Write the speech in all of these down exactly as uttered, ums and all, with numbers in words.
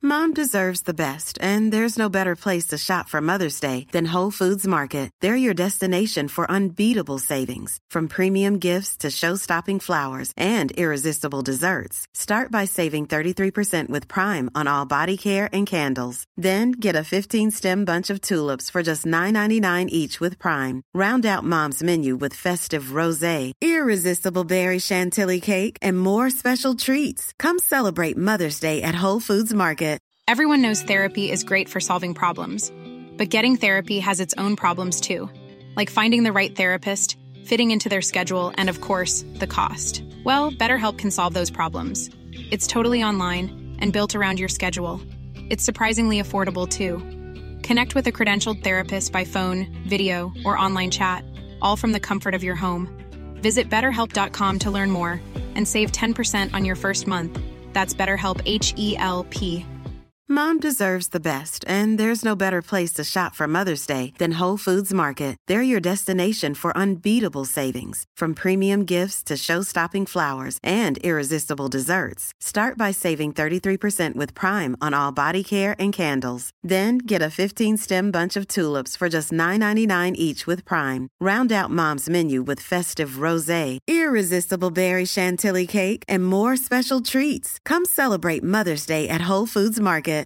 Mom deserves the best, and there's no better place to shop for Mother's Day than Whole Foods Market. They're your destination for unbeatable savings, from premium gifts to show-stopping flowers and irresistible desserts. Start by saving thirty-three percent with Prime on all body care and candles. Then get a fifteen-stem bunch of tulips for just nine ninety-nine each with Prime. Round out Mom's menu with festive rosé, irresistible berry chantilly cake, and more special treats. Come celebrate Mother's Day at Whole Foods Market. Everyone knows therapy is great for solving problems, but getting therapy has its own problems too, like finding the right therapist, fitting into their schedule, and of course, the cost. Well, BetterHelp can solve those problems. It's totally online and built around your schedule. It's surprisingly affordable too. Connect with a credentialed therapist by phone, video, or online chat, all from the comfort of your home. Visit better help dot com to learn more and save ten percent on your first month. That's BetterHelp, H E L P. Mom deserves the best, and there's no better place to shop for Mother's Day than Whole Foods Market. They're your destination for unbeatable savings, from premium gifts to show-stopping flowers and irresistible desserts. Start by saving thirty-three percent with Prime on all body care and candles. Then get a fifteen-stem bunch of tulips for just nine ninety-nine each with Prime. Round out Mom's menu with festive rosé, irresistible berry chantilly cake, and more special treats. Come celebrate Mother's Day at Whole Foods Market.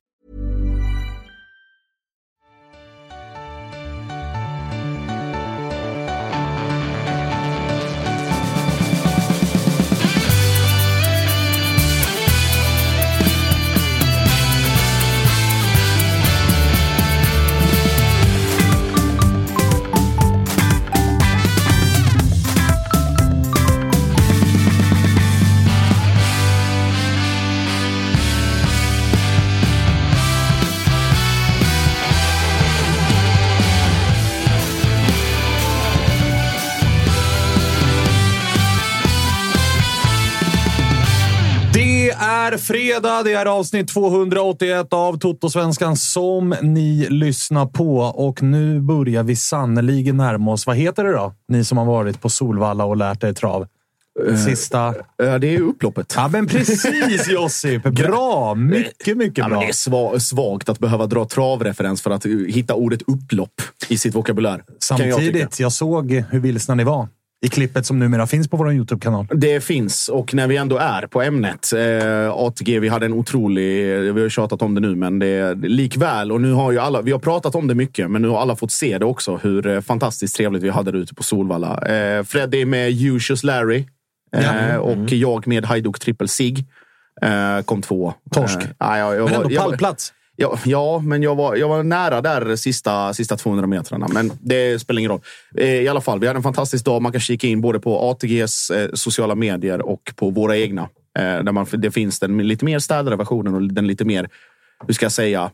Det är fredag, det är avsnitt tvåhundraåttioett av Toto-svenskan som ni lyssnar på, och nu börjar vi sannoliken närma oss. Vad heter det då? Ni som har varit på Solvalla och lärt er trav. Sista... Ja, det är upploppet. Ja, men precis, Josip. Bra, mycket, mycket bra. Ja, men det är sva- svagt att behöva dra travreferens för att hitta ordet upplopp i sitt vokabulär. Samtidigt, jag, jag såg hur vilsna ni var i klippet som numera finns på vår YouTube-kanal. Det finns, och när vi ändå är på ämnet eh, A T G, vi hade en otrolig, vi har tjatat om det nu, men det är likväl, och nu har ju alla, vi har pratat om det mycket, men nu har alla fått se det också, hur eh, fantastiskt trevligt vi hade det ute på Solvalla. Eh, Freddy med Usius Larry eh, ja. mm. och jag med Hajduk Triple Sig eh, kom två. Torsk. Eh, ja, jag, jag, men ändå jag, pallplats. Ja, ja, men jag var, jag var nära där sista, sista tvåhundra metrarna. Men det spelar ingen roll. I alla fall, vi hade en fantastisk dag. Man kan kika in både på A T G:s eh, sociala medier och på våra egna. Eh, där man, det finns den lite mer städade versionen och den lite mer, hur ska jag säga...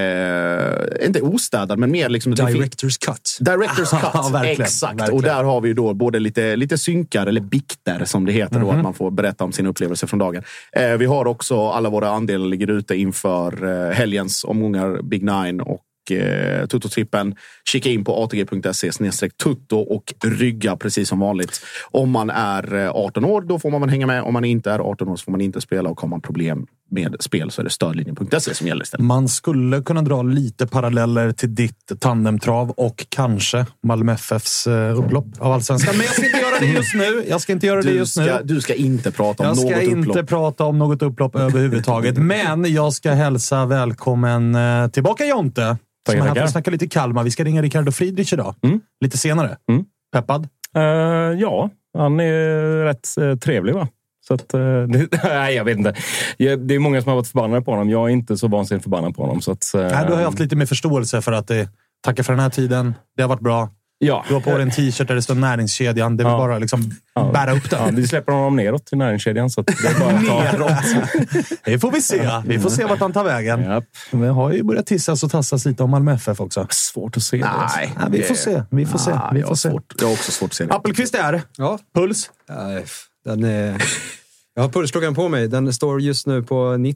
Eh, inte ostädad, men mer liksom Director's cut. Director's cut, ja, verkligen, exakt. Verkligen. Och där har vi ju då både lite, lite synkar eller bikter som det heter, mm-hmm. då, att man får berätta om sin upplevelse från dagen. Eh, vi har också alla våra andelar ligger ute inför eh, helgens omgångar Big Nine och eh, Tutto-trippen. Kika in på atg punkt se snedstreck tutto och rygga precis som vanligt. Om man är arton år, då får man väl hänga med. Om man inte är arton år så får man inte spela, och har man problem med spel så är det stödlinjen punkt se som gäller istället. Man skulle kunna dra lite paralleller till ditt tandemtrav och kanske Malmö F F:s upplopp av Allsvenskan. Men jag ska inte göra det just nu. Jag ska inte göra det just du ska, nu. Du ska inte prata om jag något upplopp. Jag ska inte prata om något upplopp överhuvudtaget. Men jag ska hälsa välkommen tillbaka Jonte. Som här för att snacka lite Kalmar. Vi ska ringa Ricardo Friedrich idag. Mm. Lite senare. Mm. Peppad? Uh, ja, han är rätt uh, trevlig, va? Så att, uh, det, nej, jag vet inte. Jag, det är många som har varit förbannade på honom. Jag är inte så vansinnigt förbannad på honom. Så att, uh, nej, du har haft lite mer förståelse för att det, tacka för den här tiden. Det har varit bra. Ja. Du har på dig en t-shirt där det står näringskedjan. Det vill ja. bara liksom ja. bära upp den. Ja, vi släpper honom neråt till näringskedjan. Så att det är bara att ta. Det får vi se. Vi får se vart han tar vägen. Yep. Vi har ju börjat tissas och tassas lite om Malmö F F också. Svårt att se. Nej, det. Nej vi får se. Vi får se. Vi får se. Svårt. Jag har också svårt att se det. Appelqvist är. Ja. Puls? Ja, den är... Jag har pulsklockan på mig. Den står just nu på nittio.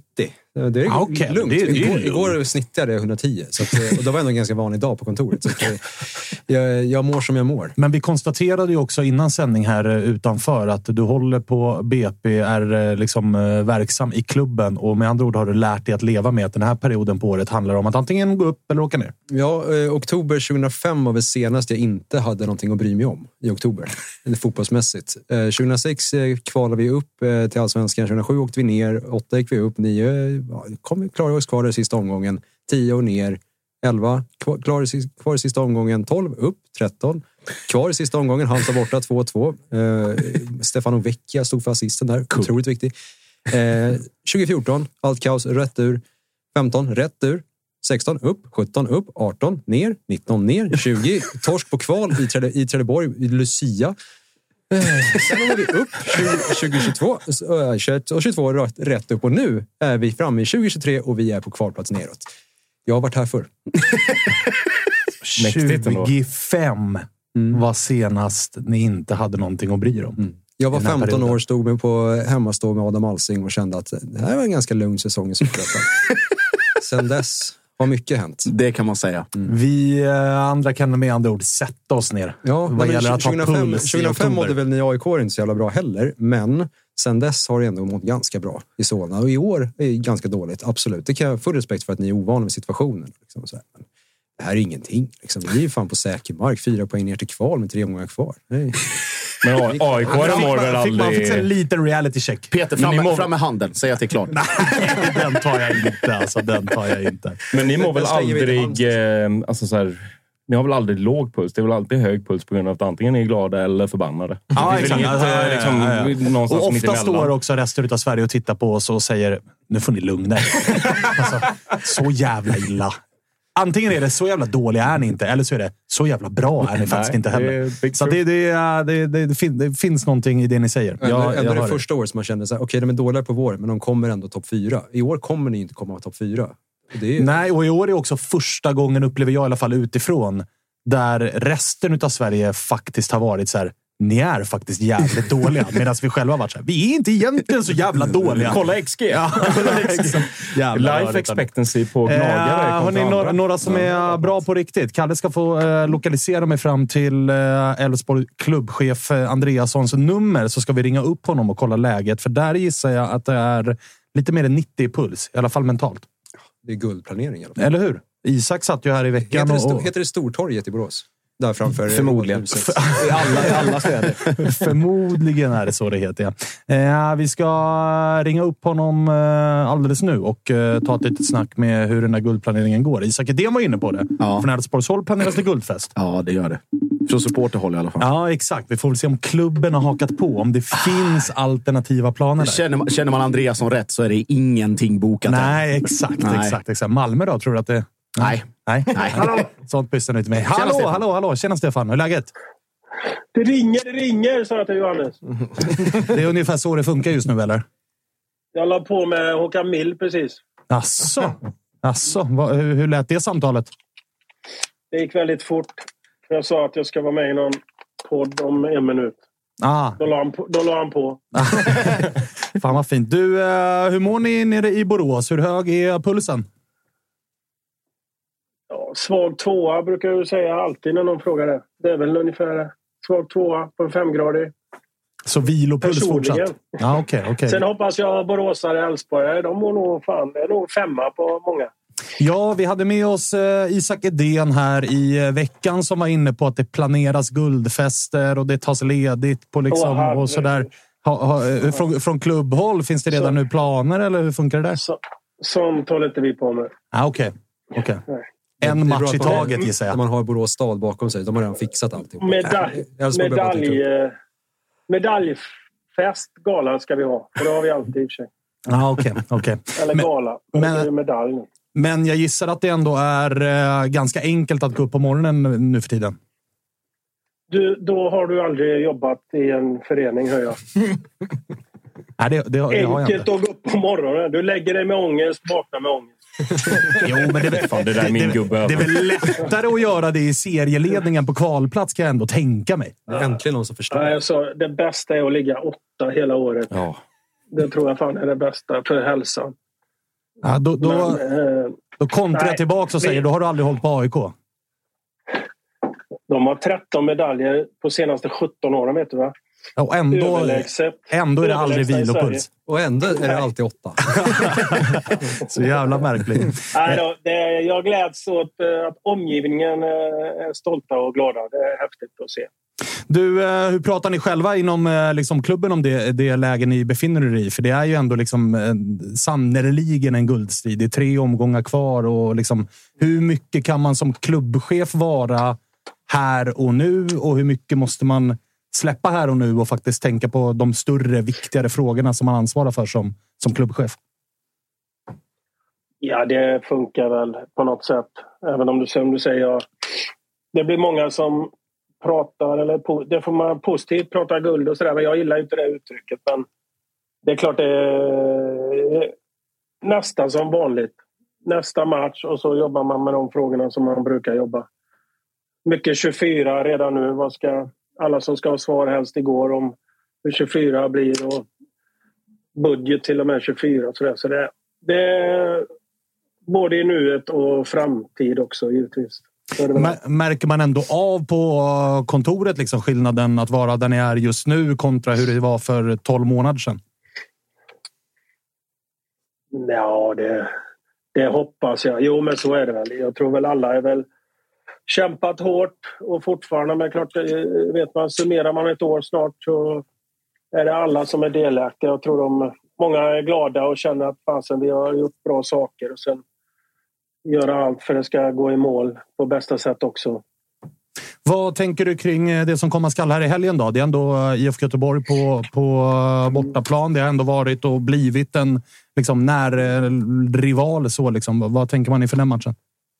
Det är okay, lugnt. Det är, det är igår, lugnt. igår snittade jag hundratio. Så att, och det var ändå en ganska vanlig dag på kontoret. Så att, jag, jag mår som jag mår. Men vi konstaterade ju också innan sändning här utanför att du håller på B P, är liksom verksam i klubben. Och med andra ord har du lärt dig att leva med att den här perioden på året handlar om att antingen gå upp eller åka ner. Ja, eh, oktober tjugohundrafem var väl senast jag inte hade någonting att bry mig om i oktober. Fotbollsmässigt. Eh, tjugohundrasex eh, kvalade vi upp eh, till Allsvenskan. tjugohundrasju åkte vi ner. åtta gick vi upp. nio ja, kom vi klara oss kvar i sista omgången. tio och ner. elva kvar, klar, kvar i sista omgången. tolv upp. tretton kvar i sista omgången. Halmstad borta två två. Eh, Stefano Vecchia stod för assisten där. Cool. Otroligt viktig. Eh, tjugo fjorton. Allt kaos. Rätt ur. femton. Rätt ur. sexton upp, sjutton upp, arton ner, nitton ner, tjugo torsk på kval i, Trede, i Trelleborg, i Lucia. Eh, sen var vi upp tjugo tjugotvå tjugoett och tjugotvå rätt, rätt upp och nu är vi framme i tjugo tjugotre och vi är på kvalplats neråt. Jag har varit här förr. tjugofem mm. var senast ni inte hade någonting att bry er om. Mm. Jag var femton perioden. År, stod med på hemmastå med Adam Alsing och kände att det här var en ganska lugn säsong i Superettan. Sen dess har mycket hänt. Det kan man säga. Mm. Vi eh, andra kan med andra ord sätta oss ner. Ja, vad gäller att ha tjugofem, puls tjugofem mådde väl ni A I K inte så jävla bra heller. Men sen dess har det ändå mått ganska bra i Solna. Och i år är det ganska dåligt, absolut. Det kan jag ha full respekt för att ni är ovana med situationen. Liksom, så här. Men det här är ingenting. Liksom. Vi är ju fan på säker mark. Fyra poäng ner till kval med tre månader kvar. Nej. Men A I K mår väl aldrig... Man fick en liten reality check. Peter, fram med, må... fram med handen. Säg att det är klart. Nej, den tar jag inte. Alltså, den tar jag inte. Men ni mår väl aldrig... Eh, alltså så här, ni har väl aldrig låg puls? Det är väl alltid hög puls på grund av att antingen är glada eller förbannade. Ja, exakt. Inget, ja, liksom, ja, ja, ja. Och ofta står också resten av Sverige och tittar på oss och säger nu får ni lugna er. Alltså, så jävla illa. Antingen är det så jävla dåliga är ni inte, eller så är det så jävla bra är ni faktiskt Nej, inte heller. Det så det, det, det, det, det, fin, det finns någonting i det ni säger. Ändå, jag, ändå jag det första året som man kände så här, okej, okay, de är dåliga på vår, men de kommer ändå topp fyra. I år kommer ni inte komma topp fyra. Det är... Nej, och i år är också första gången, upplever jag i alla fall utifrån, där resten av Sverige faktiskt har varit så här, ni är faktiskt jävligt dåliga. Medan vi själva har varit så här, vi är inte egentligen så jävla dåliga. Kolla X G. Ja, life expectancy på gnagare. Eh, har ni några, några som är bra på riktigt? Kalle ska få eh, lokalisera mig fram till Elfsborg eh, klubbchef eh, Andreassons nummer, så ska vi ringa upp honom och kolla läget. För där gissar jag att det är lite mer än nittio puls. I alla fall mentalt. Det är guldplanering i alla fall. Eller hur? Isak satt ju här i veckan. Heter det, sto- och... heter det Stortorget i Borås? Där framför. Förmodligen. I alla, i alla städer. Förmodligen är det så det heter. Ja. Eh, vi ska ringa upp honom eh, alldeles nu och eh, ta ett litet snack med hur den här guldplaneringen går. Isak Edén var inne på det. Ja. Från Elfsborgs håll planeras det guldfest. Ja, det gör det. Från supporterhåll i alla fall. Ja, exakt. Vi får väl se om klubben har hakat på. Om det finns alternativa planer där. Känner man, känner man Andreasson rätt så är det ingenting bokat. Nej, exakt, Nej. exakt, exakt. Malmö då, tror du att det... Nej. Nej. Nej. Hallå. Sånt pysslar inte med. Hallå, Tjena, hallå, hallå. Tjena Stefan, hur är läget? Det ringer, det ringer, sa jag till Johannes. Det är ungefär så det funkar just nu, eller? Jag la på med Håkan Mill precis. Asså? Asså? Vad, hur, hur lät det samtalet? Det gick väldigt fort. Jag sa att jag ska vara med i någon podd om en minut. Ah. Då la han på. Då la han på. Fan vad fint. Du, hur mår ni nere i Borås? Hur hög är pulsen? Ja, svag tvåa brukar jag säga alltid när någon frågar det. Det är väl ungefär svag tvåa på en femgradig. Så vilopuls fortsatt? Ja, okay, okay. Sen hoppas jag boråsare, Elfsborg, de mår nog fan, det är nog femma på många. Ja, vi hade med oss eh, Isak Edén här i eh, veckan som var inne på att det planeras guldfester och det tas ledigt på liksom oh, och sådär. Ha, ha, eh, från, från klubbhåll, finns det redan så, nu planer eller hur funkar det där? Så, sånt håller inte vi på med. Ah, okej. Okay. Okay. En match i taget gissar jag. Man har Borås stad bakom sig. De har redan fixat allting. Medalj, medalj, medaljfest, gala ska vi ha. Och det har vi alltid i och för sig. Ah, okay, okay. Eller men, gala. Men, medalj. men jag gissar att det ändå är äh, ganska enkelt att gå upp på morgonen nu för tiden. Du, då har du aldrig jobbat i en förening, hör jag. Nej, det, det, det har jag enkelt inte. att gå upp på morgonen. Du lägger dig med ångest, vaknar med ångest. Jo, men det, fan, det, där är min det, gubbe. Det är väl lättare att göra det i serieledningen på kvalplats, kan jag ändå tänka mig. Det är äntligen någon som förstår. Nej, alltså, det bästa är att ligga åtta hela året. Ja. Det tror jag fan är det bästa för hälsan. Ja, då, då, Men, eh, då kontrar jag tillbaka och säger, vi, då har du aldrig hållit på A I K. De har tretton medaljer på senaste sjutton åren, vet du va? Och ändå, ändå är det aldrig vilopuls. Och ändå är det alltid åtta. Så jävla märkligt. Nej då, det, jag gläds åt att omgivningen är stolta och glada. Det är häftigt att se. Du, hur pratar ni själva inom liksom, klubben om det, det läge ni befinner er i? För det är ju ändå liksom, sannerligen en guldstrid. Det är tre omgångar kvar. Och liksom, hur mycket kan man som klubbchef vara här och nu? Och hur mycket måste man släppa här och nu och faktiskt tänka på de större, viktigare frågorna som man ansvarar för som, som klubbchef? Ja, det funkar väl på något sätt. Även om du, som du säger, ja, det blir många som pratar, eller det får man positivt prata guld och sådär, men jag gillar inte det uttrycket. Men det är klart det är nästan som vanligt. Nästa match och så jobbar man med de frågorna som man brukar jobba. Mycket tjugofyra redan nu. Vad ska alla som ska ha svar helst igår om hur tjugofyra blir och budget till och med tjugofyra. Så det, så det, det är både i nuet och framtid också givetvis. Märker man ändå av på kontoret liksom skillnaden att vara där ni är just nu kontra hur det var för tolv månader sedan? Ja, det, det hoppas jag. Jo, men så är det väl. Jag tror väl alla är väl kämpat hårt och fortfarande, men klart vet man, summerar man ett år snart så är det alla som är delaktiga. Jag tror de, många är glada och känner att fasen, vi har gjort bra saker och sen göra allt för att det ska gå i mål på bästa sätt också. Vad tänker du kring det som kommer skall här i helgen då? Det är ändå I F K Göteborg på, på bortaplan. Det har ändå varit och blivit en liksom, närrival. Så, liksom. Vad tänker man inför den matchen?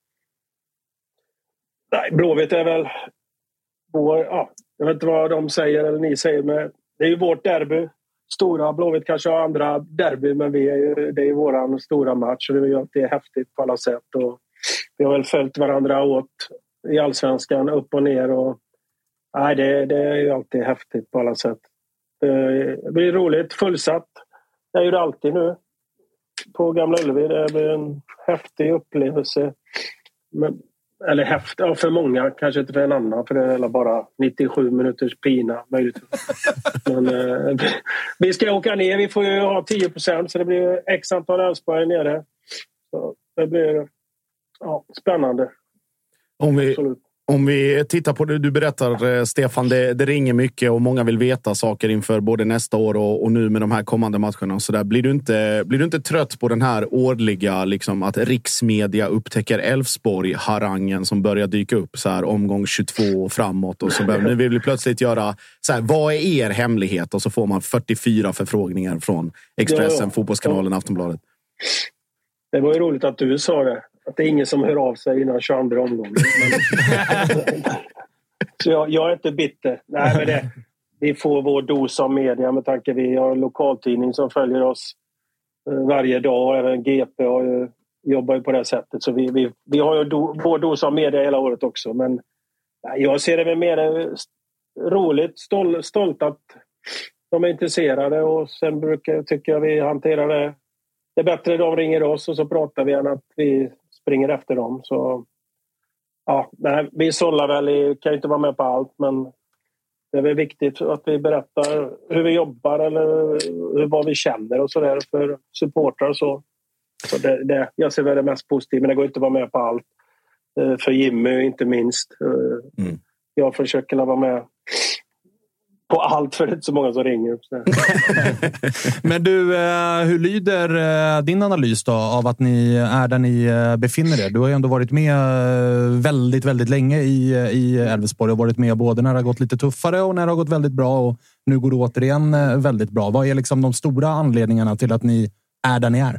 Nej, Blåvitt är väl vår, ja, jag vet inte vad de säger eller ni säger, men det är ju vårt derby. Stora Blåvitt kanske har andra derby, men vi är ju, det är ju våran stora match och det är häftigt på alla sätt. Och vi har väl följt varandra åt i Allsvenskan upp och ner och nej, det, det är ju alltid häftigt på alla sätt. Det blir roligt, fullsatt. Det är ju det alltid nu på Gamla Ullevi. Det blir en häftig upplevelse. Men, eller häftigt, ja, för många, kanske inte för en annan, för det är bara nittiosju minuters pina möjligtvis. Men eh, vi ska åka ner, vi får ju ha tio procent så det blir x antal Älvsborg nere. Så det blir ja, spännande. Om vi, om vi tittar på det du berättar, Stefan, det, det ringer mycket och många vill veta saker inför både nästa år och, och nu med de här kommande matcherna. Så där. Blir du inte, blir du inte trött på den här årliga, liksom, att riksmedia upptäcker Älvsborg-harangen som börjar dyka upp så här omgång tjugotvå och framåt och så börjar nu vill vi plötsligt göra så här, vad är er hemlighet? Och så får man fyrtiofyra förfrågningar från Expressen, ja, ja. Fotbollskanalen, Aftonbladet. Det var ju roligt att du sa det. Att det är ingen som hör av sig innan tjugoandra omgången. Så jag, jag är inte bitter. Nej, men det, vi får vår dos av media med tanke vi har en lokaltidning som följer oss varje dag. Även G P har ju, jobbar ju på det sättet. Så vi, vi, vi har ju do, vår dos av media hela året också. Men jag ser det med mer roligt, stol, stolt att de är intresserade. Och sen brukar, tycker jag vi hanterar det. Det är bättre de ringer oss och så pratar vi än att vi springer efter dem. Så ja, nej, vi sållar väl, i, kan ju inte vara med på allt, men det är väl viktigt att vi berättar hur vi jobbar eller hur, vad vi känner och sådär för supportrar och så. Så det, det, jag ser väl det mest positivt, men det går inte att vara med på allt. För Jimmy inte minst. Mm. Jag försöker vara med på allt för det är inte så många som ringer. Men du, hur lyder din analys då av att ni är där ni befinner er? Du har ju ändå varit med väldigt, väldigt länge i, i Älvsborg och varit med både när det har gått lite tuffare och när det har gått väldigt bra och nu går det återigen väldigt bra. Vad är liksom de stora anledningarna till att ni är där ni är?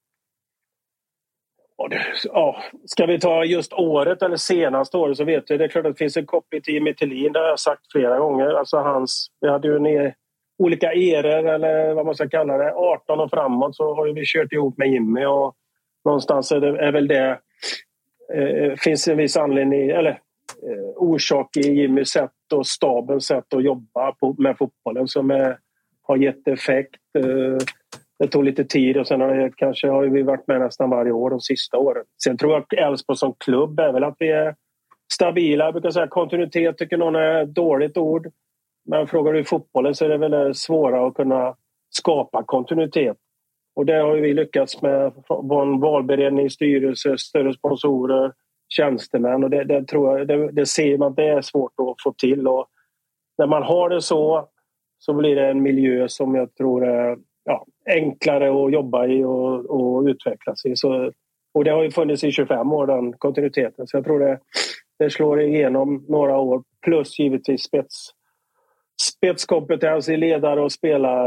Ja, ska vi ta just året eller senaste året så vet vi, det är klart att det finns en koppling till Jimmy Tillin, det har jag sagt flera gånger. Alltså hans, vi hade ju ner olika eror eller vad man ska kalla det, arton och framåt så har vi kört ihop med Jimmy och någonstans är, det, är väl det eh, finns en viss anledning eller eh, orsak i Jimmys sätt och stabens sätt att jobba på, med fotbollen som är, har gett effekt. Eh, det tog lite tid och sen har det, kanske har vi varit med nästan varje år de sista åren. Sen tror jag att Elfsborg som klubb är väl att vi är stabila. Jag brukar säga kontinuitet tycker någon är ett dåligt ord. Men frågar du i fotbollen så är det väl svårare att kunna skapa kontinuitet. Och det har vi lyckats med. Vår valberedning, styrelse, större sponsorer, tjänstemän. Och det, det, tror jag, det, det ser man att det är svårt att få till. Och när man har det så så blir det en miljö som jag tror är ja, enklare att jobba i och, och utvecklas i. Så, och det har ju funnits i tjugofem år, den kontinuiteten. Så jag tror det, det slår igenom några år. Plus givetvis spets, spetskompetens i ledare och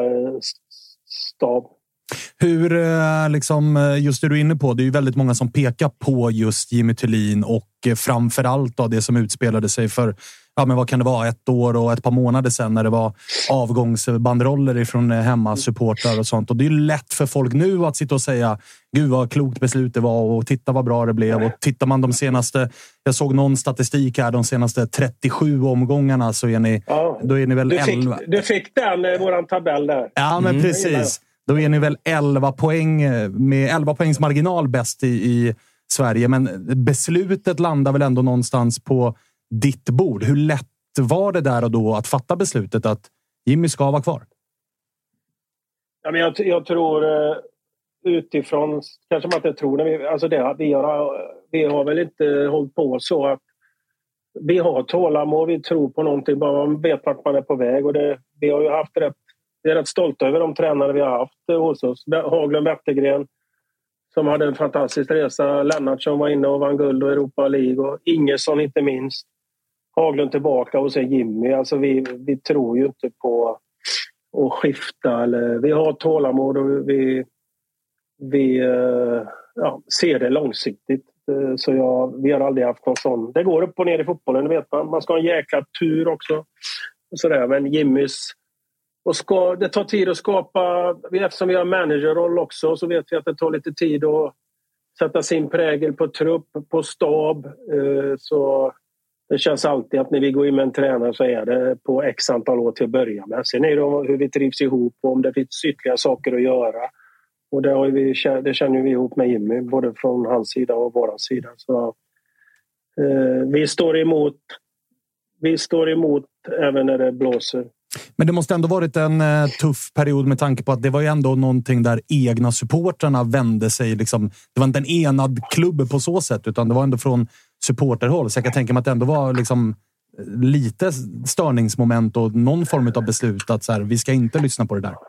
spelarstab. Hur, liksom, just det du är inne på, det är ju väldigt många som pekar på just Jimmy Thulin och framförallt då det som utspelade sig för, ja men vad kan det vara, ett år och ett par månader sedan när det var avgångsbanderoller ifrån hemmasupportrar och sånt. Och det är ju lätt för folk nu att sitta och säga, gud vad klokt beslut det var och titta vad bra det blev. Och tittar man de senaste, jag såg någon statistik här, de senaste trettiosju omgångarna så är ni, ja, då är ni väl du fick, elva. Du fick den, våran tabell där. Ja men mm. precis. Då är ni väl elva poäng med elva poängs marginal bäst i, i Sverige. Men beslutet landar väl ändå någonstans på ditt bord. Hur lätt var det där och då att fatta beslutet att Jimmy ska vara kvar? Ja, men jag, jag tror utifrån, kanske man inte tror, vi, alltså det, vi, har, vi har väl inte hållit på så att vi har tålamod, vi tror på någonting, bara man vet vart man är på väg. Och det, vi har ju haft rätt, vi är rätt stolta över de tränare vi har haft hos oss. Haglund Wettergren som hade en fantastisk resa. Lennart som var inne och vann guld och Europa League. Och Ingesson inte minst. Haglund tillbaka och sen Jimmy. Alltså vi, vi tror ju inte på att skifta. Eller, vi har tålamod och vi, vi ja, ser det långsiktigt. Så jag, vi har aldrig haft någon sån. Det går upp och ner i fotbollen, det vet man. Man ska ha en jäkla tur också. Så där. Men Jimmys... Och ska, det tar tid att skapa, eftersom vi har managerroll också så vet vi att det tar lite tid att sätta sin prägel på trupp, på stab. Så det känns alltid att när vi går in med en tränare så är det på x antal år till att börja med. Sen är det hur vi trivs ihop och om det finns ytterligare saker att göra. Och det, har vi, det känner vi ihop med Jimmy, både från hans sida och vår sida. Så, eh, vi står emot, vi står emot även när det blåser. Men det måste ändå varit en eh, tuff period med tanke på att det var ju ändå någonting där egna supporterna vände sig. Liksom, det var inte en enad klubb på så sätt utan det var ändå från supporterhåll. Så jag kan tänka mig att det ändå var liksom, lite störningsmoment och någon form av beslut att så här, vi ska inte lyssna på det där.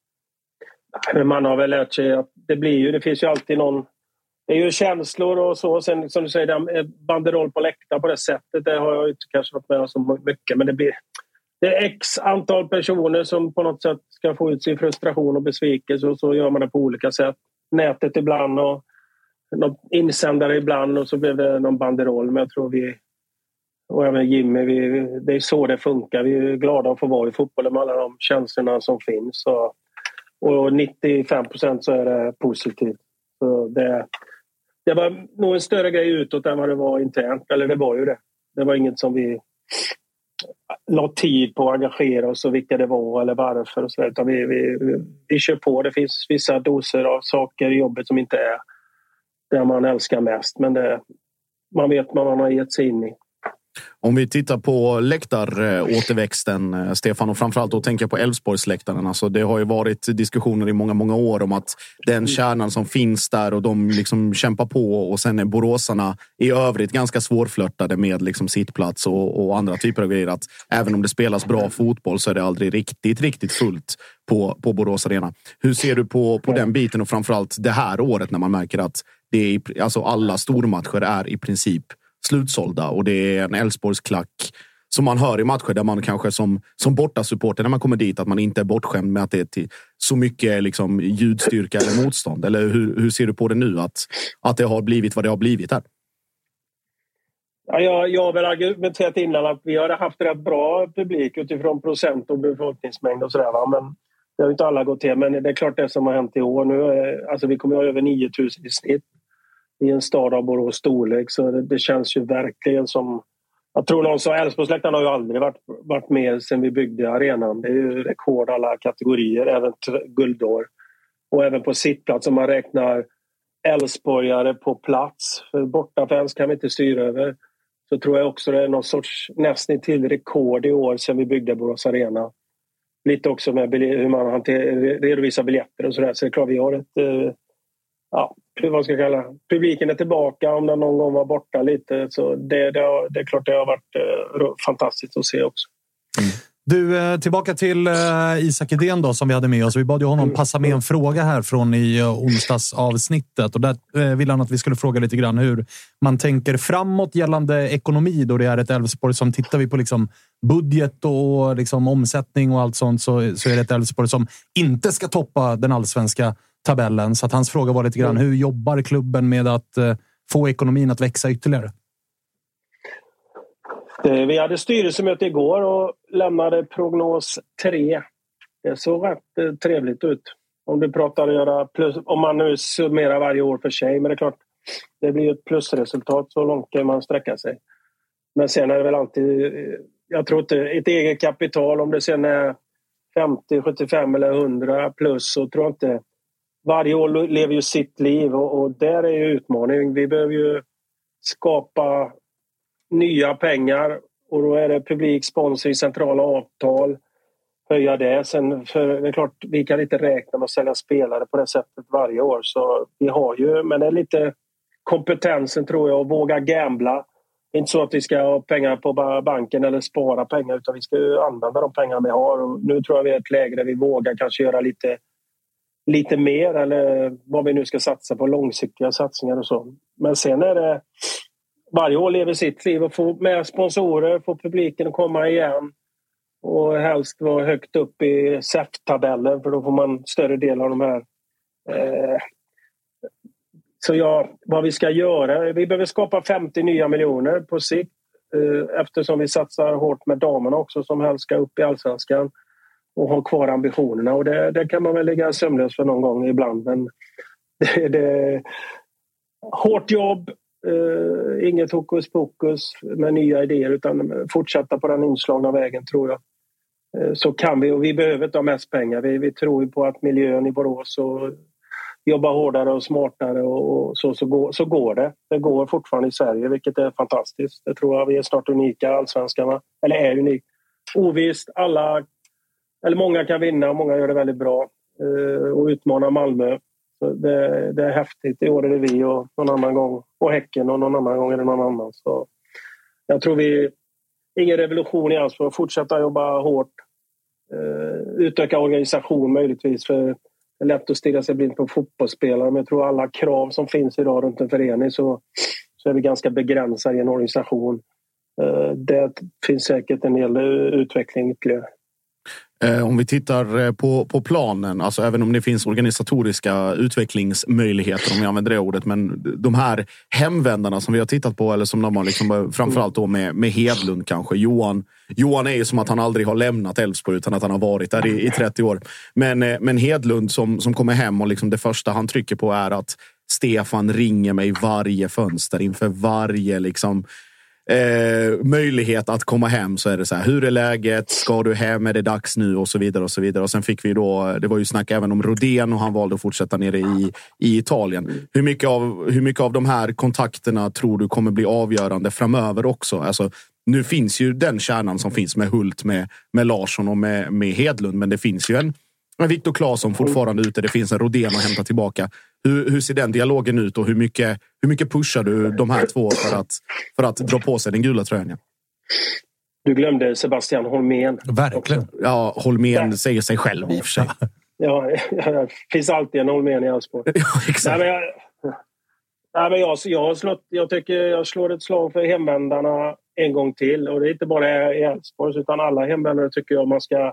Men man har väl lärt sig att det blir ju, det finns ju alltid någon, det är ju känslor och så. Sen som du säger, banderoll på läktaren på det sättet, det har jag inte kanske varit med om så mycket, men det blir... Det är x antal personer som på något sätt ska få ut sin frustration och besvikelse och så gör man det på olika sätt. Nätet ibland och någon insändare ibland och så blev det någon banderoll. Men jag tror vi, och även Jimmy, vi, det är så det funkar. Vi är glada att få vara i fotbollen med alla de känslorna som finns. Och, och nittiofem procent så är det positivt. Så det, det var nog en större grej utåt än vad det var internt. Eller det var ju det. Det var inget som vi... la tid på att engagera oss och vilka det var eller varför och så där. Vi, vi, vi kör på. Det finns vissa doser av saker i jobbet som inte är det man älskar mest, men det, man vet vad man har gett sig in i. Om vi tittar på läktaråterväxten, Stefan, och framförallt då tänker jag på Elfsborgsläktaren. Alltså det har ju varit diskussioner i många, många år om att den kärnan som finns där och de liksom kämpar på och sen är boråsarna i övrigt ganska svårflörtade med liksom sittplats och, och andra typer av grejer. Att även om det spelas bra fotboll så är det aldrig riktigt, riktigt fullt på, på Borås Arena. Hur ser du på, på den biten och framförallt det här året när man märker att det är, alltså alla stormatcher är i princip slutsålda och det är en Elfsborgsklack som man hör i matcher där man kanske som, som bortasupporter när man kommer dit att man inte är bortskämd med att det är till så mycket liksom ljudstyrka eller motstånd. Eller hur, hur ser du på det nu att, att det har blivit vad det har blivit här? Ja, jag, jag har väl argumenterat innan att vi har haft rätt bra publik utifrån procent och befolkningsmängd och sådär, va? Men det har inte alla gått till. Men det är klart det som har hänt i år nu. Alltså vi kommer att ha över nio tusen i snitt i en stad av Borås storlek, så det, det känns ju verkligen som, jag tror någon sa, Elfsborgsläktaren har ju aldrig varit, varit med sedan vi byggde arenan. Det är ju rekord alla kategorier, även t- guldår. Och även på sittplats om man räknar Elfsborgare på plats. För bortafans kan vi inte styra över. Så tror jag också det är någon sorts nästan till rekord i år sedan vi byggde Borås Arena. Lite också med hur man hanter, redovisar biljetter och sådär. Så det är klart vi har ett... Eh, ja, vad ska jag kalla publiken är tillbaka om den någon gång var borta lite. Så det, det, har, det är klart det har varit eh, fantastiskt att se också. Mm. Du, tillbaka till uh, Isak Edén då, som vi hade med oss. Vi bad ju honom passa med en fråga här från i uh, onsdagsavsnittet. Och där uh, ville han att vi skulle fråga lite grann hur man tänker framåt gällande ekonomi. Då det är ett Elfsborg som tittar vi på liksom budget och liksom omsättning och allt sånt. Så, så är det ett Elfsborg som inte ska toppa den allsvenska tabellen. Så att hans fråga var lite grann, hur jobbar klubben med att uh, få ekonomin att växa ytterligare? Vi hade styrelsemöte igår och lämnade prognos tre. Det såg rätt trevligt ut. Om du pratar göra plus, om man nu summerar varje år för sig. Men det är klart, det blir ett plusresultat så långt kan man sträcka sig. Men sen är det väl alltid, jag tror inte, ett eget kapital om det sen är femtio, sjuttiofem eller hundra plus så tror jag inte. Varje år lever ju sitt liv och, och där är ju utmaningen. Vi behöver ju skapa nya pengar och då är det publik, sponsring, centrala avtal, höja det. Sen för det är klart, vi kan inte räkna med att sälja spelare på det sättet varje år. Så vi har ju, men det är lite kompetensen tror jag att våga gambla. Det är inte så att vi ska ha pengar på banken eller spara pengar utan vi ska ju använda de pengar vi har. Och nu tror jag vi är ett läge där vi vågar kanske göra lite, lite mer eller vad vi nu ska satsa på, långsiktiga satsningar och så. Men sen är det varje år lever sitt liv och få med sponsorer, få publiken att komma igen och helst vara högt upp i S E F-tabellen för då får man större del av de här. Eh, så ja, vad vi ska göra, vi behöver skapa femtio nya miljoner på sikt eh, eftersom vi satsar hårt med damerna också som helst ska upp i allsvenskan och ha kvar ambitionerna och det, det kan man väl lägga sömlös för någon gång ibland men det, det hårt jobb. Uh, inget hokus pokus med nya idéer utan fortsätta på den inslagna vägen tror jag. Uh, så kan vi och vi behöver inte ha mest pengar. Vi, vi tror ju på att miljön i Borås och jobba hårdare och smartare och, och så, så, går, så går det. Det går fortfarande i Sverige vilket är fantastiskt. Det tror jag vi är snart unika allsvenskarna. Eller är unik. Ovisst, alla eller många kan vinna och många gör det väldigt bra uh, och utmana Malmö. Så det, det är häftigt. I år är det vi och någon annan gång och Häcken och någon annan gång är det någon annan. Så jag tror vi ingen revolution i alls för att fortsätta jobba hårt. Uh, utöka organisation möjligtvis för det är lätt att stirra sig blind på fotbollsspelare. Men jag tror alla krav som finns idag runt en förening så, så är vi ganska begränsade i en organisation. Uh, det finns säkert en del utveckling ytterligare. Om vi tittar på, på planen, alltså även om det finns organisatoriska utvecklingsmöjligheter om jag använder det ordet, men de här hemvändarna som vi har tittat på eller som de har liksom, framförallt då med, med Hedlund kanske, Johan Johan är ju som att han aldrig har lämnat Elfsborg utan att han har varit där i, i trettio år, men, men Hedlund som, som kommer hem och liksom det första han trycker på är att Stefan ringer mig varje fönster inför varje liksom Eh, möjlighet att komma hem så är det så här, hur är läget, ska du hem, är det dags nu och så vidare och så vidare och sen fick vi då, det var ju snack även om Rodén och han valde att fortsätta nere i, i Italien. Hur mycket, av, hur mycket av de här kontakterna tror du kommer bli avgörande framöver också? Alltså, nu finns ju den kärnan som finns med Hult, med, med Larsson och med, med Hedlund, men det finns ju en Men Viktor Claesson fortfarande ute. Det finns en Rodén att hämta tillbaka. Hur, hur ser den dialogen ut och hur mycket, hur mycket pushar du de här två för att, för att dra på sig den gula tröjan? Du glömde Sebastian Holmén. Verkligen. Också. Ja, Holmén ja. säger sig själv i och för sig. Ja, det finns alltid en Holmén i Elfsborg. Ja, exakt. Nej, men jag, nej, men jag, jag, har slått, jag tycker jag slår ett slag för hemvändarna en gång till. Och det är inte bara i Elfsborg utan alla hemvändare tycker jag man ska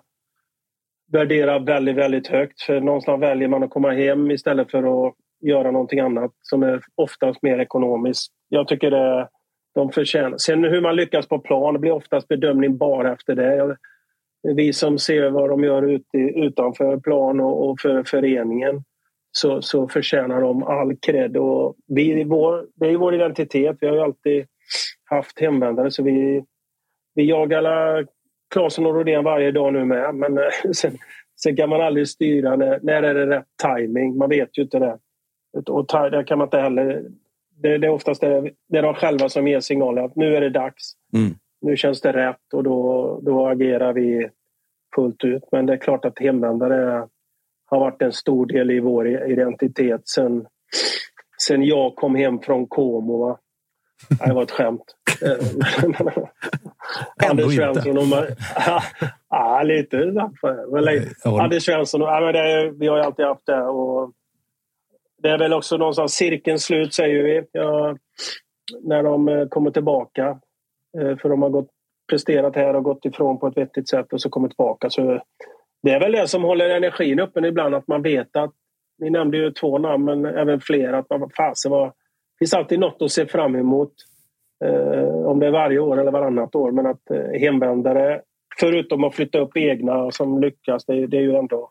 värdera väldigt, väldigt högt. För någonstans väljer man att komma hem istället för att göra någonting annat som är oftast mer ekonomiskt. Jag tycker det, de förtjänar. Sen hur man lyckas på plan, det blir oftast bedömning bara efter det. Vi som ser vad de gör ut i, utanför plan och, och för föreningen så, så förtjänar de all cred. Och vi, vår, det är vår identitet. Vi har ju alltid haft hemvändare så vi, vi jagar alla Claesson och Rodén varje dag nu med. Men sen, Sen kan man aldrig styra när, när är det rätt timing. Man vet ju inte det. Och där kan man inte heller... Det, det är oftast det, det är de själva som ger signaler att nu är det dags. Mm. Nu känns det rätt och då, då agerar vi fullt ut. Men det är klart att hemvändare har varit en stor del i vår identitet sen, sen jag kom hem från Como. Va? Det var ett skämt. Anders Svensson och man, ja, lite därför. Anders Svensson och, ja, men det, vi har ju alltid haft det och det är väl också någonstans cirkeln slut säger vi. Ja, när de kommer tillbaka för de har gått, presterat här och gått ifrån på ett vettigt sätt och så kommer tillbaka så det är väl det som håller energin uppe ibland att man vet att ni nämnde ju två namn men även fler att man fasen var det finns alltid något att se fram emot. Eh, om det är varje år eller varannat år men att eh, hemvändare förutom att flytta upp egna som lyckas det, det är ju ändå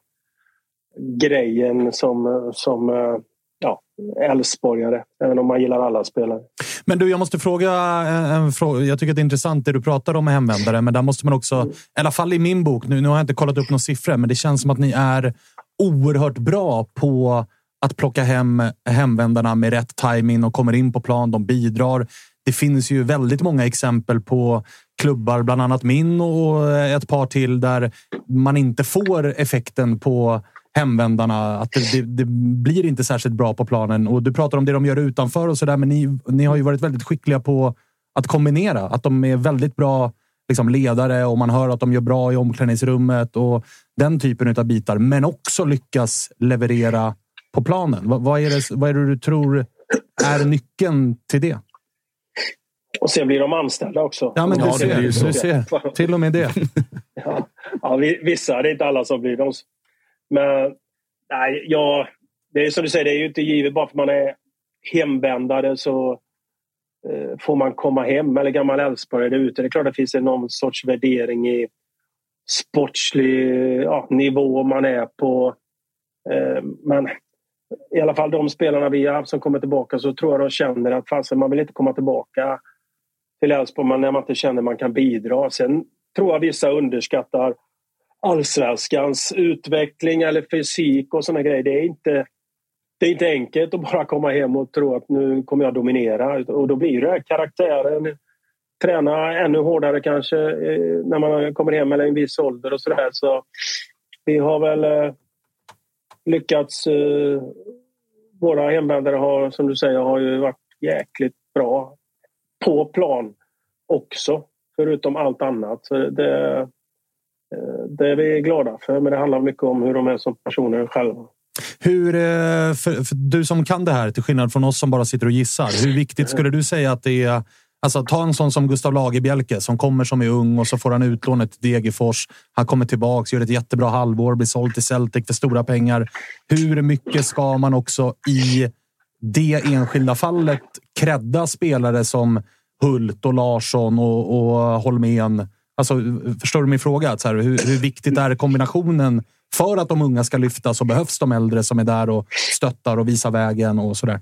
grejen som, som eh, ja, Elfsborgare även om man gillar alla spelare. Men du, jag måste fråga en, en fråga. Jag tycker att det är intressant det du pratar om med hemvändare men där måste man också, mm. i alla fall i min bok nu, nu har jag inte kollat upp några siffror men det känns som att ni är oerhört bra på att plocka hem hemvändarna med rätt timing och kommer in på plan, de bidrar. Det finns ju väldigt många exempel på klubbar, bland annat min och ett par till, där man inte får effekten på hemvändarna. Att det, det, det blir inte särskilt bra på planen. Och du pratar om det de gör utanför och sådär, men ni, ni har ju varit väldigt skickliga på att kombinera. Att de är väldigt bra liksom, ledare och man hör att de gör bra i omklädningsrummet och den typen av bitar. Men också lyckas leverera på planen. Vad, vad, är det, vad är det du tror är nyckeln till det? Och sen blir de anställda också. Ja, men du, ja, ser, du ser. Till och med det. ja, ja, vissa, det är inte alla som blir dem. Men nej, ja, det är som du säger, det är ju inte givet bara för man är hemvändare så eh, får man komma hem eller gammal Elfsborg är det ute. Det är klart att det finns någon sorts värdering i sportslig ja, nivå man är på. Eh, men i alla fall de spelarna vi har haft som kommer tillbaka så tror jag de känner att fast man vill inte komma tillbaka till Elfsborg när man inte känner man kan bidra. Sen tror jag vissa underskattar allsvenskans utveckling eller fysik och såna grejer. Det är inte, det är inte enkelt att bara komma hem och tro att nu kommer jag dominera. Och då blir det karaktären. Träna ännu hårdare kanske när man kommer hem eller en viss ålder och sådär. Så vi har väl lyckats. Våra hemvändare har, som du säger, har ju varit jäkligt bra på plan också. Förutom allt annat. Så det Det är vi glada för, men det handlar mycket om hur de är som personer själva. Hur, för, för du som kan det här, till skillnad från oss som bara sitter och gissar, hur viktigt skulle du säga att det är, alltså ta en sån som Gustav Lagerbielke som kommer som är ung och så får han utlånet till Degerfors, han kommer tillbaks, gör ett jättebra halvår, blir såld till Celtic för stora pengar. Hur mycket ska man också i det enskilda fallet kredda spelare som Hult och Larsson och, och Holmén? Alltså, förstår du min fråga? Att så här, hur, hur viktigt är kombinationen för att de unga ska lyftas och behövs de äldre som är där och stöttar och visar vägen och sådär?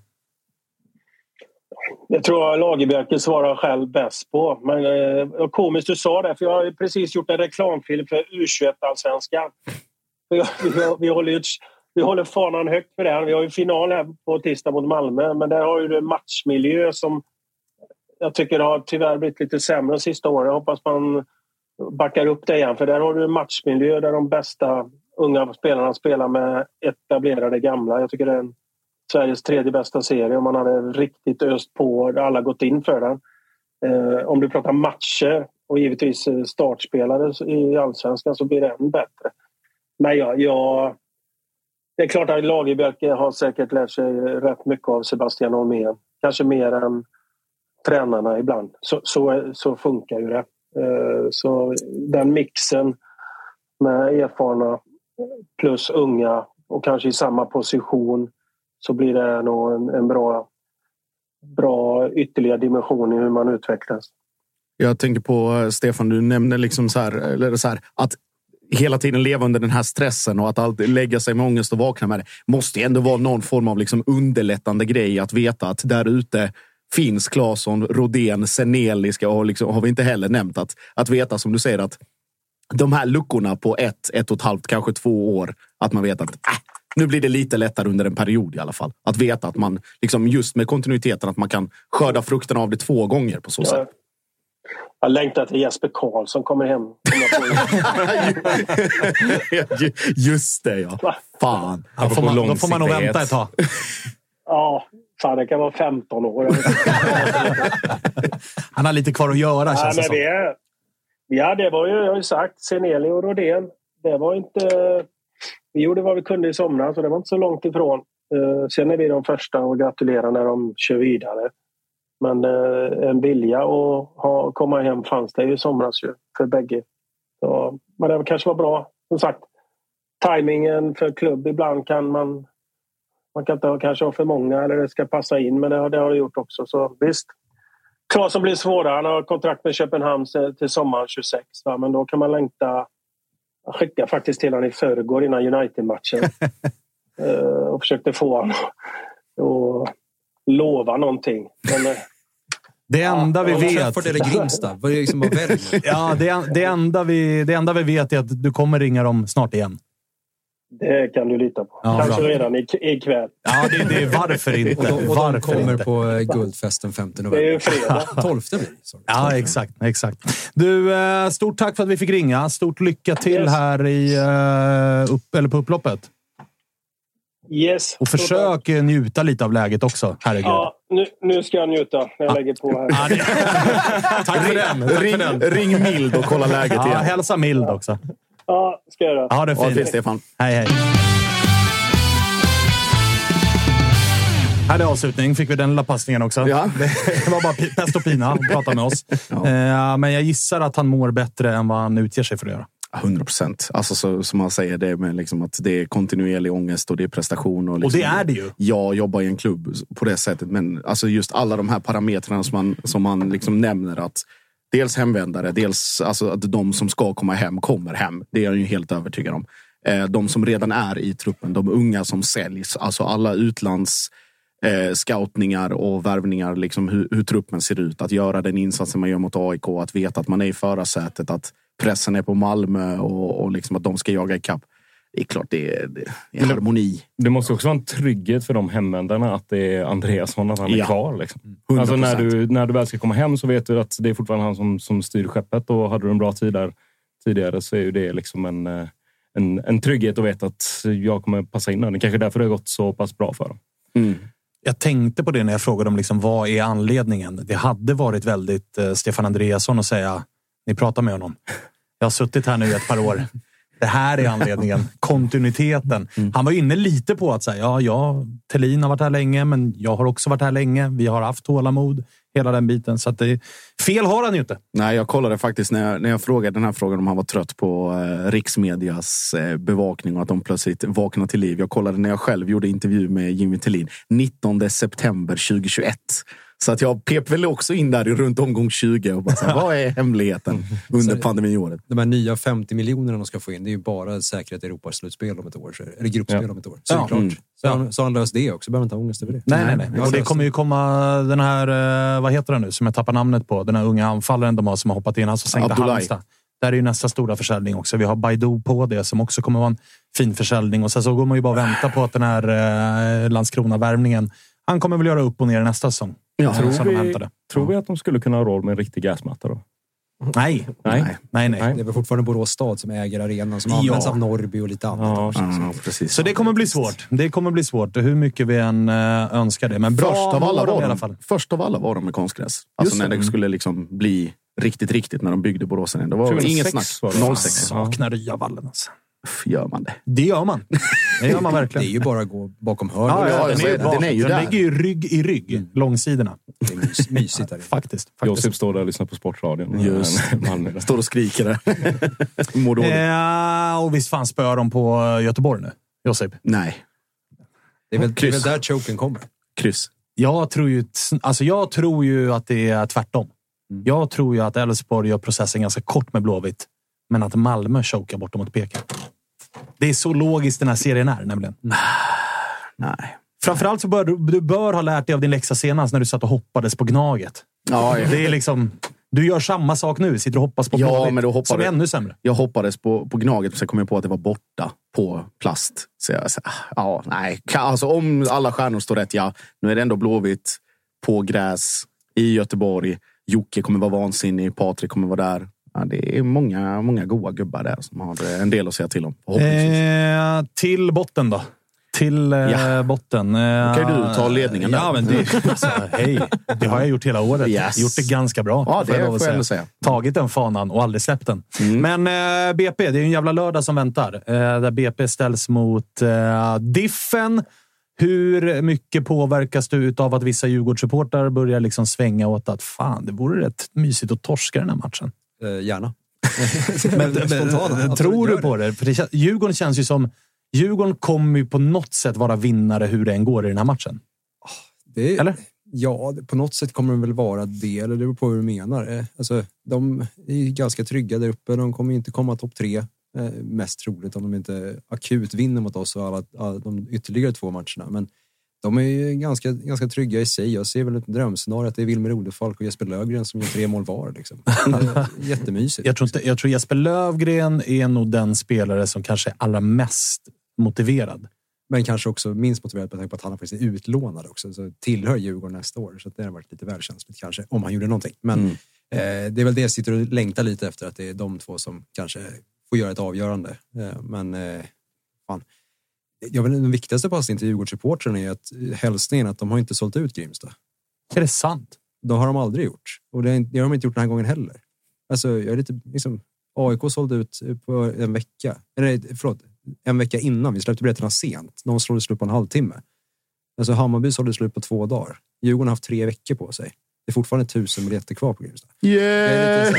Jag tror Lagerbielke svarar själv bäst på. Men eh, komiskt du sa det, för jag har precis gjort en reklamfilm för U tjugoett-allsvenskan. Vi, vi, vi, håller, vi håller fanan högt för det här. Vi har ju final här på tisdag mot Malmö, men där har ju det matchmiljö som jag tycker har tyvärr blivit lite sämre de sista åren. Jag hoppas man backar upp det igen. För där har du en matchmiljö där de bästa unga spelarna spelar med etablerade gamla. Jag tycker det är en, Sveriges tredje bästa serie. Om man hade riktigt öst på där alla gått in för den. Eh, om du pratar matcher och givetvis startspelare i allsvenskan så blir det än bättre. Men ja, ja, det är klart att Lagerbielke har säkert lärt sig rätt mycket av Sebastian Holmén. Kanske mer än tränarna ibland. Så, så, så funkar ju det. Så den mixen med erfarna plus unga och kanske i samma position så blir det nog en, en bra, bra ytterligare dimension i hur man utvecklas. Jag tänker på, Stefan, du nämnde liksom så här, eller så här, att hela tiden leva under den här stressen och att alltid lägga sig med ångest och vakna med det måste ju ändå vara någon form av liksom underlättande grej att veta att där ute finns Claesson, Rodén, Seneliska och liksom, har vi inte heller nämnt att, att veta som du säger att de här luckorna på ett, ett och ett halvt, kanske två år. Att man vet att äh, nu blir det lite lättare under en period i alla fall. Att veta att man, liksom just med kontinuiteten, att man kan skörda frukten av det två gånger på så ja. sätt. Jag längtar till Jesper Karlsson kommer hem. Just det, ja. Fan. Då får man, då får man nog vänta ett tag. Ja, fan, det kan vara femton år. Han har lite kvar att göra, känns det som. Vi, är, ja, det var ju, jag har ju sagt, Seneli och Rodén. Det var inte... Vi gjorde vad vi kunde i somras, så det var inte så långt ifrån. Uh, sen är vi de första och gratulerar när de kör vidare. Men uh, en vilja att ha, komma hem fanns det ju i somras ju, för bägge. Så, men det kanske var bra. Som sagt, timingen för klubb, ibland kan man... Man kan inte ha, kanske ha för många eller det ska passa in, men det har det, har det gjort också. Så visst. Klasen blir svårare. Han har kontrakt med Köpenhamn till sommaren tjugosex. Va? Men då kan man längta... Jag skickade faktiskt till honom i förrgår innan United-matchen. uh, och försökte få honom att lova någonting. Men, uh, det enda ja, vi vet... Trafford eller Grimsta? Vad är det liksom bara väljer? Ja, det, det, enda vi, det enda vi vet är att du kommer ringa dem snart igen. Det kan du lita på. Ja, kanske bra. Redan ikväll. Ja, det, det är varför inte. Och de, och varför de kommer inte? på Guldfesten femte november. Det är ju fredag. tolfte blir det. Ja, exakt, exakt. Du, stort tack för att vi fick ringa. Stort lycka till yes. här i, upp, eller på upploppet. Yes. Och försök njuta lite av läget också. Herregud. Ja, nu, nu ska jag njuta när jag ja. lägger på här. Ja, det... tack för den. Tack ring, för den. Ring Mild och kolla läget ja, igen. Hälsa Mild också. Ja, ska jag göra. Ja, det är fint. Ja, Stefan. Hej, hej. Här är avslutning. Fick vi den lilla passningen också. Ja. Det var bara pest och pina att prata med oss. Ja. Uh, men jag gissar att han mår bättre än vad han utger sig för att göra. hundra procent. Alltså så, som man säger, det med liksom att det är kontinuerlig ångest och det är prestation. Och, liksom, och det är det ju. Jag jobbar i en klubb på det sättet. Men alltså just alla de här parametrarna som man, som man liksom nämner att dels hemvändare, dels alltså att de som ska komma hem kommer hem. Det är jag ju helt övertygad om. Eh, de som redan är i truppen, de unga som säljs, alltså alla utlands eh, scoutningar och värvningar, liksom hur, hur truppen ser ut. Att göra den insatsen man gör mot A I K, att veta att man är i förarsätet, att pressen är på Malmö och, och liksom att de ska jaga ikapp. Det är klart, det är, det är harmoni. Det måste också vara en trygghet för de hemvändarna att det är Andreasson, att han är ja. kvar. Liksom. Alltså när du, när du väl ska komma hem så vet du att det är fortfarande han som, som styr skeppet. Och hade du en bra tid där tidigare så är ju det liksom en, en, en trygghet att veta att jag kommer passa in där. Det är kanske därför det har gått så pass bra för dem. Mm. Jag tänkte på det när jag frågade om liksom, vad är anledningen. Det hade varit väldigt eh, Stefan Andreasson att säga, ni pratar med honom. Jag har suttit här nu i ett par år. Det här är anledningen. Kontinuiteten. Mm. Han var inne lite på att säga, ja, ja, Thelin har varit här länge, men jag har också varit här länge. Vi har haft tålamod, hela den biten. Så att det, fel har han ju inte. Nej, jag kollade faktiskt när jag, när jag frågade den här frågan om han var trött på eh, riksmedias eh, bevakning och att de plötsligt vaknade till liv. Jag kollade när jag själv gjorde intervju med Jimmy Thelin nittonde september tjugohundratjugoett. Så att jag pep väl också in där runt omgång tjugo och bara så här, vad är hemligheten under pandemiåret? De här nya femtio miljonerna de ska få in, det är ju bara säkert Europas slutspel om ett år. Eller gruppspel ja. om ett år. Så, ja. klart. Mm. så, han, så han löst det också, behöver inte ha ångest över det. Nej, nej, nej. nej. Och det kommer ju komma den här, vad heter den nu, som jag tappar namnet på. Den här unga anfallaren de har som har hoppat in, alltså sänkta Halmstad. Där är ju nästa stora försäljning också. Vi har Baidu på det som också kommer vara en fin försäljning. Och sen så går man ju bara och vänta på att den här eh, Landskrona-värvningen, han kommer väl göra upp och ner nästa säsong. Ja, tror vi, tror vi att de skulle kunna ha råd med en riktig gräsmatta då? Nej. Nej. Nej, nej, nej. Det är väl fortfarande Borås stad som äger arenan som ja. används av Norrby och lite annat. Ja, också, ja, precis. Så det kommer bli svårt. Det kommer bli svårt hur mycket vi än önskar det. Men bra först av alla var de, i alla fall. Först av alla var de med konstgräs. Alltså när det skulle liksom bli riktigt, riktigt när de byggde Boråsen. Det var inget snack. noll sex Saknar Ryavallen alltså. Gör man det? Det gör man. Det gör man verkligen. Det är ju bara att gå bakom hörnet. Ja, ja, den, är, den, den är ju den där. ligger ju rygg i rygg, mm. långsidorna. Det är mys, mysigt där. faktiskt, faktiskt. Josip står där och lyssnar på Sportradion. Just. Står och skriker där. Mår dåligt. Ja, och visst fan spör de på Göteborg nu, Josip? Nej. Det är väl, det är väl där choken kommer. Kryss. Jag tror ju, alltså jag tror ju att det är tvärtom. Mm. Jag tror ju att Elfsborg gör processen ganska kort med Blåvitt. Men att Malmö chokar bort mot Peking. Det är så logiskt den här serien är, nämligen. Mm. Nej. Framförallt så bör du, du bör ha lärt dig av din läxa senast när du satt och hoppades på Gnaget. Ja, ja. Det är liksom... Du gör samma sak nu, sitter och hoppas på ja, Blåvitt, men då hoppade, som är ännu sämre. Jag hoppades på, på Gnaget, så kom jag på att det var borta på plast. Så jag sa, ja, nej. Alltså, om alla stjärnor står rätt, ja. Nu är det ändå Blåvitt på gräs i Göteborg. Jocke kommer vara vansinnig, Patrik kommer vara där. Ja, det är många, många goda gubbar där som har en del att säga till om. Eh, till botten då. Till eh, ja. botten. Eh, kan du ta ledningen där? Ja, men det, alltså, hej. Det har jag gjort hela året. Yes. Gjort det ganska bra. Ja, det får jag, säga. säga. Tagit den fanan och aldrig släppt den. Mm. Men eh, B P, det är ju en jävla lördag som väntar. Eh, där B P ställs mot eh, Diffen. Hur mycket påverkas du av att vissa Djurgårdssupportrar börjar liksom svänga åt att fan, det vore rätt mysigt att torska den här matchen? Eh, gärna. men, men, tror du på det? För det kän- Djurgården känns ju som... Djurgården kommer ju på något sätt vara vinnare hur det än går i den här matchen. Det, eller? Ja, på något sätt kommer det väl vara det. Eller det beror på hur du menar. Alltså, de är ganska trygga där uppe. De kommer inte komma topp tre. Eh, mest troligt om de inte akut vinner mot oss och alla, alla de ytterligare två matcherna. Men de är ju ganska, ganska trygga i sig. Jag ser väl ett drömscenario att det är Wilmer Odefalk och Jesper Löfgren som gör tre mål var. Liksom. Jättemysigt. Jag tror, inte, jag tror Jesper Löfgren är nog den spelare som kanske är allra mest motiverad. Men kanske också minst motiverad på att han faktiskt är utlånad också. Så tillhör Djurgården nästa år. Så det har varit lite välkänsligt kanske. Om han gjorde någonting. Men mm. eh, det är väl det jag sitter och längtar lite efter. Att det är de två som kanske får göra ett avgörande. Eh, men eh, fan. Jag vet, den viktigaste passningen till Djurgårdssupportrarna är att hälsningen att de har inte sålt ut Grimsta. Är det sant? Det har de aldrig gjort. Och det, det har de inte gjort den här gången heller. Alltså, jag är lite liksom... A I K sålde ut på en vecka. Eller förlåt, en vecka innan. Vi släppte biljetterna sent. Någon sålde slut på en halvtimme. Alltså Hammarby sålde slut på två dagar. Djurgården har haft tre veckor på sig. Det är fortfarande tusen biljetter kvar på Grimsta. Yeah!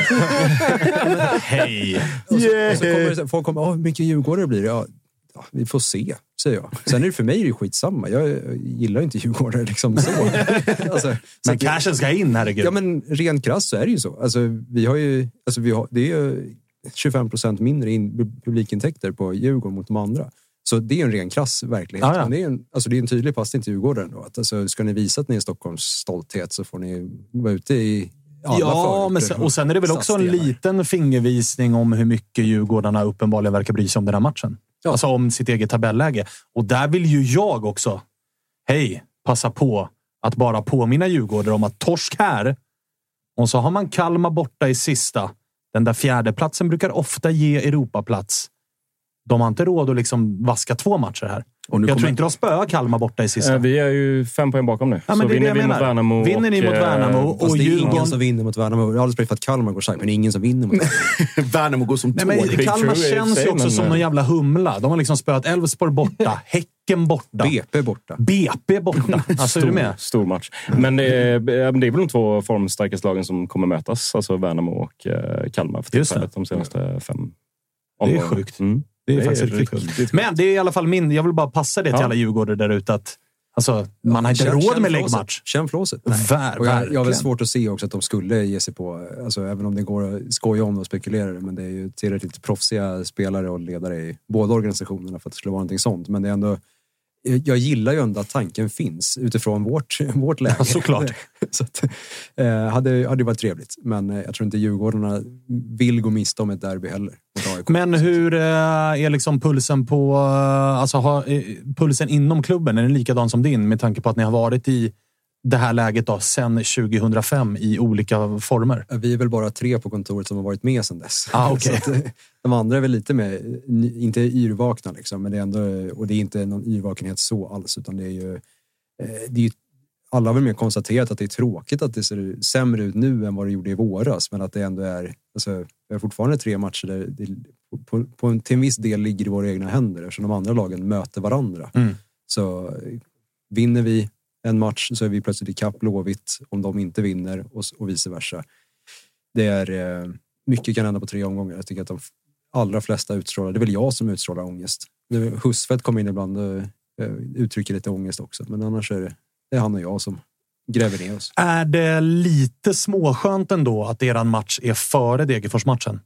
Hej! Och så, yeah. och så kommer det, folk kommer, åh, hur mycket Djurgårdare blir det? Ja, ja, vi får se, säger jag. Sen är det för mig är det skitsamma. Jag gillar inte Djurgårdare liksom så. Alltså, men så cashen ska in, herregud. Ja, men rent krasst så är det ju så. Alltså, vi har ju, alltså, vi har, det är ju tjugofem procent mindre in, publikintäkter på Djurgården mot de andra. Så det är en ren krass verklighet. Ah, ja. Men det är en, alltså det är en tydlig passning till Djurgården då. Att, alltså, ska ni visa att ni är Stockholms stolthet så får ni vara ute i alla ja, men sen, och sen är det väl också en liten fingervisning om hur mycket Djurgårdarna uppenbarligen verkar bry sig om den här matchen. Ja. Alltså om sitt eget tabelläge. Och där vill ju jag också, hej, passa på att bara påminna Djurgårdare om att torsk här, och så har man Kalmar borta i sista. Den där fjärde platsen brukar ofta ge Europaplats. De har inte råd att liksom vaska två matcher här. Och nu jag tror inte de spöar Kalmar borta i sista. Äh, vi är ju fem poäng bakom nu. Ja, så vinner vi mot Värnamo. Vinner ni mot Värnamo och, och Djurgården... Det är ingen som vinner mot Värnamo. Jag har aldrig för att Kalmar går starkt, men det är ingen som vinner mot Värnamo. Värnamo går som tåg. Nej, men Kalmar känns ju också men... som någon jävla humla. De har liksom spöat Elfsborg borta, Häcken borta. B P borta. B P borta. Alltså, stor, är du med? Stor match. Men det är, det är väl de två formstarkaste lagen som kommer mötas. Alltså Värnamo och Kalmar för tillfället de senaste fem omgångar. Det är sjukt. Mm. Det är, det är faktiskt riktigt sjukt. Men det är i alla fall min... Jag vill bara passa det till ja. alla Djurgårdare där ute att alltså, man har inte känn, råd känn med läggmatch. Känn flåset. Ver, och jag, jag har väl svårt att se också att de skulle ge sig på... Alltså, även om det går att skoja om och spekulera, men det är ju tillräckligt proffsiga spelare och ledare i båda organisationerna för att det skulle vara någonting sånt. Men det är ändå... Jag gillar ju ändå att tanken finns utifrån vårt, vårt läge. Ja, såklart. Så att, eh, hade, hade varit trevligt. Men eh, jag tror inte Djurgårdarna vill gå miste om ett derby heller. Men hur eh, är liksom pulsen på... Eh, alltså har, eh, pulsen inom klubben, är den likadan som din med tanke på att ni har varit i det här läget då, sedan tjugohundrafem i olika former? Vi är väl bara tre på kontoret som har varit med sedan dess. Ah, okay. Så att, de andra är väl lite med, inte yrvakna liksom, men det är ändå, och det är inte någon yrvakenhet så alls, utan det är ju, det är ju alla har väl mer konstaterat att det är tråkigt att det ser sämre ut nu än vad det gjorde i våras, men att det ändå är, alltså, vi har fortfarande tre matcher där det på, på en, till en viss del ligger i våra egna händer eftersom de andra lagen möter varandra. Mm. Så vinner vi en match så är vi plötsligt i kapp Blåvitt om de inte vinner och, och vice versa. Det är mycket kan hända på tre omgångar. Jag tycker att de allra flesta utstrålar, det är väl jag som utstrålar ångest. Husfeldt kommer in ibland och uttrycker lite ångest också, men annars är det, det är han och jag som gräver ner oss. Är det lite småskönt ändå att eran match är före Degerfors-matchen?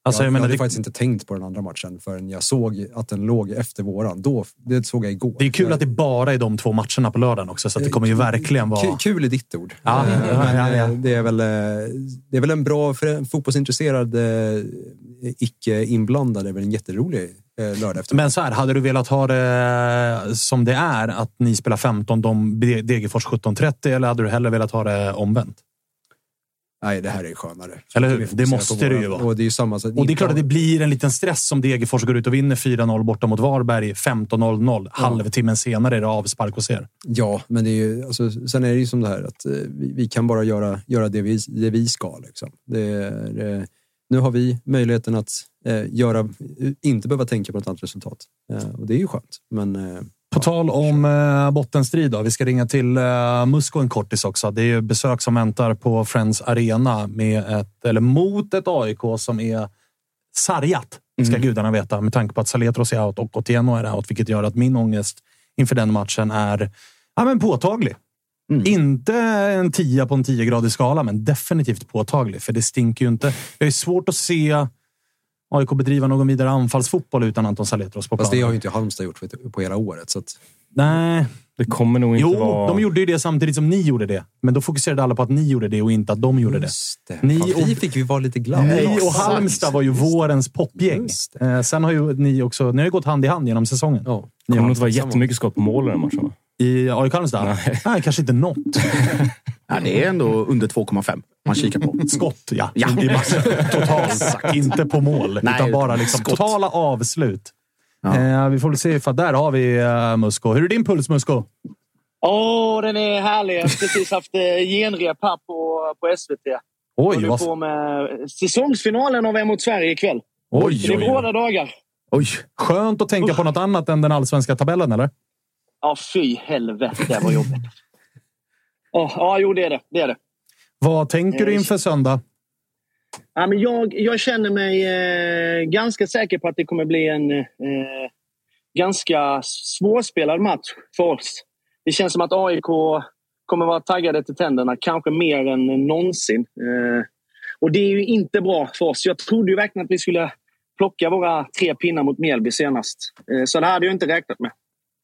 Alltså, jag, jag, jag hade det... faktiskt inte tänkt på den andra matchen förrän jag såg att den låg efter våran. Då, det såg jag igår. Det är kul att det bara är de två matcherna på lördagen också, så att det kommer ju verkligen vara... Kul, kul i ditt ord. Ja, men, ja, ja. Det, är väl, det är väl en bra, för en fotbollsintresserad icke-inblandad, det är väl en jätterolig lördag efter. Men så här, hade du velat ha det som det är, att ni spelar femton, de Degerfors sjutton trettio, eller hade du hellre velat ha det omvänt? Nej, det här är skönare. Eller hur? Det måste det ju vara. Och det är ju samma, så och det är klart att det blir en liten stress om Degerfors går ut och vinner fyra noll borta mot Varberg femton noll noll. Ja. Halvtimmen senare är det avspark och ser. Ja, men det är ju, alltså, sen är det ju som det här att vi, vi kan bara göra, göra det, vi, det vi ska. Liksom. Det är, eh, nu har vi möjligheten att eh, göra, inte behöva tänka på något annat resultat. Eh, och det är ju skönt. Men... Eh, På tal om eh, bottenstrid då. Vi ska ringa till eh, Musko en kortis också. Det är ju besök som väntar på Friends Arena med ett, eller mot ett A I K som är sargat, ska mm. gudarna veta. Med tanke på att Saletros är out och Otieno är out. Vilket gör att min ångest inför den matchen är ja, men påtaglig. Mm. Inte en tia på en tio-gradig skala, men definitivt påtaglig. För det stinker ju inte. Det är svårt att se A I K bedriva någon vidare anfallsfotboll utan Anton Saletros på planen. Fast det har ju inte Halmstad gjort på hela året. Så att... Nej. Det kommer nog inte jo, vara... de gjorde ju det samtidigt som ni gjorde det. Men då fokuserade alla på att ni gjorde det och inte att de gjorde det. det. Ni och... Vi fick vi vara lite glada. Ni och Halmstad var ju vårens popgäng. Eh, sen har ju ni också... Ni har ju gått hand i hand genom säsongen. Ja. Det kommer nog inte vara jättemycket skott på mål i den matchen. I A I K Halmstad? Nej. Nej, kanske inte något. Ja, det är ändå under två komma fem man kikar på. Skott, ja. ja. I matchen. Totalt. Inte på mål. Nej, utan bara liksom totala avslut. Ja. Eh, vi får väl se, för där har vi uh, Musko. Hur är din puls, Musko? Åh, oh, den är härlig. Jag har precis haft eh, genrep här på, på S V T. Oj, vad... på med säsongsfinalen av M mot Sverige ikväll. Oj, det är oj, båda dagar. Oj. Skönt att tänka på något annat än den allsvenska tabellen, eller? Ja, fy helvete, vad jobbigt. Oh, ja, jo, det är det. det, är det. Vad tänker du inför söndag? Ja, men jag, jag känner mig eh, ganska säker på att det kommer bli en eh, ganska svårspelad match för oss. Det känns som att A I K kommer vara taggade till tänderna, kanske mer än någonsin. Eh, och det är ju inte bra för oss. Jag trodde ju verkligen att vi skulle plocka våra tre pinnar mot Mjällby senast. Eh, så det hade jag inte räknat med.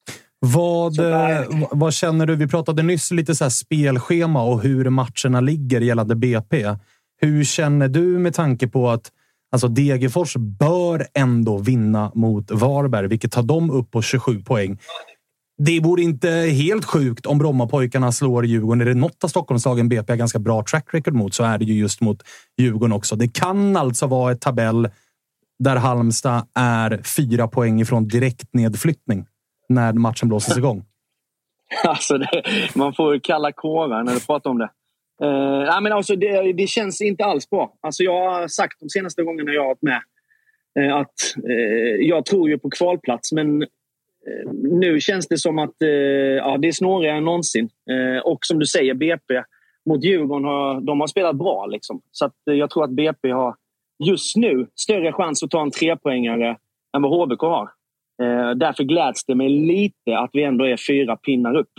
Vad, vad känner du? Vi pratade nyss lite så här spelschema och hur matcherna ligger gällande B P. Hur känner du med tanke på att alltså Degerfors bör ändå vinna mot Varberg, vilket tar dem upp på tjugosju poäng. Det vore inte helt sjukt om Brommapojkarna slår Djurgården. Är det något av Stockholmslagen B P har ganska bra track record mot, så är det ju just mot Djurgården också. Det kan alltså vara ett tabell där Halmstad är fyra poäng ifrån direkt nedflyttning när matchen blåses igång. Alltså det, man får kalla kårar när du pratar om det. Uh, nej, men alltså det, det känns inte alls bra. Alltså jag har sagt de senaste gångerna jag har varit med uh, att uh, jag tror ju på kvalplats, men uh, nu känns det som att uh, ja, det är snårigare än någonsin. Uh, och som du säger, B P mot Djurgården har, de har spelat bra liksom. Så att, uh, jag tror att B P har just nu större chans att ta en trepoängare än vad H B K har. Uh, därför gläds det mig lite att vi ändå är fyra pinnar upp.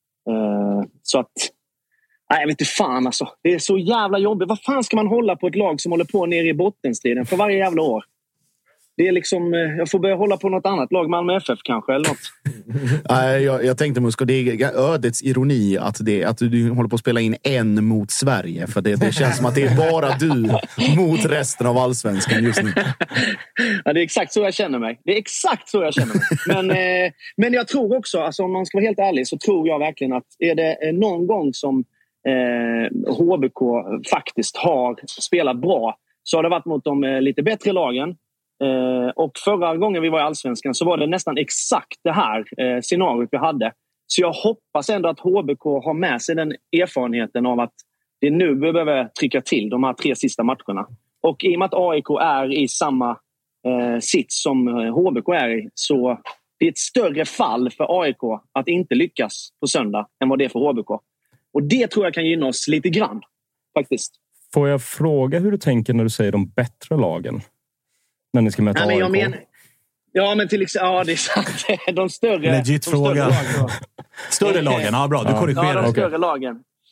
Uh, så att nej, jag vet inte fan alltså. Det är så jävla jobbigt. Vad fan ska man hålla på ett lag som håller på ner i bottenstriden för varje jävla år? Det är liksom, jag får börja hålla på något annat lag, Malmö F F kanske eller något. Nej, jag, jag tänkte Musko, det är ödets ironi att, det, att du, du håller på att spela in en mot Sverige. För det, det känns som att det är bara du mot resten av allsvenskan just nu. Ja, det är exakt så jag känner mig. Det är exakt så jag känner mig. Men, eh, men jag tror också, alltså, om man ska vara helt ärlig, så tror jag verkligen att är det någon gång som eh, H B K faktiskt har spelat bra, så har det varit mot de eh, lite bättre lagen. Eh, och förra gången vi var i allsvenskan så var det nästan exakt det här eh, scenariot vi hade. Så jag hoppas ändå att H B K har med sig den erfarenheten av att det nu behöver trycka till de här tre sista matcherna. Och i och med att A I K är i samma eh, sits som H B K är i, så det är ett större fall för A I K att inte lyckas på söndag än vad det är för H B K. Och det tror jag kan gynna oss lite grann, faktiskt. Får jag fråga hur du tänker när du säger de bättre lagen? När ni ska möta Nej, men A I K? Jag men, ja, men till exempel... Ja, det är sant. De större... Legit de fråga. Större, lagen, större lagen, ja bra. Du korrigerar. Ja, de större okay. lagen.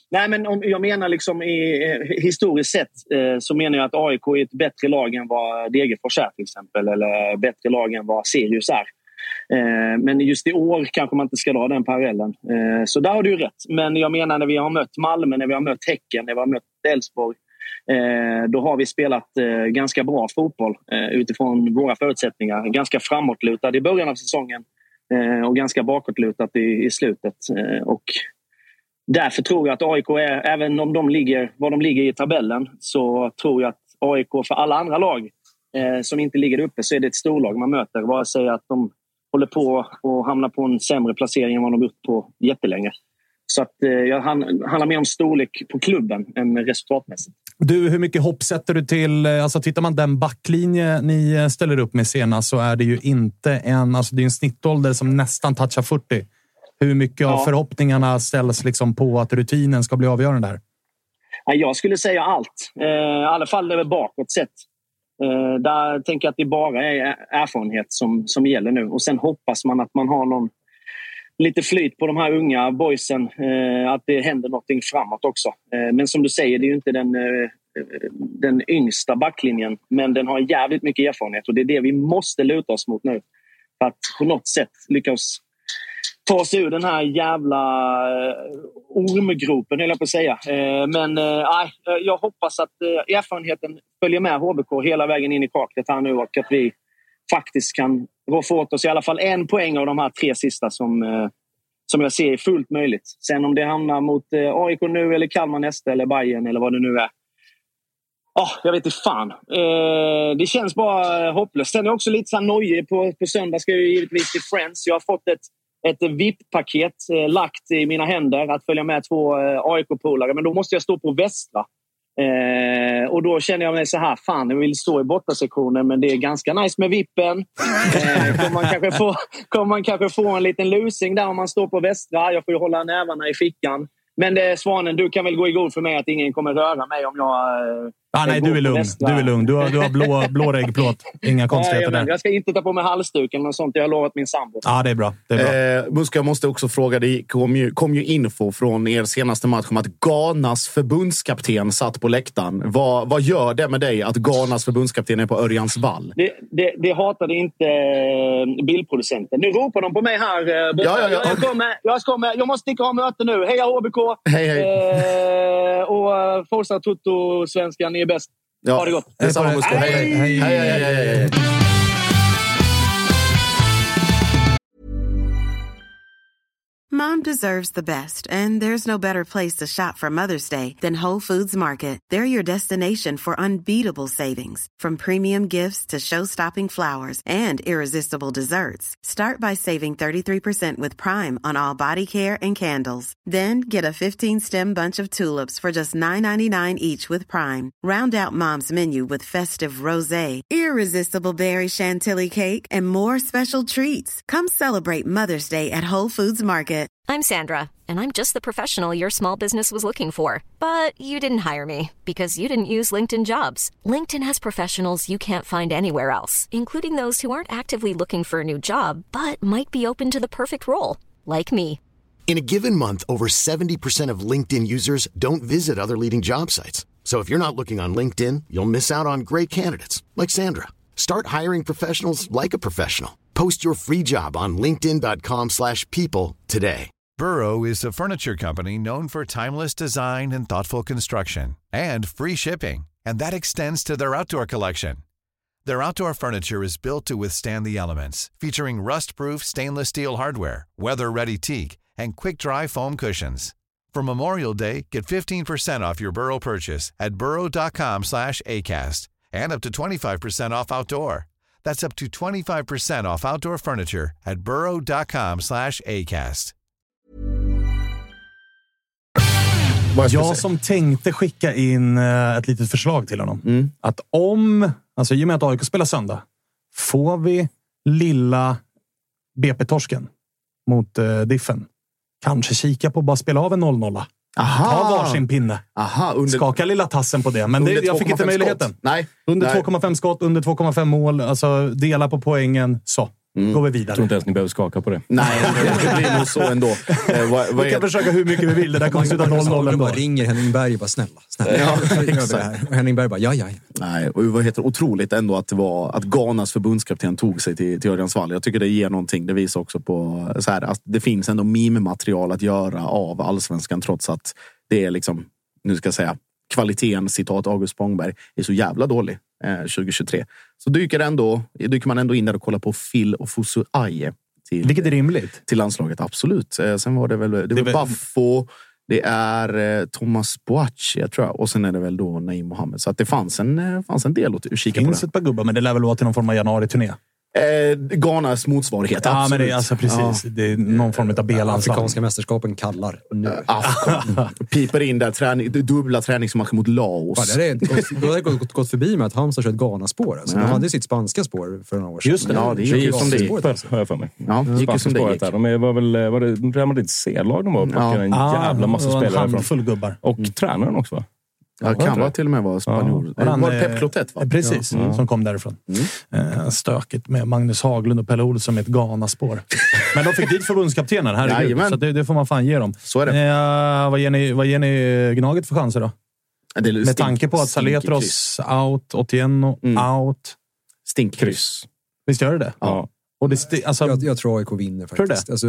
Nej, men om, jag menar liksom i, historiskt sett eh, så menar jag att A I K är ett bättre lag än vad Degerfors är till exempel. Eller bättre lag än vad Sirius är. Eh, men just i år kanske man inte ska dra den parallellen. Eh, så där har du rätt. Men jag menar när vi har mött Malmö, när vi har mött Häcken, när vi har mött Elfsborg. Eh, då har vi spelat eh, ganska bra fotboll eh, utifrån våra förutsättningar. Ganska framåtlutad i början av säsongen. Eh, och ganska bakåtlutad i, i slutet. Eh, och därför tror jag att A I K är, även om de ligger var de ligger i tabellen, så tror jag att A I K för alla andra lag eh, som inte ligger uppe, så är det ett storlag man möter. Vare sig att de håller på och hamnar på en sämre placering än vad de gjort på jättelänge. Så att eh, jag handlar mer om storlek på klubben än resultatmässigt. Du, hur mycket hopp sätter du till, alltså tittar man den backlinje ni ställer upp med senast, så är det ju inte en, alltså det är en snittålder som nästan touchar fyrtio. Hur mycket ja. av förhoppningarna ställs liksom på att rutinen ska bli avgörande där? Jag skulle säga allt. Eh, I alla fall bakåt sett. Eh, där tänker jag att det bara är erfarenhet som, som gäller nu. Och sen hoppas man att man har någon lite flyt på de här unga boysen. Eh, att det händer någonting framåt också. Eh, men som du säger, det är ju inte den, eh, den yngsta backlinjen. Men den har jävligt mycket erfarenhet. Och det är det vi måste luta oss mot nu. För att på något sätt lyckas ta sig ur den här jävla ormgropen, höll jag på att säga. Men nej, jag hoppas att erfarenheten följer med H B K hela vägen in i kaklet här nu, och att vi faktiskt kan få åt oss i alla fall en poäng av de här tre sista som, som jag ser är fullt möjligt. Sen om det hamnar mot A I K nu eller Kalmar nästa eller Bayern eller vad det nu är. Oh, jag vet inte fan. Eh, det känns bara hopplöst. Sen är jag också lite så här nojig. På, på söndag ska jag givetvis till Friends. Jag har fått ett ett V I P-paket eh, lagt i mina händer att följa med två eh, A I K-polare. Men då måste jag stå på Västra. Eh, och då känner jag mig så här, fan, jag vill stå i bortasektionen, men det är ganska nice med vippen. Eh, kommer, man kanske få, kommer man kanske få en liten lusing där om man står på Västra. Jag får ju hålla nävarna i fickan. Men det är Svanen, du kan väl gå i god för mig att ingen kommer röra mig om jag... Eh, ah, nej, du är lugn. Du är lugn. Du har, du har blå, blå reggplåt. Inga konstigheter ja, där. Jag ska inte ta på mig halsduken eller sånt. Jag har lovat min sambo. Ja, ah, det är bra. Det är bra. Eh, Muska, jag måste också fråga dig. Kom ju, kom ju info från er senaste match om att Ghanas förbundskapten satt på läktaren. Vad, vad gör det med dig att Ghanas förbundskapten är på Örjans vall? Det, det, det hatade inte bildproducenten. Nu ropar de på mig här. Ja, ja, ja. Jag, kommer, jag, kommer, jag måste sticka av möte nu. Heja H B K! Hej, hej. Eh, och Forza Toto, svenskan, ni är bäst. Ja, ha det gott. Det är samma, Muska. Hej, hej, hej, hej, hej, hej, hej. Mom deserves the best, and there's no better place to shop for Mother's Day than Whole Foods Market. They're your destination for unbeatable savings, from premium gifts to show-stopping flowers and irresistible desserts. Start by saving thirty-three percent with Prime on all body care and candles. Then get a fifteen-stem bunch of tulips for just nine ninety-nine each with Prime. Round out Mom's menu with festive rosé, irresistible berry chantilly cake, and more special treats. Come celebrate Mother's Day at Whole Foods Market. I'm Sandra, and I'm just the professional your small business was looking for. But you didn't hire me because you didn't use LinkedIn Jobs. LinkedIn has professionals you can't find anywhere else, including those who aren't actively looking for a new job, but might be open to the perfect role, like me. In a given month, over seventy percent of LinkedIn users don't visit other leading job sites. So if you're not looking on LinkedIn, you'll miss out on great candidates, like Sandra. Start hiring professionals like a professional. Post your free job on linkedin dot com slash people today. Burrow is a furniture company known for timeless design and thoughtful construction, and free shipping, and that extends to their outdoor collection. Their outdoor furniture is built to withstand the elements, featuring rust-proof stainless steel hardware, weather-ready teak, and quick-dry foam cushions. For Memorial Day, get fifteen percent off your Burrow purchase at burrow dot com slash acast, and up to twenty-five percent off outdoor. That's up to twenty-five percent off outdoor furniture at burrow dot com slash acast. Jag som tänkte skicka in ett litet förslag till honom. Mm. Att om, alltså i och med att A I K spelar söndag, får vi lilla B P-torsken mot uh, Diffen. Kanske kika på bara spela av en noll noll. Aha. Ta varsin pinne. Aha, under, Skaka lilla tassen på det. Men det, jag fick inte möjligheten. Nej. Under Nej. två komma fem skott, under två komma fem mål. Alltså dela på poängen. Så. mm. går vi vidare. Jag tror inte ens ni behöver skaka på det. Nej, det blir nog så ändå. Eh, vad, vad vi kan är... försöka hur mycket vi vill. Det där kommer sluta noll noll ändå. Bara ringer Henning Berg och bara snälla, snälla. Ja, det här. Och Henning Berg bara, ja, ja, ja. Nej, och vad heter otroligt ändå att det var att Ghanas förbundskapten tog sig till, till Örjansvall. Jag tycker det ger någonting. Det visar också på så här, att det finns ändå meme-material att göra av allsvenskan trots att det är liksom, nu ska jag säga, kvaliteten, citat August Spångberg, är så jävla dålig eh, tjugohundratjugotre. Så dyker, ändå, dyker man ändå in där och kollar på Phil och Fusu Aje. Till, vilket är rimligt. Till landslaget, absolut. Eh, sen var det väl det, det var väl... Baffo, det är eh, Thomas Boachi, jag tror jag. Och sen är det väl då Naim Mohammed. Så att det fanns en, eh, fanns en del att kika på. Det finns ett par gubbar, men det lär väl vara till någon form av januari-turné. Eh, Ghanas motsvarighet, ja, absolut. Men det är alltså precis. Ja. Det är någon form av B-landslag. Afrikanska mästerskapen kallar nu. Afghan. Piper in där, träning, dubbla träningsmatcher mot Laos. Ja, det har gått, gått, gått förbi med att Halmstad kört Ghana-spår. Alltså, ja. De hade sitt spanska spår för några år sedan. Just det, ja, det gick ju som det gick. Har jag för mig. Ja, det gick ju som det gick. Där. De var väl var det Real Madrid C-lag de var och plockade en jävla massa ah, spelare. En handfull gubbar. Och mm. tränaren också, va? Ja, det kan vara till och med vara spanjor. Ja. Han, var det Pep Clotet, va? Precis, ja. Som kom därifrån. Mm. Stökigt med Magnus Haglund och Pelle Olsson med ett Ghana-spår. Men de fick dit förbundskaptenen, herregud. Så det, det får man fan ge dem. Så är det. Eh, vad, ger ni, vad ger ni Gnaget för chanser då? Det med stink, tanke på att Saletros out, Otieno mm. out. Stinkkryss. Visst gör det det? Ja. Och det sti- alltså, jag, jag tror A I K vinner faktiskt. Alltså,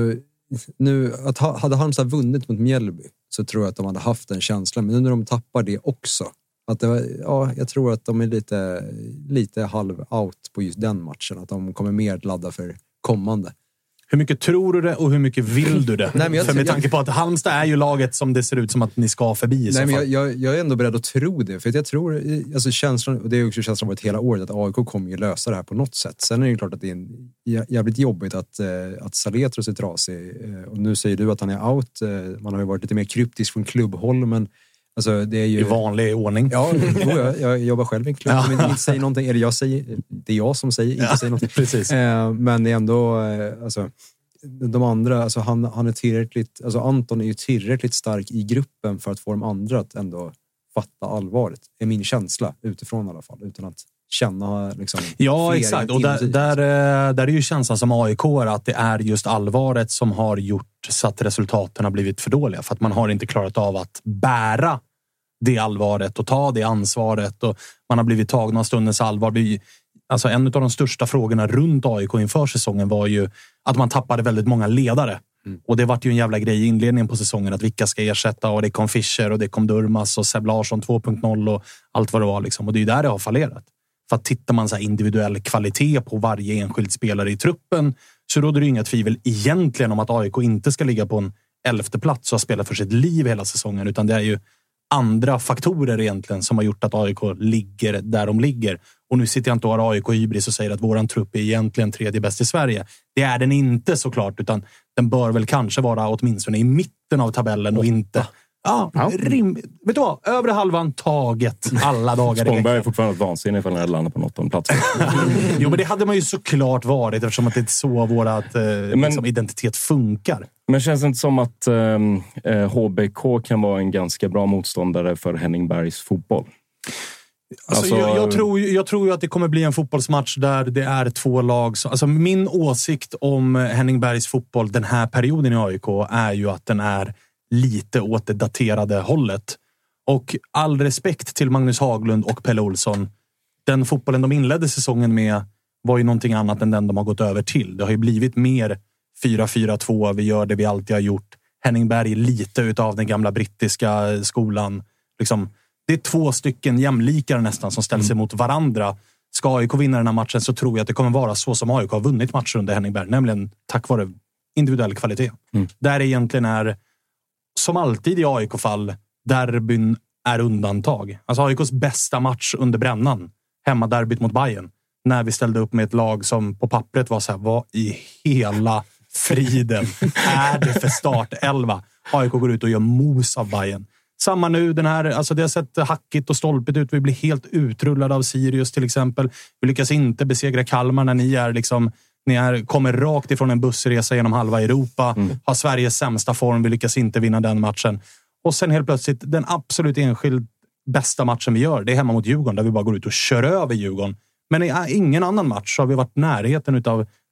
nu, att ha, hade Halmstad vunnit mot Mjällby så tror jag att de hade haft en känsla. Men nu när de tappar det också. Att det var, ja, jag tror att de är lite, lite halv out på just den matchen. Att de kommer mer ladda för kommande. Hur mycket tror du det och hur mycket vill du det? Nej, men jag, för med jag, tanke på att Halmstad är ju laget som det ser ut som att ni ska förbi. I nej, men jag, jag, jag är ändå beredd att tro det. För att jag tror, alltså känslan, och det är också känslan varit hela året, att A I K kommer ju lösa det här på något sätt. Sen är det ju klart att det är en, jävligt jobbigt att, att Saletros är trasig. Och nu säger du att han är out. Man har ju varit lite mer kryptisk från klubbhåll, men alltså, det är ju... I vanlig ordning. Ja, jag, jag jobbar själv i en klubb som inte, inte säger någonting. Eller jag säger, det är jag som säger, inte ja, säger någonting. Precis. Eh, men det är ändå, eh, alltså, de andra, alltså han, han är tillräckligt, alltså Anton är ju tillräckligt stark i gruppen för att få de andra att ändå fatta allvaret. Är min känsla, utifrån i alla fall. Utan att känna liksom... Ja, exakt. Och där, där, där är ju känslan som A I K att det är just allvaret som har gjort så att resultaten har blivit för dåliga. För att man har inte klarat av att bära det allvaret och ta det ansvaret. Och man har blivit tagna av stundens allvar. Vi, alltså en av de största frågorna runt A I K inför säsongen var ju att man tappade väldigt många ledare. Mm. Och det var ju en jävla grej i inledningen på säsongen att vilka ska ersätta, och det kom Fischer och det kom Durmas och Seb Larsson två punkt noll och allt vad det var liksom. Och det är ju där det har fallerat. För att tittar man så här individuell kvalitet på varje enskild spelare i truppen så råder det inga tvivel egentligen om att A I K inte ska ligga på en elfte plats och ha spelat för sitt liv hela säsongen, utan det är ju andra faktorer egentligen som har gjort att A I K ligger där de ligger. Och nu sitter jag inte och har A I K hybris och säger att våran trupp är egentligen tredje bäst i Sverige. Det är den inte såklart, utan den bör väl kanske vara åtminstone i mitten av tabellen och inte... Ja, ja. Rim, vet du vad? Övre halvan taget alla dagar. Spångberg är fortfarande ett vansinne ifall den landar på något plats. Jo, men det hade man ju såklart varit eftersom att det är så vårat eh, men, liksom, identitet funkar. Men känns det inte som att eh, H B K kan vara en ganska bra motståndare för Henning Bergs fotboll? Alltså, alltså, jag, jag, tror, jag tror ju att det kommer bli en fotbollsmatch där det är två lag. Som, alltså min åsikt om Henning Bergs fotboll den här perioden i A I K är ju att den är lite åt det daterade hållet. Och all respekt till Magnus Haglund och Pelle Olsson. Den fotbollen de inledde säsongen med var ju någonting annat än den de har gått över till. Det har ju blivit mer fyra fyra två. Vi gör det vi alltid har gjort. Henning Berg lite utav den gamla brittiska skolan. Liksom, det är två stycken jämlikare nästan som ställs mm. emot varandra. Ska A I K vinna den här matchen så tror jag att det kommer vara så som A I K har vunnit matcher under Henning Berg. Nämligen tack vare individuell kvalitet. Mm. Där egentligen är, som alltid i A I K-fall, derbyn är undantag. Alltså A I K:s bästa match under brännan. Hemmaderbyt mot Bayern. När vi ställde upp med ett lag som på pappret var så här, vad i hela friden är det för start elva? A I K går ut och gör mos av Bayern. Samma nu, den här, alltså det har sett hackigt och stolpigt ut. Vi blir helt utrullade av Sirius till exempel. Vi lyckas inte besegra Kalmar när ni är liksom, ni är, kommer rakt ifrån en bussresa genom halva Europa. Mm. Har Sveriges sämsta form, vi lyckas inte vinna den matchen. Och sen helt plötsligt, den absolut enskild bästa matchen vi gör, det är hemma mot Djurgården där vi bara går ut och kör över Djurgården. Men i ingen annan match har vi varit närheten utav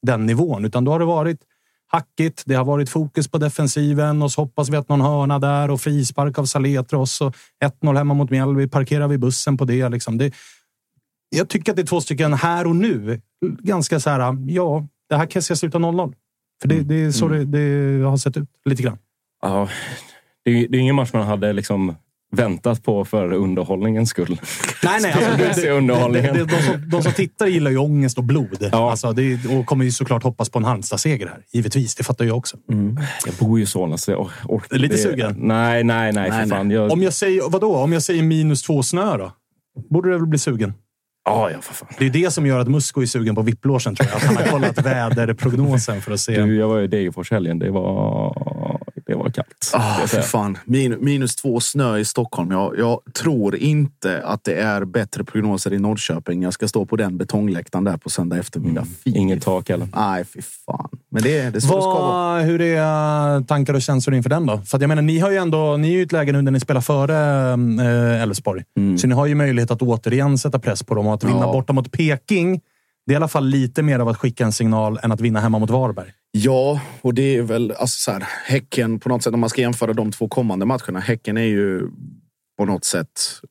den nivån. Utan då har det varit hackigt. Det har varit fokus på defensiven och så hoppas vi att någon hörna där och frispark av Saletros och ett noll hemma mot Mjällby. Parkerar vi bussen på det. Liksom. det. Jag tycker att det är två stycken här och nu. Ganska så här, ja, det här kan jag sluta noll noll. För det, det är så mm. det, det har sett ut lite grann. Ja, det, det är ingen match man hade liksom väntat på för underhållningens skull. Nej, nej. Alltså, det, det, underhållningen. Det, det, de, som, de som tittar gillar ju ångest och blod. Ja. Alltså, det, och kommer ju såklart hoppas på en Halmstad-seger här. Givetvis, det fattar jag också. Mm. Jag bor ju så. Alltså, jag orkar, lite det, sugen? Nej, nej, nej. För fan. Jag... Om jag säger, vadå? Om jag säger minus två snö då? Borde det väl bli sugen? Ja, ja, för fan. Det är det som gör att Musko är sugen på vipplåsen, tror jag. Att han har kollat väderprognosen för att se. Du, jag var i Degerfors-helgen. Det var... Det var kallt. Ah, för fan. Min, minus två snö i Stockholm. Jag, jag tror inte att det är bättre prognoser i Norrköping. Jag ska stå på den betongläktaren där på söndag eftermiddag. Mm. Inget tak eller? Nej, fy fan. Men det, det är så det ska vara. Hur är tankar och känslor inför den då? För att jag menar, ni har ju ändå, ni är ju i ett läge nu när ni spelar före Elfsborg. Äh, mm. Så ni har ju möjlighet att återigen sätta press på dem och att vinna ja. borta mot Peking. Det är i alla fall lite mer av att skicka en signal än att vinna hemma mot Varberg. Ja, och det är väl alltså så här, Häcken på något sätt, om man ska jämföra de två kommande matcherna. Häcken är ju på något sätt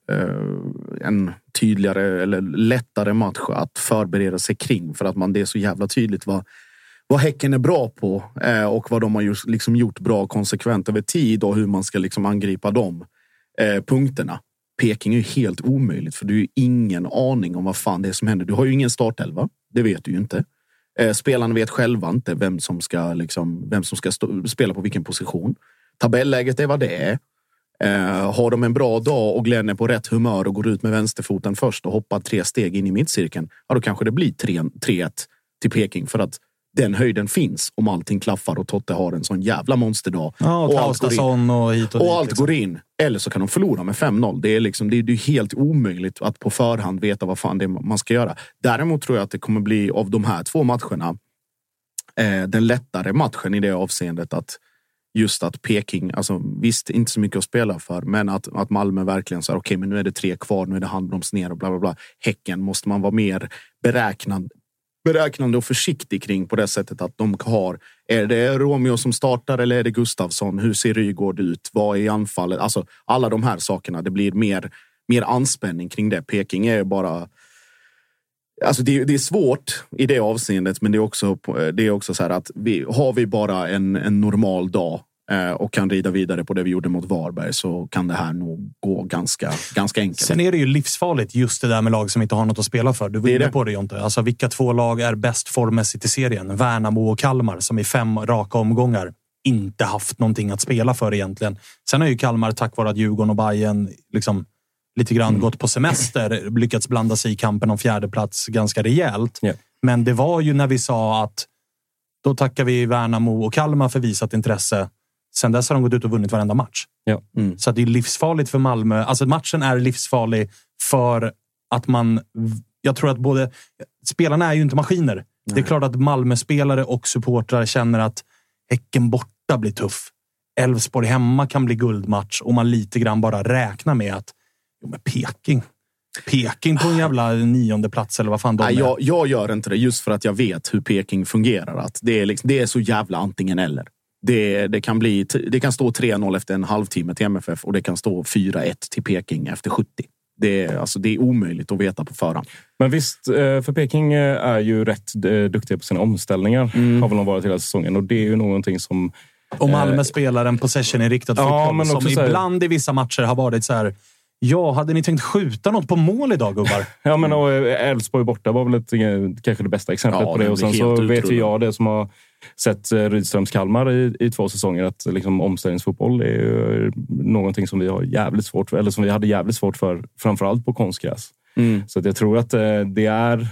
eh, en tydligare eller lättare match att förbereda sig kring. För att man det är så jävla tydligt vad, vad Häcken är bra på eh, och vad de har just, liksom gjort bra konsekvent över tid och hur man ska liksom angripa de eh, punkterna. Peking är ju helt omöjligt för du har ju ingen aning om vad fan det är som händer. Du har ju ingen startelva, det vet du ju inte. Eh, spelarna vet själva inte vem som ska, liksom, vem som ska stå, spela på vilken position. Tabelläget är vad det är. Eh, har de en bra dag och Glenn är på rätt humör och går ut med vänsterfoten först och hoppar tre steg in i mittcirkeln, ja, då kanske det blir tre ett till Peking för att den höjden finns om allting klaffar och Totte har en sån jävla monsterdag. Ja, och, och allt, går in. och, hit och, och dit, allt liksom. går in. Eller så kan de förlora med fem noll. Det är, liksom, det är, det är helt omöjligt att på förhand veta vad fan det är man ska göra. Däremot tror jag att det kommer bli av de här två matcherna eh, den lättare matchen i det avseendet att just att Peking, alltså visst inte så mycket att spela för, men att, att Malmö verkligen så här, okej, okay, men nu är det tre kvar, nu är det handbroms ner och bla bla bla. Häcken måste man vara mer beräknad beräknande och försiktig kring på det sättet att de har, är det Romeo som startar eller är det Gustafsson? Hur ser Rygård ut? Vad är anfallet? Alltså alla de här sakerna, det blir mer, mer anspänning kring det. Peking är bara, alltså det, det är svårt i det avseendet, men det är också, det är också så här att vi, har vi bara en, en normal dag och kan rida vidare på det vi gjorde mot Varberg, så kan det här nog gå ganska, ganska enkelt. Sen är det ju livsfarligt just det där med lag som inte har något att spela för. Du var inne på det, Jonte. Alltså vilka två lag är bäst formmässigt i serien? Värnamo och Kalmar som i fem raka omgångar inte haft någonting att spela för egentligen. Sen har ju Kalmar tack vare att Djurgården och Bayern liksom lite grann mm. gått på semester lyckats blanda sig i kampen om fjärde plats ganska rejält. Yeah. Men det var ju när vi sa att då tackar vi Värnamo och Kalmar för visat intresse. Sen dess har de gått ut och vunnit varenda match. Ja. Mm. Så att det är livsfarligt för Malmö. Alltså matchen är livsfarlig för att man... Jag tror att både... Spelarna är ju inte maskiner. Nej. Det är klart att Malmö-spelare och supportrar känner att Häcken borta blir tuff. Elfsborg hemma kan bli guldmatch. Och man lite grann bara räknar med att... Jo, men Peking... Peking på en jävla nionde plats eller vad fan de Nej, är. Jag, jag gör inte det just för att jag vet hur Peking fungerar. Att det, är liksom, det är så jävla antingen eller. Det, det, kan bli, det kan stå tre noll efter en halvtimme till M F F och det kan stå fyra ett till Peking efter sjuttio. Det är, alltså, det är omöjligt att veta på förhand. Men visst, för Peking är ju rätt duktiga på sina omställningar. Mm. Har väl de varit hela säsongen. Och det är ju någonting som... Och Malmö eh, spelar en possession-inriktad ja, fotboll som här, ibland i vissa matcher har varit så här... Ja, hade ni tänkt skjuta något på mål idag, gubbar? Ja, men och Elfsborg borta var väl ett, kanske det bästa exemplet ja, på det. Och sen så utrolig. vet vi jag det som har sett Rydströms Kalmar i, i två säsonger att liksom, omställningsfotboll är ju någonting som vi har jävligt svårt för, eller som vi hade jävligt svårt för, framförallt på konstgräs. Mm. Så att jag tror att det är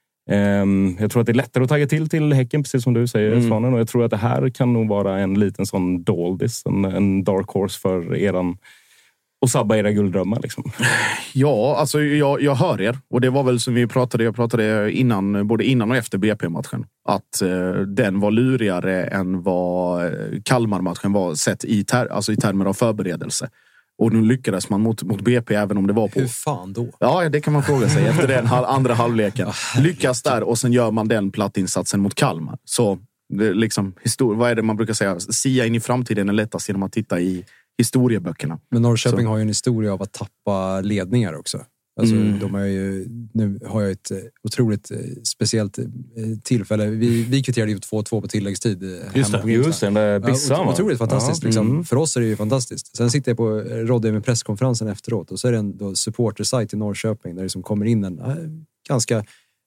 um, jag tror att det är lättare att tagga till till Häcken, precis som du säger, mm. Svanen. Och jag tror att det här kan nog vara en liten sån doldis, en, en dark horse för eran och sabba era gulddrömmar liksom. Ja, alltså jag, jag hör er. Och det var väl som vi pratade, jag pratade innan, både innan och efter B P-matchen. Att eh, den var lurigare än vad Kalmar-matchen var sett i, ter, alltså i termer av förberedelse. Och nu lyckades man mot, mot B P även om det var på... Hur fan då? Ja, det kan man fråga sig efter den halv, andra halvleken. Lyckas där och sen gör man den plattinsatsen mot Kalmar. Så det liksom, histor- vad är det man brukar säga? Sia in i framtiden är lättast genom att titta i historieböckerna. Men Norrköping så. har ju en historia av att tappa ledningar också. Alltså, mm. de har ju, nu har jag ett otroligt speciellt tillfälle. Vi, vi kvitterade ju två två på tilläggstid. Just det, just det. det Bissa, ja, otroligt fantastiskt. Ja. Liksom. Mm. För oss är det ju fantastiskt. Sen sitter jag på Rodde med presskonferensen efteråt. Och så är det en supportersajt i Norrköping där det som kommer in en äh, ganska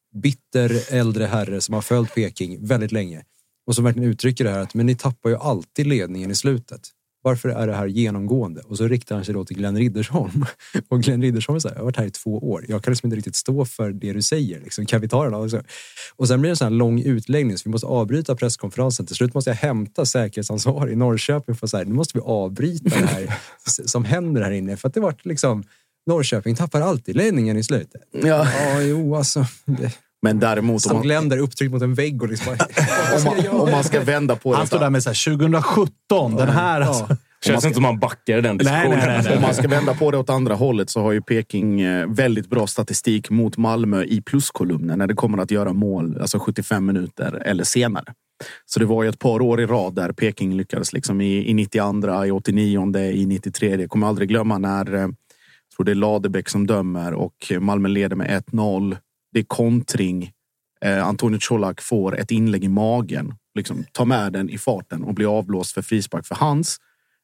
bitter äldre herre som har följt Peking väldigt länge. Och som verkligen uttrycker det här att men ni tappar ju alltid ledningen i slutet. Varför är det här genomgående? Och så riktar han sig då till Glenn Riddersholm. Och Glenn Riddersholm säger, jag har varit här i två år. Jag kan liksom inte riktigt stå för det du säger. Liksom, kan vi ta den? Och, så. Och sen blir det en sån här lång utläggning. Så vi måste avbryta presskonferensen. Till slut måste jag hämta säkerhetsansvar i Norrköping. För att säga, nu måste vi avbryta det här som händer här inne. För att det var liksom, Norrköping tappar alltid ledningen i slutet. Ja, ja jo alltså... Det... Men däremot... Som Glenn där upptryckt mot en vägg och liksom... om, man, om man ska vända på det... Han står där med så här, tjugosjutton, den här alltså. Ja. Känns ska... inte som man backar i den diskussionen. Nej, nej, nej, nej. Om man ska vända på det åt andra hållet så har ju Peking väldigt bra statistik mot Malmö i pluskolumnen när det kommer att göra mål, alltså sjuttiofem minuter eller senare. Så det var ju ett par år i rad där Peking lyckades liksom i, i nittioandra, i åttionionde, i nittiotre. Jag kommer aldrig glömma när, jag tror det är Ladebäck som dömer och Malmö leder med ett noll. Det är kontring. Eh, Antonio Colak får ett inlägg i magen. Liksom, tar med den i farten och blir avblåst för frispark för hans.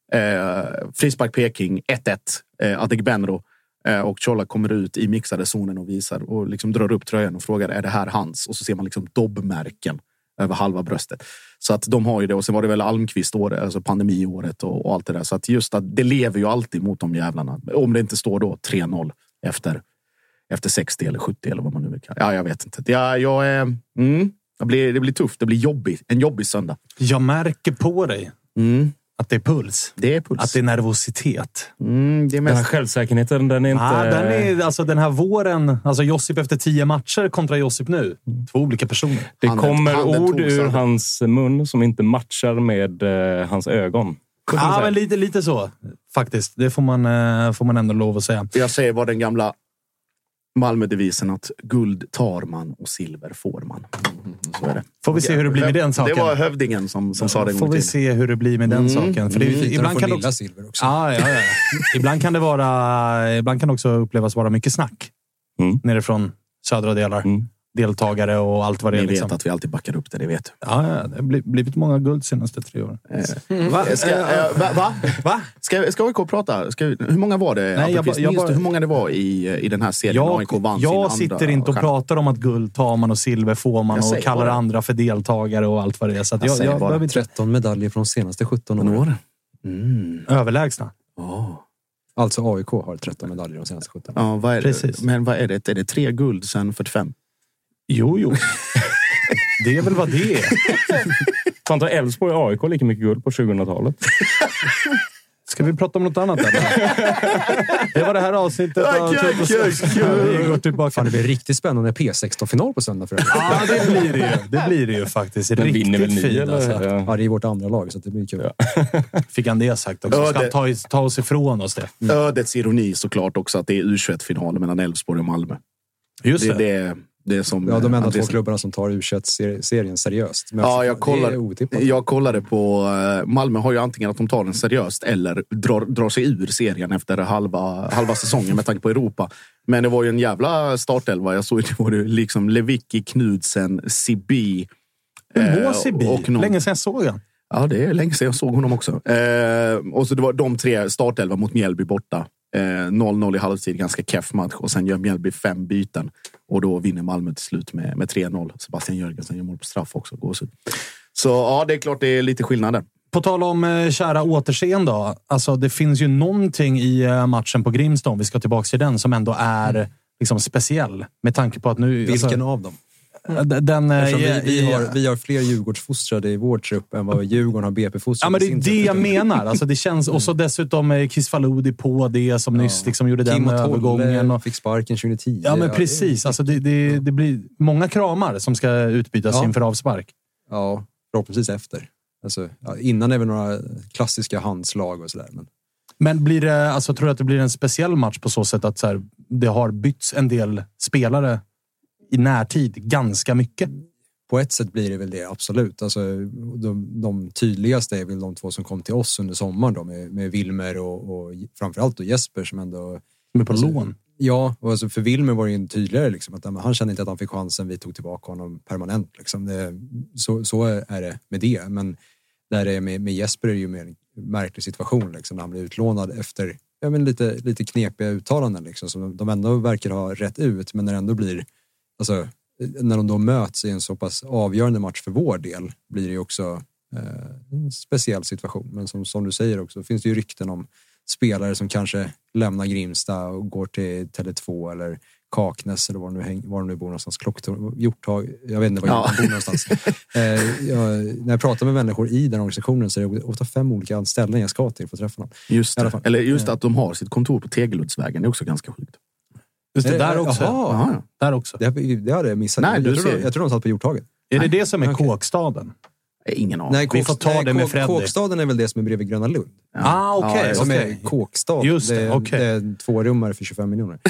Eh, frispark Peking, ett ett. Eh, Adegbenro. Eh, och Colak kommer ut i mixade zonen och visar och liksom drar upp tröjan och frågar, är det här hans? Och så ser man liksom dobbmärken över halva bröstet. Så att de har ju det. Och sen var det väl Almqvist år, alltså pandemiåret och, och allt det där. Så att just att det lever ju alltid mot de jävlarna. Om det inte står då tre noll efter Efter sextio eller sjuttio eller vad man nu vill kalla. Ja, jag vet inte. Ja, jag är... Mm, det, blir, det blir tufft. Det blir jobbigt. En jobbig söndag. Jag märker på dig mm. att det är puls. Det är puls. Att det är nervositet. Mm, det är mest... Den här självsäkerheten, den är inte... Ja, den, är, alltså, den här våren... Alltså Josip efter tio matcher kontra Josip nu. Två olika personer. Det handen, kommer handen ord ur hans mun som inte matchar med uh, hans ögon. Ja, men lite, lite så. Faktiskt. Det får man, uh, får man ändå lov att säga. Jag säger vad den gamla Malmö-devisen att guld tar man och silver får man. Så är det. Får vi se hur det blir med den saken. Det var hövdingen som, som ja, sa det. Får vi se hur det blir med den mm. saken. För det, mm. ibland kan det också... silver också. Ah, ja, ja. ibland kan det vara... Ibland kan det också upplevas vara mycket snack. Mm. Nerifrån södra delar. Mm. Deltagare och allt vad det är. Ni vet liksom. att vi alltid backar upp det, det vet du. Ja, ja, det har blivit många guld senaste tre åren. Mm. Va? Ska, äh, va? Va? va? Ska, ska A I K prata? Ska, hur många var det? Nej, jag, jag, jag bara, hur många det var i, i den här serien? Jag, A I K vann jag sin sitter inte och stjärn. pratar om att guld tar man och silver får man och kallar bara. andra för deltagare och allt vad det är. Så att jag, jag, jag bara tretton medaljer från de senaste sjutton åren. Mm. Överlägsna. Oh. Alltså A I K har tretton medaljer de senaste sjutton. Ja, vad är det? Men vad är det? Är det tre guld sedan fyrtiofem? Jo, jo. Det är väl vad det är. Fan, tar Elfsborg och A I K lika mycket guld på tjugohundratalet? Ska vi prata om något annat där? Det var det här avsnittet av Vi går tillbaka. Fan, det blir riktigt spännande P sexton-final på söndag för det. Ja, det blir det ju. Det blir det ju faktiskt. Den vinner väl fint, ni, alltså. ja. ja, det är vårt andra lag så det blir kul. Ja. Fick han det sagt också. Ska Öde. ta, ta oss ifrån oss det. Mm. Ödets ironi såklart också att det är U tjugoett-final mellan Elfsborg och Malmö. Just det. det, det Det är som, ja, de enda Andres... två klubbarna som tar U tjugoett-serien seriöst. Men ja, jag, kollar, det jag kollade på... Malmö har ju antingen att de tar den seriöst eller drar, drar sig ur serien efter halva, halva säsongen med tanke på Europa. Men det var ju en jävla startelva. Jag såg det var det liksom Lewicki, Knudsen, Sibi. Hur var Sibi? Och någon... Länge sedan jag såg han. Ja, det är länge sedan jag såg honom också. Eh, och så det var de tre startelva mot Mjällby borta. Eh, noll noll i halvtid, ganska keff match. Och sen gör Mjällby fem byten. Och då vinner Malmö till slut med, med tre noll. Sebastian Jörgensen gör mål på straff också. Gås ut. Så ja, det är klart det är lite skillnader. På tal om eh, kära återseende då. Alltså det finns ju någonting i eh, matchen på Grimstad, vi ska tillbaka till den, som ändå är mm. liksom speciell. Med tanke på att nu... Vilken alltså, av dem? Den, vi, vi, har, vi har fler Djurgårdsfostrade i vår trupp än vad Djurgården har B P-fostrade. Ja, men det är det jag menar. Alltså, det känns, och så dessutom Kisfaludi på det som ja. nyss liksom gjorde Kim den och övergången. Och fick sparken tjugohundratio. Ja, men precis. Alltså, det, det, det blir många kramar som ska utbytas ja. inför avspark. Ja, förhoppningsvis efter. Alltså, ja, innan är väl några klassiska handslag och sådär. Men... Men blir det, alltså, tror du att det blir en speciell match på så sätt att så här, det har bytts en del spelare i närtid ganska mycket? På ett sätt blir det väl det, absolut. Alltså, de, de tydligaste är väl de två som kom till oss under sommaren då, med, med Wilmer och, och framförallt då Jesper som ändå... Som är på alltså, lån. Ja, och alltså för Wilmer var det ju tydligare liksom, att han kände inte att han fick chansen, vi tog tillbaka honom permanent. Liksom. Det, så, så är det med det. Men där det är med, med Jesper är det ju mer en märklig situation liksom, när han blir utlånad efter ja, men lite, lite knepiga uttalanden liksom, som de ändå verkar ha rätt ut, men när det ändå blir... Alltså, när de då möts i en så pass avgörande match för vår del blir det ju också eh, en speciell situation. Men som, som du säger också, finns det ju rykten om spelare som kanske lämnar Grimsta och går till Tele två eller Kaknäs eller var de nu, häng, var de nu bor någonstans. Klocktorn, Hjorthag, jag vet inte var ja. jag bor någonstans. eh, jag, när jag pratar med människor i den organisationen så är det ofta fem olika ställen jag ska till för att träffa någon. Just det. Eller just att de har sitt kontor på Tegeluddsvägen är också ganska sjukt. Just det, där också. Aha, ja. Där också. Det, det hade jag missat. Nej, jag, tror, jag tror de satt på Hjorthagen. Är Nej. det det som är okay. Kåkstaden? Ingen aning. Nej, Kåk, vi får ta nej, det med Kåk, Freddy. Kåkstaden är väl det som är bredvid Gröna Lund. Ja. Ah, okej. Okay, ja, som okay. är Kåkstad. Just det, det, okay. det är två rummar för tjugofem miljoner.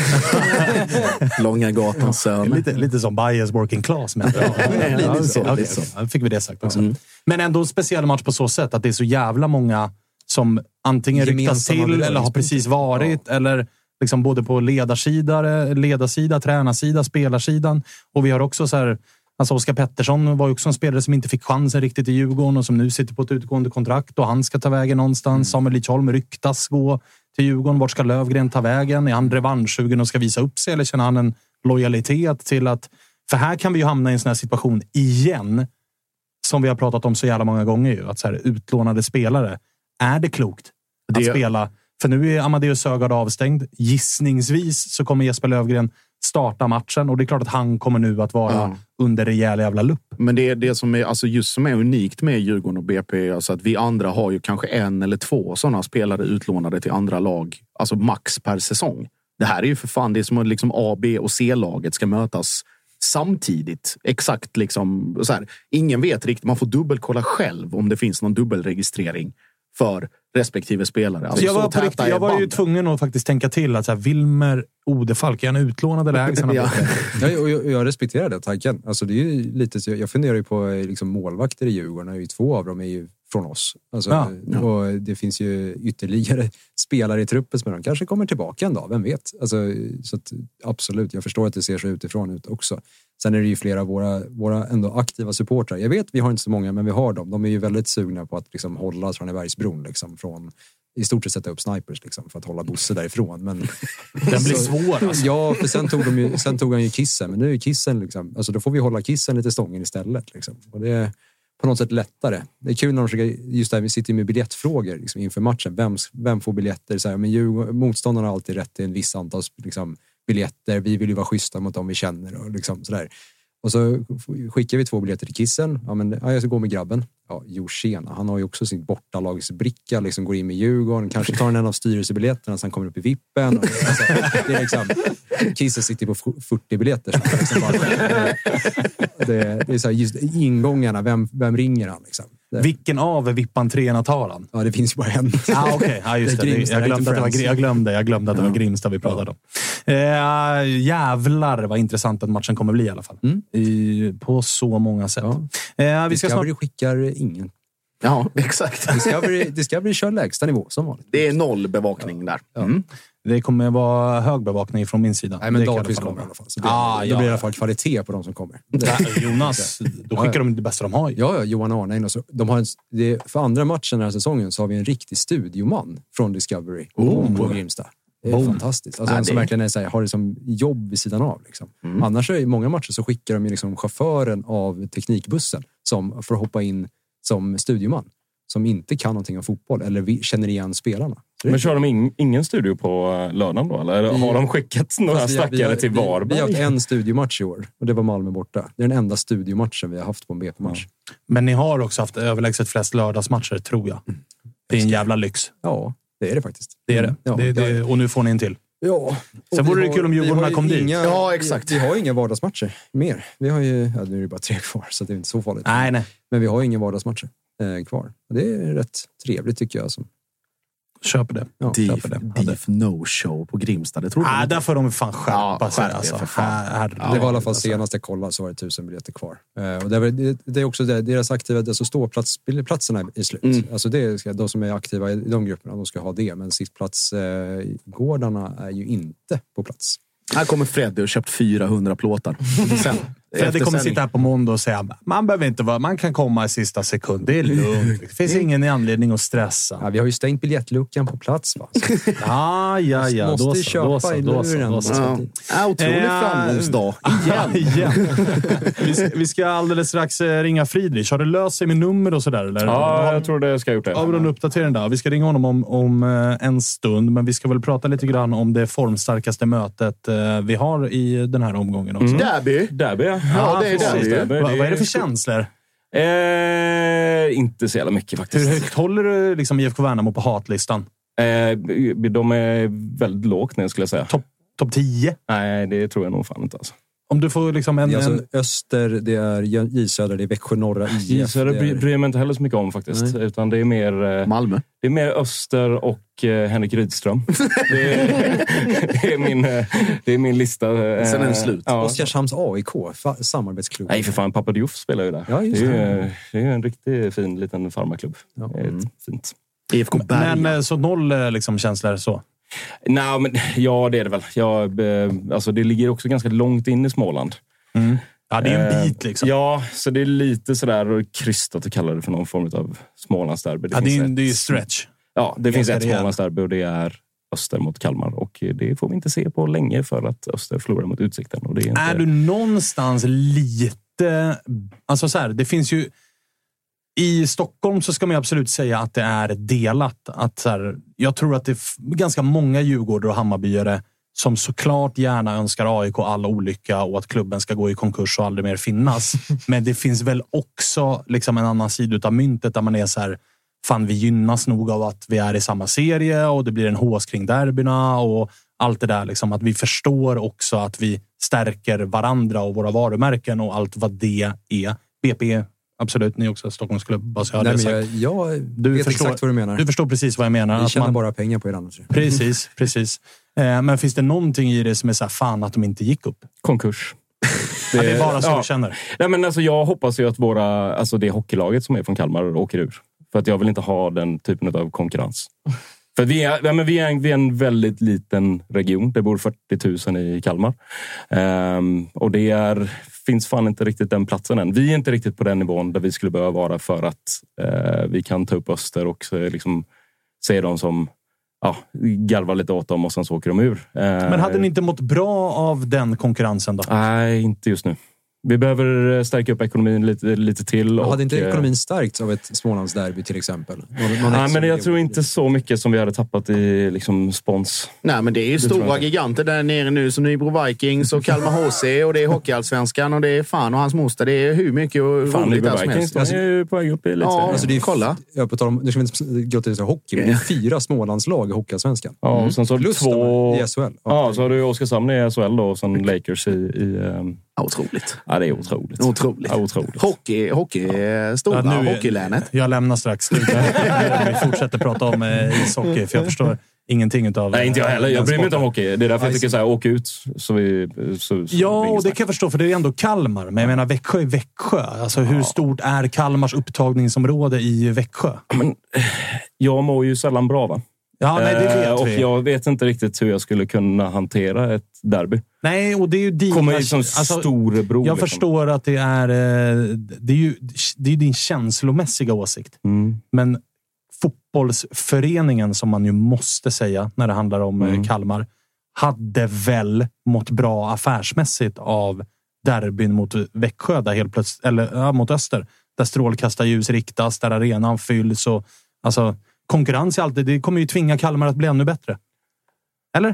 Långa gatan söner. Lite, lite som bias working class. Men ja, ja, ja, så, okay, okay. Ja, fick vi det sagt också. Mm. Men ändå en speciell match på så sätt att det är så jävla många som antingen ryktas till eller har precis varit ja. eller liksom både på ledarsida, ledarsida, tränarsida, spelarsidan. Och vi har också så här, alltså Oskar Pettersson var ju också en spelare som inte fick chansen riktigt i Djurgården och som nu sitter på ett utgående kontrakt och han ska ta vägen någonstans. Mm. Samuel Lidsholm ryktas gå till Djurgården. Vart ska Lövgren ta vägen? Är han revanschsugen och ska visa upp sig eller känner han en lojalitet till att... För här kan vi ju hamna i en sån här situation igen som vi har pratat om så jävla många gånger ju. Att så här, utlånade spelare, är det klokt att det... spela? För nu är Amadeus Sögaard avstängd. Gissningsvis så kommer Jesper Lövgren starta matchen och det är klart att han kommer nu att vara ja. under rejäl jävla lupp. Men det är det som är, alltså just som är unikt med Djurgården och B P, alltså att vi andra har ju kanske en eller två sådana spelare utlånade till andra lag, alltså max per säsong. Det här är ju för fan, det är som att liksom A, B och C-laget ska mötas samtidigt. Exakt liksom så här. Ingen vet riktigt, man får dubbelkolla själv om det finns någon dubbelregistrering för respektive spelare. Alltså, jag var, på riktigt, jag var ju tvungen att faktiskt tänka till att så här, Wilmer Odefalk, är han utlånad eller ägs han? ja. jag, jag, jag respekterar det tanken. Alltså, det är ju lite, jag funderar ju på liksom, målvakter i Djurgården. Två av dem är ju från oss. Alltså, ja, ja. Och det finns ju ytterligare spelare i truppen som de kanske kommer tillbaka en dag, vem vet? Alltså, så att, absolut, jag förstår att det ser så utifrån ut också. Sen är det ju flera av våra, våra ändå aktiva supportrar. Jag vet, vi har inte så många, men vi har dem. De är ju väldigt sugna på att liksom, hålla Tranebergsbron liksom, från i stort sett sätta upp snipers liksom, för att hålla Bosse därifrån. Men, den blir svår alltså. Ja, för sen tog, de ju, sen tog han ju Kissen. Men nu är Kissen liksom, alltså då får vi hålla Kissen lite stången istället. Liksom. Och det är på något sätt lättare. Det är kul när de försöker, just där vi sitter med biljettfrågor liksom, inför matchen. Vem, vem får biljetter? Så här, men ju, motståndarna har alltid rätt till en viss antal liksom, biljetter. Vi vill ju vara schyssta mot dem vi känner och liksom sådär. Och så skickar vi två biljetter till Kissen. Ja, men ja, jag ska gå med grabben. Ja, jo, tjena. Han har ju också sin bortalagsbricka. Liksom går in med Djurgården. Kanske tar en av styrelsebiljetterna. Sen kommer upp i vippen. Och, alltså, det är liksom... Kissen sitter på fyrtio biljetter. Så liksom bara, det, det är så här, just ingångarna. Vem, vem ringer han liksom? Det. Vilken av vippan-treorna tar han? Ja, det finns ju bara en. Ah, okay. Ja, just det. det jag, glömde att det var, jag glömde, jag glömde att det var Grimsta vi pratade om. Eh, jävlar vad intressant att matchen kommer bli i alla fall. Mm. I, på så många sätt. Ja. Eh, vi ska Discovery snart... skickar ingen. Ja, exakt. Discovery, Discovery kör lägsta nivå som vanligt. Det är noll bevakning där. Ja. Mm. Det kommer vara hög bevakning från min sida. Nej, men Dahlqvist kommer i alla fall. Så det, ah, då ja. blir det i alla fall kvalitet på de som kommer. Det, Jonas, då skickar ja, ja. de det bästa de har. Ja, ja, Johan Arne. Och så, de har en, det, för andra matchen den här säsongen så har vi en riktig studioman från Discovery oh. på Grimsta. Det är oh. fantastiskt. Alltså, ja, en som det... verkligen är, så här, har det som jobb vid sidan av. Liksom. Mm. Annars är i många matcher så skickar de ju liksom chauffören av teknikbussen som får hoppa in som studioman. Som inte kan någonting om fotboll eller vi känner igen spelarna. Men kör de in, ingen studio på lördagen då? Eller vi, har de skickat några vi, stackare vi har, till Varberg? Vi, vi har haft en studiomatch i år och det var Malmö borta. Det är den enda studiomatchen vi har haft på en B P-match. Ja. Men ni har också haft överlägset flest lördagsmatcher, tror jag. Det är en jävla lyx. Ja, det är det faktiskt. Det är det. Ja, det, det och nu får ni en till. Ja. Sen vore det kul om Djurgården kom dit. Inga, ja, exakt. Vi, vi har inga vardagsmatcher mer. Vi har ju, ja, nu är det bara tre kvar så det är inte så farligt. Nej, nej. Men vi har inga vardagsmatcher eh, kvar. Och det är rätt trevligt tycker jag. Alltså. Köper det. Ja, Div, köper det. Div no-show på Grimstad. Det trodde ah, jag. Där får de fan skärpa ja, sig. skärp Alltså. för fan. Här, ja, det var i alla fall senast jag kollade så var det tusen biljetter kvar. Uh, och det, är, det, det är också det, deras aktiva, alltså ståplatserna i slut. Mm. Alltså det är, de som är aktiva i de grupperna, de ska ha det. Men sittplatsgårdarna uh, är ju inte på plats. Här kommer Freddy och köpt fyrahundra plåtar. Sen, Freddy kommer sitta här på måndag och säga man behöver inte vara, man kan komma i sista sekund. Det är lugnt. Det finns ingen anledning att stressa. Ja, vi har ju stängt biljettluckan på plats. Va? ja, ja, ja. Måste då så, köpa då så, i då så, luren. då så. Ja, otrolig äh, framgångsdag. Igen. igen. vi, ska, vi ska alldeles strax ringa Friedrich. Har det löst sig med nummer och sådär? Eller? Ja, jag tror det ska ha gjort det. Ja, en uppdatering där. Vi ska ringa honom om, om en stund. Men vi ska väl prata lite grann om det formstarkaste mötet vi har i den här omgången också. Mm. Derby. Derby, ja. Ja, det är derby. derby. Va, vad är det för känslor? Eh, inte så jävla mycket faktiskt. Hur högt håller du liksom I F K Värnamo på hatlistan? Eh, de är väldigt lågt nu skulle jag säga. Topp top tio? Nej, det tror jag nog fan inte alltså. Om du får liksom en... Det är alltså en... Öster, det är J Söder, det är Växjö Norra I F. J Söder är... bryr jag mig inte heller så mycket om faktiskt. Nej. Utan det är mer... Malmö. Det är mer Öster och eh, Henrik Rydström. det, är, det, är min, det är min lista. Sen är det slut. Ja. Oskarshamns A I K, fa- samarbetsklubb. Nej, för fan. Pappa Diouf spelar ju där. Ja, just det. Det, är, det är en riktigt fin liten farmaklubb. Ja. Det är mm. fint. I F K Berga. Men så noll liksom, känslor så? Nej, men ja, det är det väl. Jag, alltså, det ligger också ganska långt in i Småland. Mm. Ja, det är en bit liksom. Ja, så det är lite sådär krystat att kalla det för någon form av Smålandsderby. Det, ja, det är, ett, det är stretch. Ja, det finns ett Smålandsderby och det är Öster mot Kalmar. Och det får vi inte se på länge för att Öster förlorar mot Utsikten. Och det är, inte... är du någonstans lite... Alltså så här, det finns ju... I Stockholm så ska man absolut säga att det är delat. Att så här, jag tror att det är ganska många Djurgårdare och Hammarbyare som såklart gärna önskar A I K all olycka och att klubben ska gå i konkurs och aldrig mer finnas. Men det finns väl också liksom en annan sida av myntet där man är så här, fan vi gynnas nog av att vi är i samma serie och det blir en hås kring derbyna och allt det där. Liksom, att vi förstår också att vi stärker varandra och våra varumärken och allt vad det är. B P absolut, ni också Stockholmsklubb. Bara så jag Nej, men jag, jag du vet förstår, exakt vad du menar. Du förstår precis vad jag menar. Vi att tjänar man, bara pengar på er annars. Precis, precis. Eh, men finns det någonting i det som är så här, fan att de inte gick upp? Konkurs. Det, ja, det är bara så ja. du känner. Nej, men alltså, jag hoppas ju att våra, alltså det hockeylaget som är från Kalmar åker ur. För att jag vill inte ha den typen av konkurrens. För vi är, ja, men vi, är en, vi är en väldigt liten region. Det bor fyrtio tusen i Kalmar. Um, och det är, finns fan inte riktigt den platsen än. Vi är inte riktigt på den nivån där vi skulle behöva vara för att uh, vi kan ta upp Öster och liksom, se dem som ja, garvar lite åt dem och sen så åker de ur. Uh, men hade ni inte mått bra av den konkurrensen då? Nej, inte just nu. Vi behöver stärka upp ekonomin lite, lite till. Men hade och, inte ekonomin stärkts av ett Smålandsderby till exempel? Någon, någon nej, men jag tror inte så mycket som vi hade tappat i liksom, spons. Nej, men det är ju det stora giganter där nere nu som Nybro Vikings och Kalmar H C och det är Hockeyallsvenskan och det är fan och hans moster. Det är hur mycket och fan, roligt där som helst. Alltså, är ju på väg upp i lite. Ja, alltså det är, kolla. Jag på tal om, nu ska vi inte gå till hockey, men det är fyra Smålandslag i Hockeyallsvenskan. Ja, och sen så har du två... i S H L. Ja, ja, så har du Oskarshamn i S H L då och sen Lakers i... i um... Ja, otroligt. Ja, det är otroligt. Otroligt. Ja, otroligt. Hockey, hockey, stora ja, nu, hockeylänet. Jag lämnar strax. Vi fortsätter prata om eh, ishockey, för jag förstår ingenting utav... Nej, inte jag heller. Jag bryr mig inte om hockey. Det är därför jag tycker så här, åk ut. Så vi, så, så ja, och det kan jag förstå, för det är ändå Kalmar. Men jag menar, Växjö är Växjö. Alltså, hur ja. stort är Kalmars upptagningsområde i Växjö? Men, jag mår ju sällan bra, va? Ja, nej, det vet eh, och vi. jag vet inte riktigt hur jag skulle kunna hantera ett derby. Nej, och det är ju dina... Kommer ju som alltså, storebror. Jag liksom. förstår att det är... Det är ju det är din känslomässiga åsikt. Mm. Men fotbollsföreningen, som man ju måste säga när det handlar om mm. Kalmar, hade väl mått bra affärsmässigt av derbyn mot Växjö, där helt plötsligt, eller ja, mot Öster, där strålkastarljus riktas, där arenan fylls och alltså... Konkurrens är alltid, det kommer ju tvinga Kalmar att bli ännu bättre. Eller?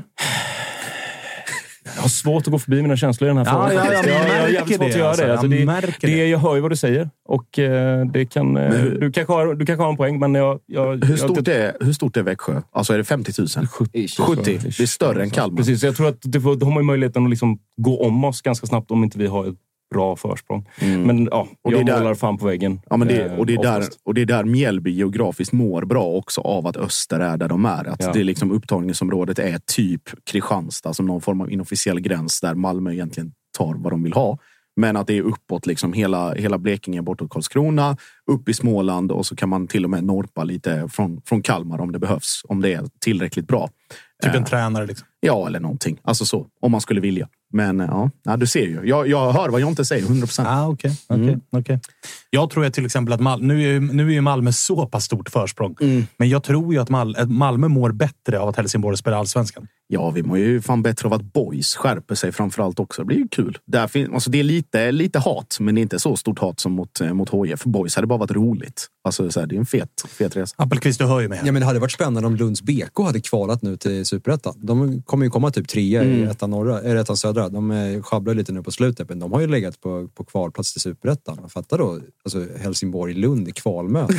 Jag har svårt att gå förbi mina känslor i den här ja, frågan. Ja, jag, jag, jag, jag märker det. Att alltså, det. Alltså, jag, det, det. det jag hör ju vad du säger. Och eh, det kan... Eh, du, kanske har, du kanske har en poäng, men jag... jag hur, stort jag, är, hur stort är Växjö? Alltså är det femtio tusen? sjuttio. sjuttio. Det är större än Kalmar. Precis, jag tror att du får, du har möjligheten att liksom gå om oss ganska snabbt om inte vi har ett bra försprång. Mm. Men ja, och jag det är målar där, fan på väggen. Ja, men det, eh, och, det är där, oftast. och det är där Mjällby geografiskt mår bra också av att Öster är där de är. Att Ja. det är liksom upptagningsområdet är typ Kristianstad som någon form av inofficiell gräns där Malmö egentligen tar vad de vill ha. Men att det är uppåt liksom hela, hela Blekinge bortåt Karlskrona, upp i Småland och så kan man till och med norpa lite från, från Kalmar om det behövs. Om det är tillräckligt bra. Typ en eh, tränare liksom. Ja, eller någonting. Alltså så, om man skulle vilja. Men ja, ja du ser ju. Jag, jag hör vad jag inte säger, hundra procent. Ah, okay, okay, mm. okay. Jag tror att till exempel att Mal- nu, är ju, nu är ju Malmö så pass stort försprång. Mm. Men jag tror ju att Mal- Malmö mår bättre av att Helsingborg spelar allsvenskan. Ja, vi mår ju fan bättre av att Boys skärper sig framförallt också. Det blir ju kul. Där fin- alltså det är lite, lite hat, men det är inte så stort hat som mot, mot H I F. För Boys hade bara varit roligt. Alltså så här, det är en fet, fet resa. Appelqvist, du hör ju med. Ja, men det hade varit spännande om Lunds B K hade kvalat nu till Superettan. De kommer ju komma typ trea mm. i ettan norra, eller ettan södra. De sjabblar lite nu på slutet, men de har ju legat på, på kvalplats till Superettan. Fattar då, alltså Helsingborg-Lund i kvalmöte.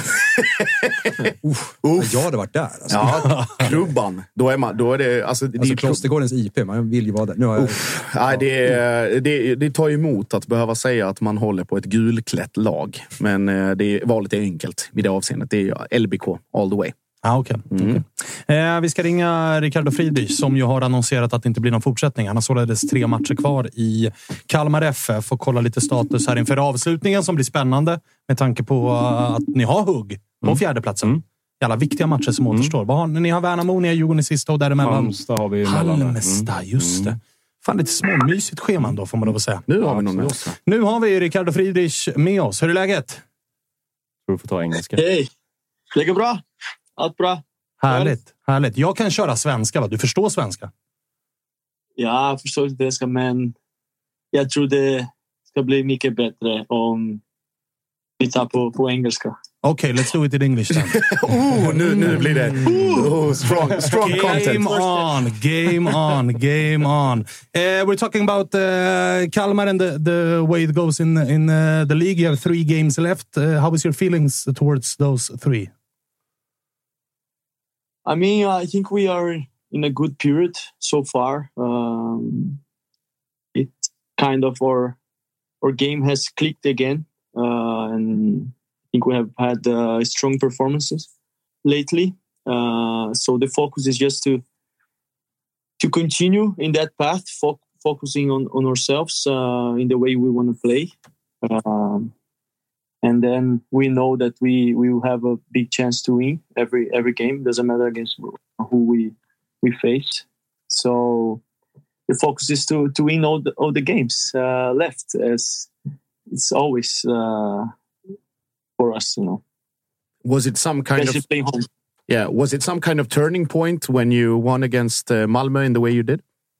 Uff, Uff. Jag hade varit där. Alltså. Ja, klubban. Då är man, då är det, alltså, det alltså är Klostergårdens I P, man vill ju vara där. Nu har jag, Nej, det, det, det tar emot att behöva säga att man håller på ett gulklätt lag. Men det, valet är enkelt i det avseendet. Det är L B K all the way. Ah, okay. Mm. Okay. Eh, vi ska ringa Ricardo Friedrich som ju har annonserat att det inte blir någon fortsättning. Han har således tre matcher kvar i Kalmar F F och kolla lite status här inför avslutningen som blir spännande med tanke på att ni har hugg på mm. fjärdeplatsen. Mm. Alla viktiga matcher som mm. återstår. Vad har, ni har Värnamo, ni har Djurgården i sista och däremellan. Halmstad har vi Halmstad, mm. just det. Fan, lite småmysigt schema då får man då säga. Nu har vi någon med oss. Nu har vi Ricardo Friedrich med oss. Hur är läget? Tror du får ta engelska. Hej, det går bra. Allt bra. Härligt, härligt. Jag kan köra svenska, va? Du förstår svenska? Ja, jag förstår inte svenska, men jag tror det ska bli mycket bättre om vi tar på, på engelska. Okay, let's do it in English then. oh, nu, nu blir det oh, strong, strong game content. Game on, game on, game on. Uh, we're talking about uh, Kalmar and the, the way it goes in, in uh, the league. You have three games left. Uh, how is your feelings towards those three? I mean, I think we are in a good period so far. Um, it kind of our our game has clicked again, uh, and I think we have had uh, strong performances lately. Uh, so the focus is just to to continue in that path, fo- focusing on on ourselves uh, in the way we want to play. Um, And then we know that we, we will have a big chance to win every every game. Doesn't matter against who we we face. So the focus is to, to win all the all the games uh, left, as it's always uh, for us. You know. Was it some kind Especially of playing home? Yeah. Was it some kind of turning point when you won against uh, Malmö in the way you did?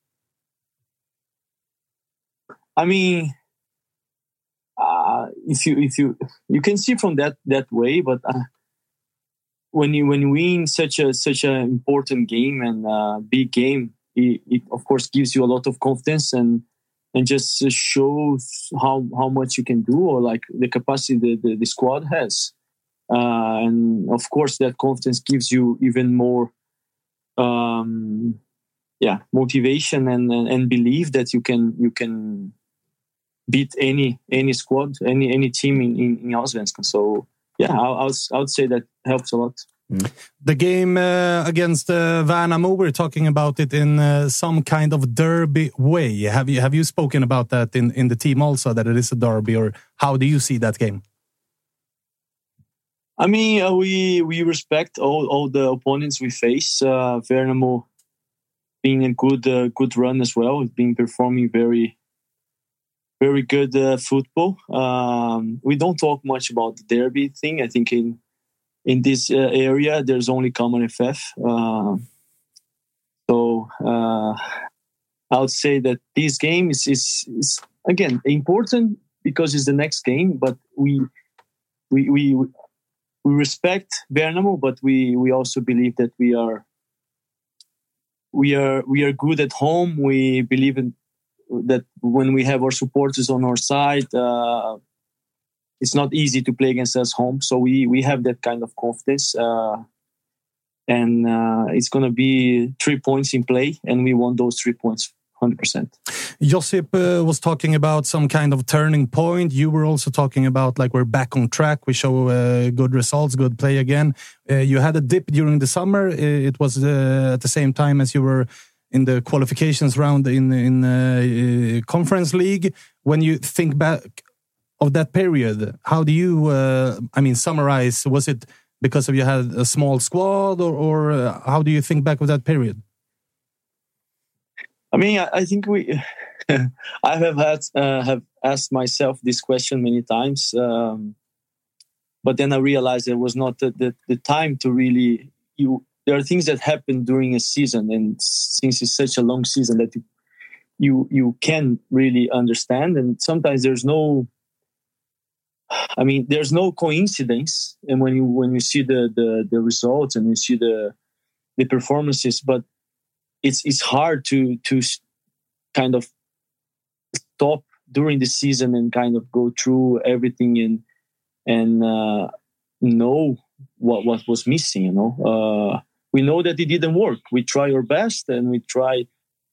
I mean. Uh, if you if you you can see from that that way, but uh, when you when you win such a such an important game and uh, big game, it, it of course gives you a lot of confidence and and just shows how how much you can do or like the capacity the the, the squad has, uh, and of course that confidence gives you even more, um, yeah, motivation and, and and belief that you can you can. beat any any squad, any any team in in, in Allsvenskan. So yeah, I, I would I would say that helps a lot. Mm. The game uh, against uh, Värnamo, we're talking about it in uh, some kind of derby way. Have you have you spoken about that in in the team also, that it is a derby, or how do you see that game? I mean, uh, we we respect all all the opponents we face. Uh, Värnamo being a good uh, good run as well, being performing very. Very good uh, football. Um, we don't talk much about the derby thing. I think in in this uh, area, there's only Kalmar F F. Uh, so uh, I would say that this game is, is is again important because it's the next game. But we we we we respect Värnamo, but we we also believe that we are we are we are good at home. We believe in. That when we have our supporters on our side, uh, it's not easy to play against us home. So we, we have that kind of confidence. Uh, and uh, it's going to be three points in play. And we want those three points one hundred percent. Josip uh, was talking about some kind of turning point. You were also talking about like we're back on track. We show uh, good results, good play again. Uh, you had a dip during the summer. It was uh, at the same time as you were in the qualifications round in in uh, Conference League. When you think back of that period, how do you, uh, I mean, summarize? Was it because of you had a small squad, or, or uh, how do you think back of that period? I mean, I, I think we. I have had uh, have asked myself this question many times, um, but then I realized it was not the, the, the time to really. You there are things that happen during a season, and since it's such a long season that you you, you can really understand, and sometimes there's no. I mean, there's no coincidence, and when you when you see the the, the results and you see the the performances, but it's it's hard to to kind of stop during the season and kind of go through everything and and uh, know what what was missing. You know, uh, we know that it didn't work. We try our best and we try,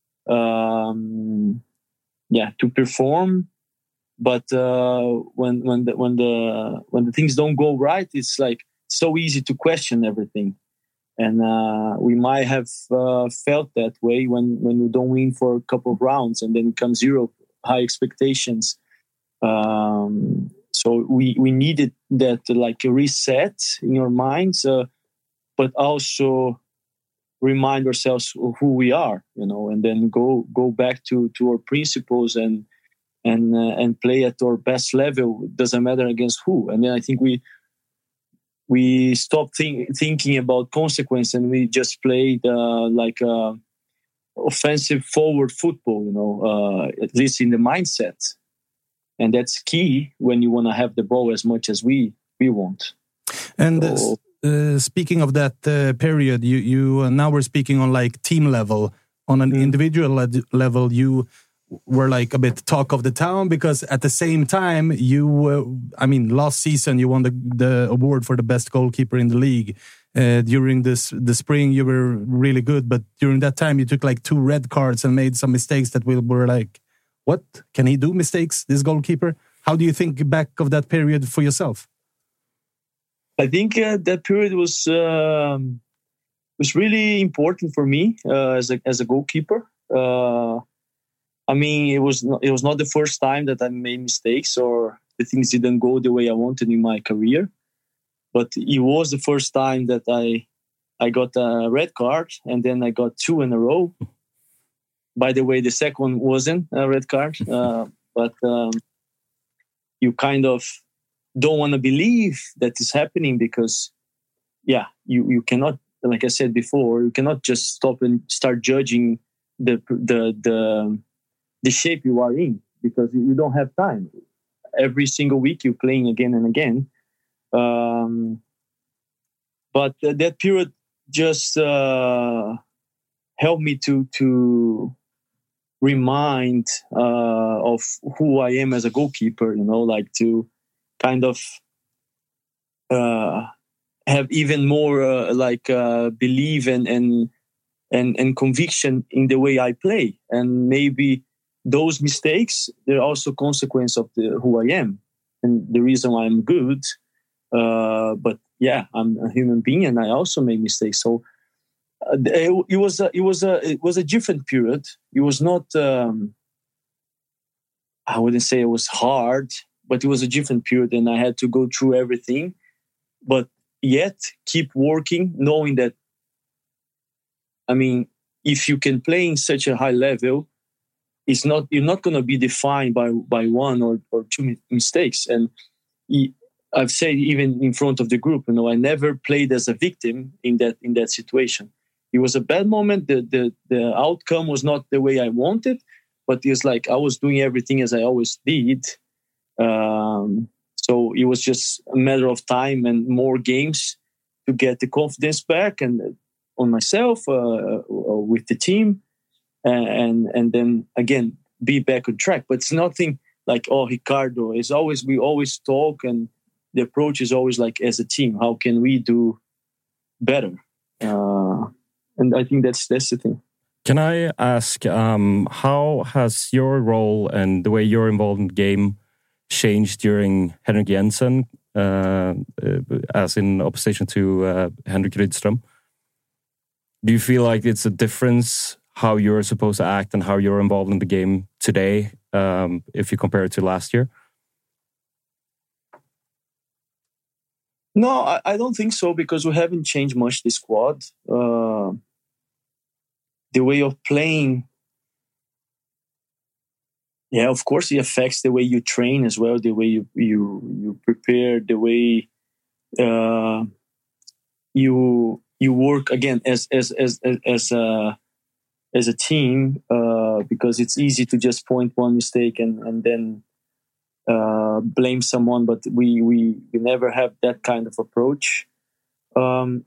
um, yeah, to perform. But uh, when when the when the when the things don't go right, it's like so easy to question everything. And uh, we might have uh, felt that way when, when you don't win for a couple of rounds and then it comes zero, high expectations. Um, so we, we needed that like a reset in your minds, uh, but also remind ourselves of who we are, you know, and then go go back to, to our principles and and uh, and play at our best level. Doesn't matter against who. And then I think we. We stopped think, thinking about consequence and we just played uh, like uh, offensive forward football, you know, uh, at least in the mindset. And that's key when you want to have the ball as much as we, we want. And so, uh, speaking of that uh, period, you, you uh, now we're speaking on like team level. On an mm. individual le- level, you were like a bit talk of the town because at the same time you uh, I mean last season you won the, the award for the best goalkeeper in the league. Uh, during this the spring you were really good, but during that time you took like two red cards and made some mistakes that we were like, what, can he do mistakes, this goalkeeper? How do you think back of that period for yourself? I think uh, that period was um, was really important for me uh, as a as a goalkeeper. uh I mean, it was not, it was not the first time that I made mistakes or the things didn't go the way I wanted in my career. But it was the first time that I I got a red card and then I got two in a row. By the way, the second one wasn't a red card. Uh, but um, you kind of don't want to believe that is happening because, yeah, you, you cannot, like I said before, you cannot just stop and start judging the the the the shape you are in because you don't have time. Every single week you're playing again and again. Um, but uh, that period just uh, helped me to to remind uh, of who I am as a goalkeeper, you know, like to kind of uh, have even more uh, like uh, belief and, and, and, and conviction in the way I play. And maybe those mistakes, they're also consequence of the, who I am and the reason why I'm good. Uh, but yeah, I'm a human being and I also make mistakes. So uh, it, it was a, it was a it was a different period. It was not. Um, I wouldn't say it was hard, but it was a different period, and I had to go through everything. But yet, keep working, knowing that. I mean, if you can play in such a high level, it's not you're not going to be defined by by one or, or two mistakes. And he, I've said even in front of the group, you know, I never played as a victim in that in that situation. It was a bad moment. The the the outcome was not the way I wanted, but it's like I was doing everything as I always did. Um, so it was just a matter of time and more games to get the confidence back and on myself, uh, with the team, and and then again be back on track. But it's nothing like, oh, Ricardo. It's always we always talk, and the approach is always like, as a team, how can we do better? Uh, and I think that's that's the thing. Can I ask, um, how has your role and the way you're involved in the game changed during Henrik Jensen, uh, as in opposition to uh, Henrik Rydström? Do you feel like it's a difference how you're supposed to act and how you're involved in the game today, um, if you compare it to last year? No, I, I don't think so, because we haven't changed much the squad. Uh, the way of playing, yeah, of course, it affects the way you train as well, the way you you, you prepare, the way uh, you you work again as as as as a as a team. Uh, because it's easy to just point one mistake and and then uh, blame someone, but we we we never have that kind of approach. Um,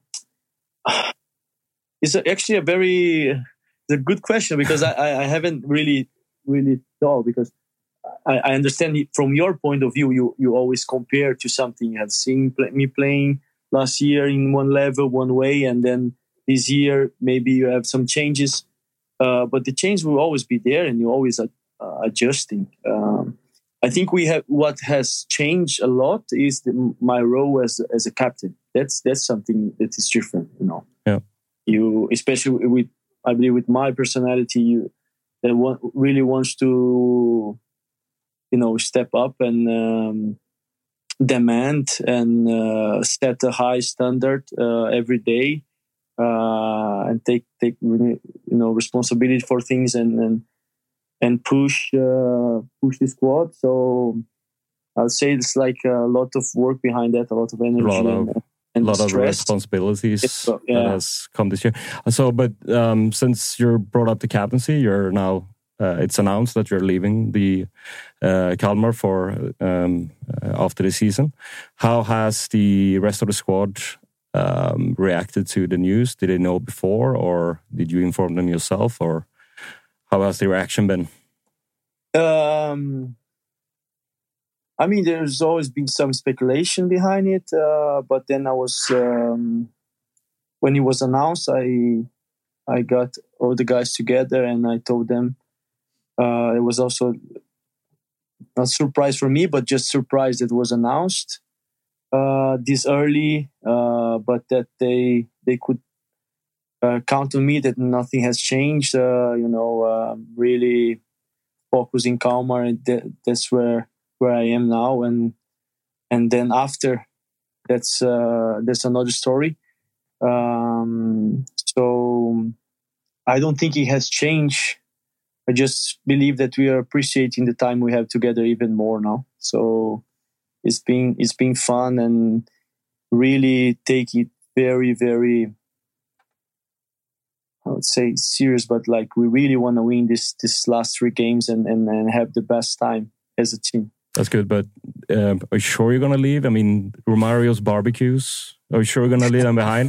it's actually a very it's a good question, because I, I haven't really really thought, because I, I understand it from your point of view. You you always compare to something you have seen play, me playing last year in one level, one way, and then this year maybe you have some changes. Uh, but the change will always be there, and you're always uh, adjusting. Um, I think we have what has changed a lot is the, my role as as a captain. That's that's something that is different, you know. Yeah. You, especially with, I believe, with my personality, you that one really wants to, you know, step up and um, demand and uh, set a high standard uh, every day. Uh, and take take you know responsibility for things and and, and push uh, push the squad. So I'll say it's like a lot of work behind that, a lot of energy, a lot and, of, and lot stress. of responsibilities so, yeah. that has come this year. So, but um, since you're brought up to captaincy, you're now uh, it's announced that you're leaving the uh, Kalmar for um, uh, after the season. How has the rest of the squad Um, reacted to the news? Did they know before, or did you inform them yourself, or how has the reaction been? Um, I mean, there's always been some speculation behind it, uh, but then I was um, when it was announced, I I got all the guys together and I told them. Uh, it was also a surprise for me, but just surprised it was announced Uh, this early, uh, but that they they could uh, count on me, that nothing has changed. Uh, you know, uh, really focusing Kalmar, and that, that's where where I am now. And and then after, that's uh, that's another story. Um, so I don't think it has changed. I just believe that we are appreciating the time we have together even more now. So. It's been it's been fun, and really take it very, very, I would say serious, but like we really want to win this this last three games and, and, and have the best time as a team. That's good, but um, are you sure you're going to leave? I mean, Romario's barbecues, are you sure you're going to leave them behind?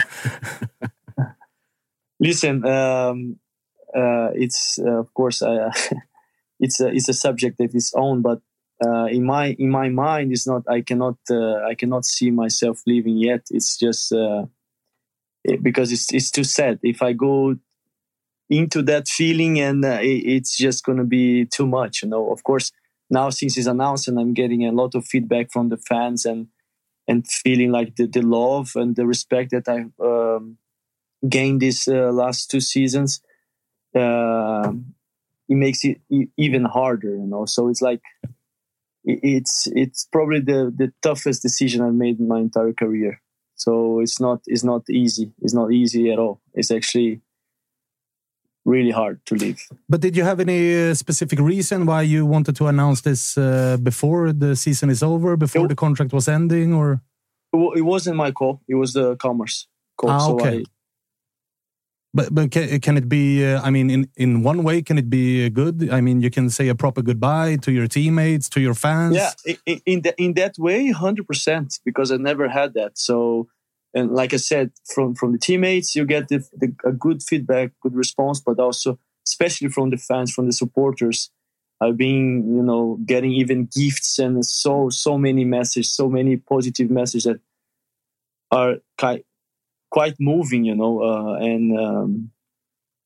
Listen, um, uh, it's uh, of course uh, it's a, it's a subject that is own, but Uh, in my in my mind, it's not. I cannot. Uh, I cannot see myself leaving yet. It's just uh, it, because it's it's too sad. If I go into that feeling, and uh, it, it's just going to be too much. You know. Of course, now since it's announced, and I'm getting a lot of feedback from the fans, and and feeling like the, the love and the respect that I've um, gained these uh, last two seasons. Uh, it makes it e- even harder. You know. So it's like. It's it's probably the, the toughest decision I've made in my entire career. So it's not it's not easy. It's not easy at all. It's actually really hard to leave. But did you have any specific reason why you wanted to announce this uh, before the season is over, before it, the contract was ending, or? It wasn't my call. It was the Kalmar's call. Ah, okay. So I, But but can, can it be? Uh, I mean, in, in one way, can it be good? I mean, you can say a proper goodbye to your teammates, to your fans. Yeah, in in, the, in that way, one hundred percent. Because I never had that. So, and like I said, from, from the teammates, you get the, the, a good feedback, good response. But also, especially from the fans, from the supporters, I've been, you know, getting even gifts and so so many messages, so many positive messages that are quite. quite moving, you know, uh, and um,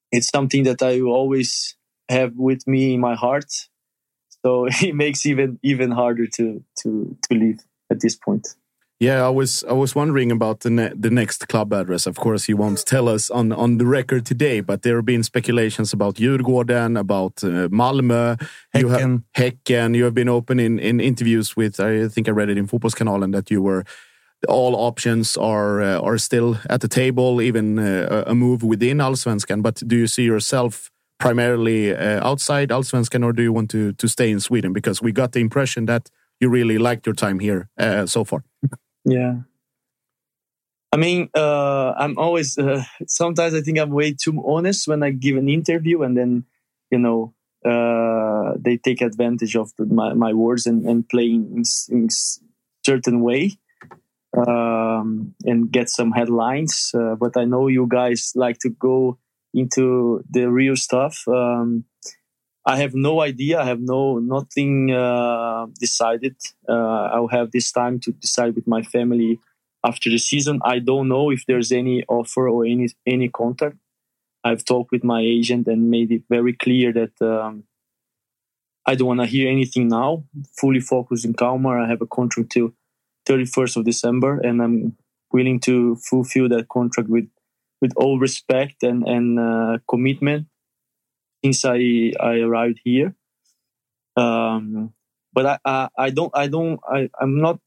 it's something that I always have with me in my heart. So it makes even even harder to to to leave at this point. Yeah, I was I was wondering about the ne- the next club address. Of course, you won't tell us on, on the record today, but there have been speculations about Djurgården, about uh, Malmö, Häcken. You have, Häcken. You have been open in, in interviews with. I think I read it in Fotbollskanalen that you were. All options are uh, are still at the table, even uh, a move within Allsvenskan. But do you see yourself primarily uh, outside Allsvenskan, or do you want to to stay in Sweden? Because we got the impression that you really liked your time here uh, so far. Yeah. I mean, uh, I'm always, uh, sometimes I think I'm way too honest when I give an interview, and then, you know, uh, they take advantage of the, my, my words and, and play in, in certain way um, and get some headlines. Uh, but I know you guys like to go into the real stuff. Um, I have no idea. I have no nothing uh, decided. Uh, I'll have this time to decide with my family after the season. I don't know if there's any offer or any any contact. I've talked with my agent and made it very clear that um, I don't want to hear anything now. Fully focused in Kalmar. I have a contract till thirty-first of December, and I'm willing to fulfill that contract with with all respect and and uh, commitment. Since I, I arrived here, um, but I, I, I don't I don't I I'm not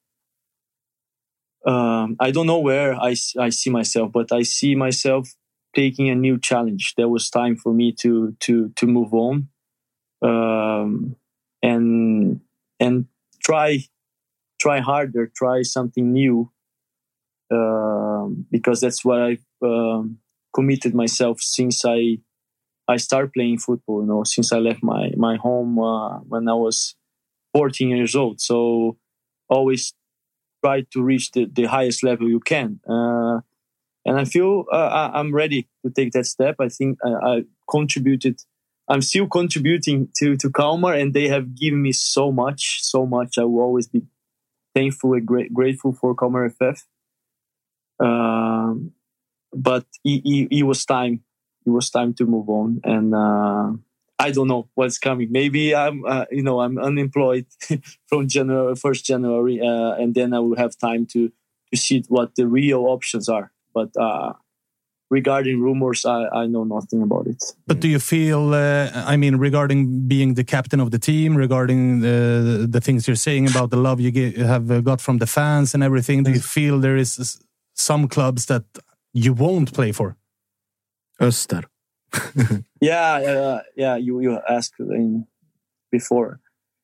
um, I don't know where I, I see myself, but I see myself taking a new challenge. There was time for me to to to move on, um, and and try try harder, try something new, um, because that's what I've um, committed myself since I. I started playing football, you know, since I left my, my home uh, when I was fourteen years old. So always try to reach the, the highest level you can. Uh, and I feel uh, I'm ready to take that step. I think I, I contributed, I'm still contributing to, to Kalmar, and they have given me so much, so much. I will always be thankful and great, grateful for Kalmar F F. Um, but it, it, it was time. It was time to move on, and uh, I don't know what's coming. Maybe I'm, uh, you know, I'm unemployed from January, first January, uh, and then I will have time to to see what the real options are. But uh, regarding rumors, I, I know nothing about it. But do you feel? Uh, I mean, regarding being the captain of the team, regarding the the things you're saying about the love you get, have got from the fans and everything, do you feel there is some clubs that you won't play for? Öster. yeah, uh, yeah. You you asked in before.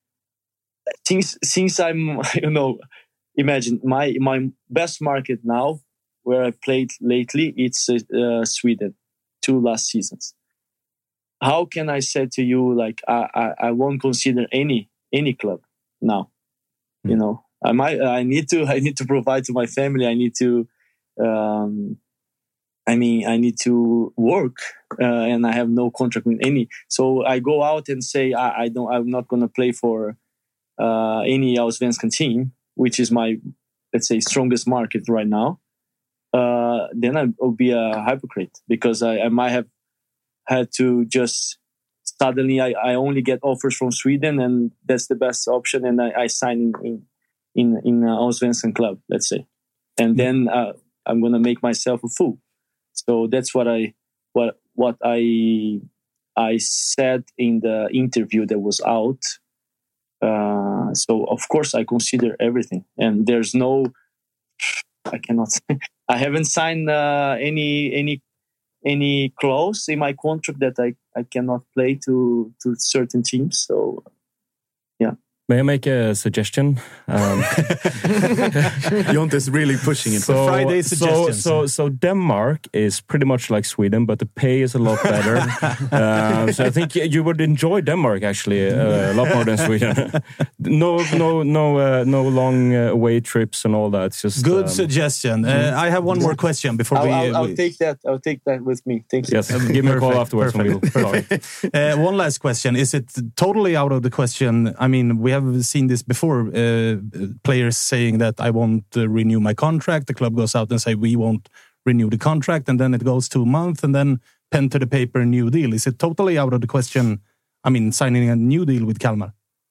Since since I'm, you know, imagine my my best market now, where I played lately, it's uh, Sweden, two last seasons. How can I say to you like I, I, I won't consider any any club now? Mm. You know, I might I need to I need to provide to my family. I need to. Um, I mean, I need to work, uh, and I have no contract with any. So I go out and say I, I don't. I'm not going to play for uh, any Allsvenskan team, which is my, let's say, strongest market right now. Uh, then I will be a hypocrite because I, I might have had to just suddenly I, I only get offers from Sweden, and that's the best option, and I, I sign in in in an Allsvenskan club, let's say, and then uh, I'm going to make myself a fool. So that's what I what what I I said in the interview that was out. Uh, so of course I consider everything, and there's no I cannot I haven't signed uh, any any any clause in my contract that I, I cannot play to to certain teams. So yeah. May I make a suggestion? Um, Jonte is really pushing it. So, Friday suggestions. So, so, so Denmark is pretty much like Sweden, but the pay is a lot better. uh, so I think you would enjoy Denmark actually uh, a lot more than Sweden. no, no, no, uh, no long uh, away trips and all that. It's just good um, suggestion. Uh, I have one more question before I'll, we. I'll, I'll we... take that. I'll take that with me. Thank you. Yes, give me a call afterwards. Perfect. When we'll Perfect. uh, one last question: is it totally out of the question? I mean, we have seen this before. Uh, players saying that I won't uh, renew my contract. The club goes out and say we won't renew the contract, and then it goes to a month, and then pen to the paper new deal? Is it totally out of the question? I mean, signing a new deal with Kalmar?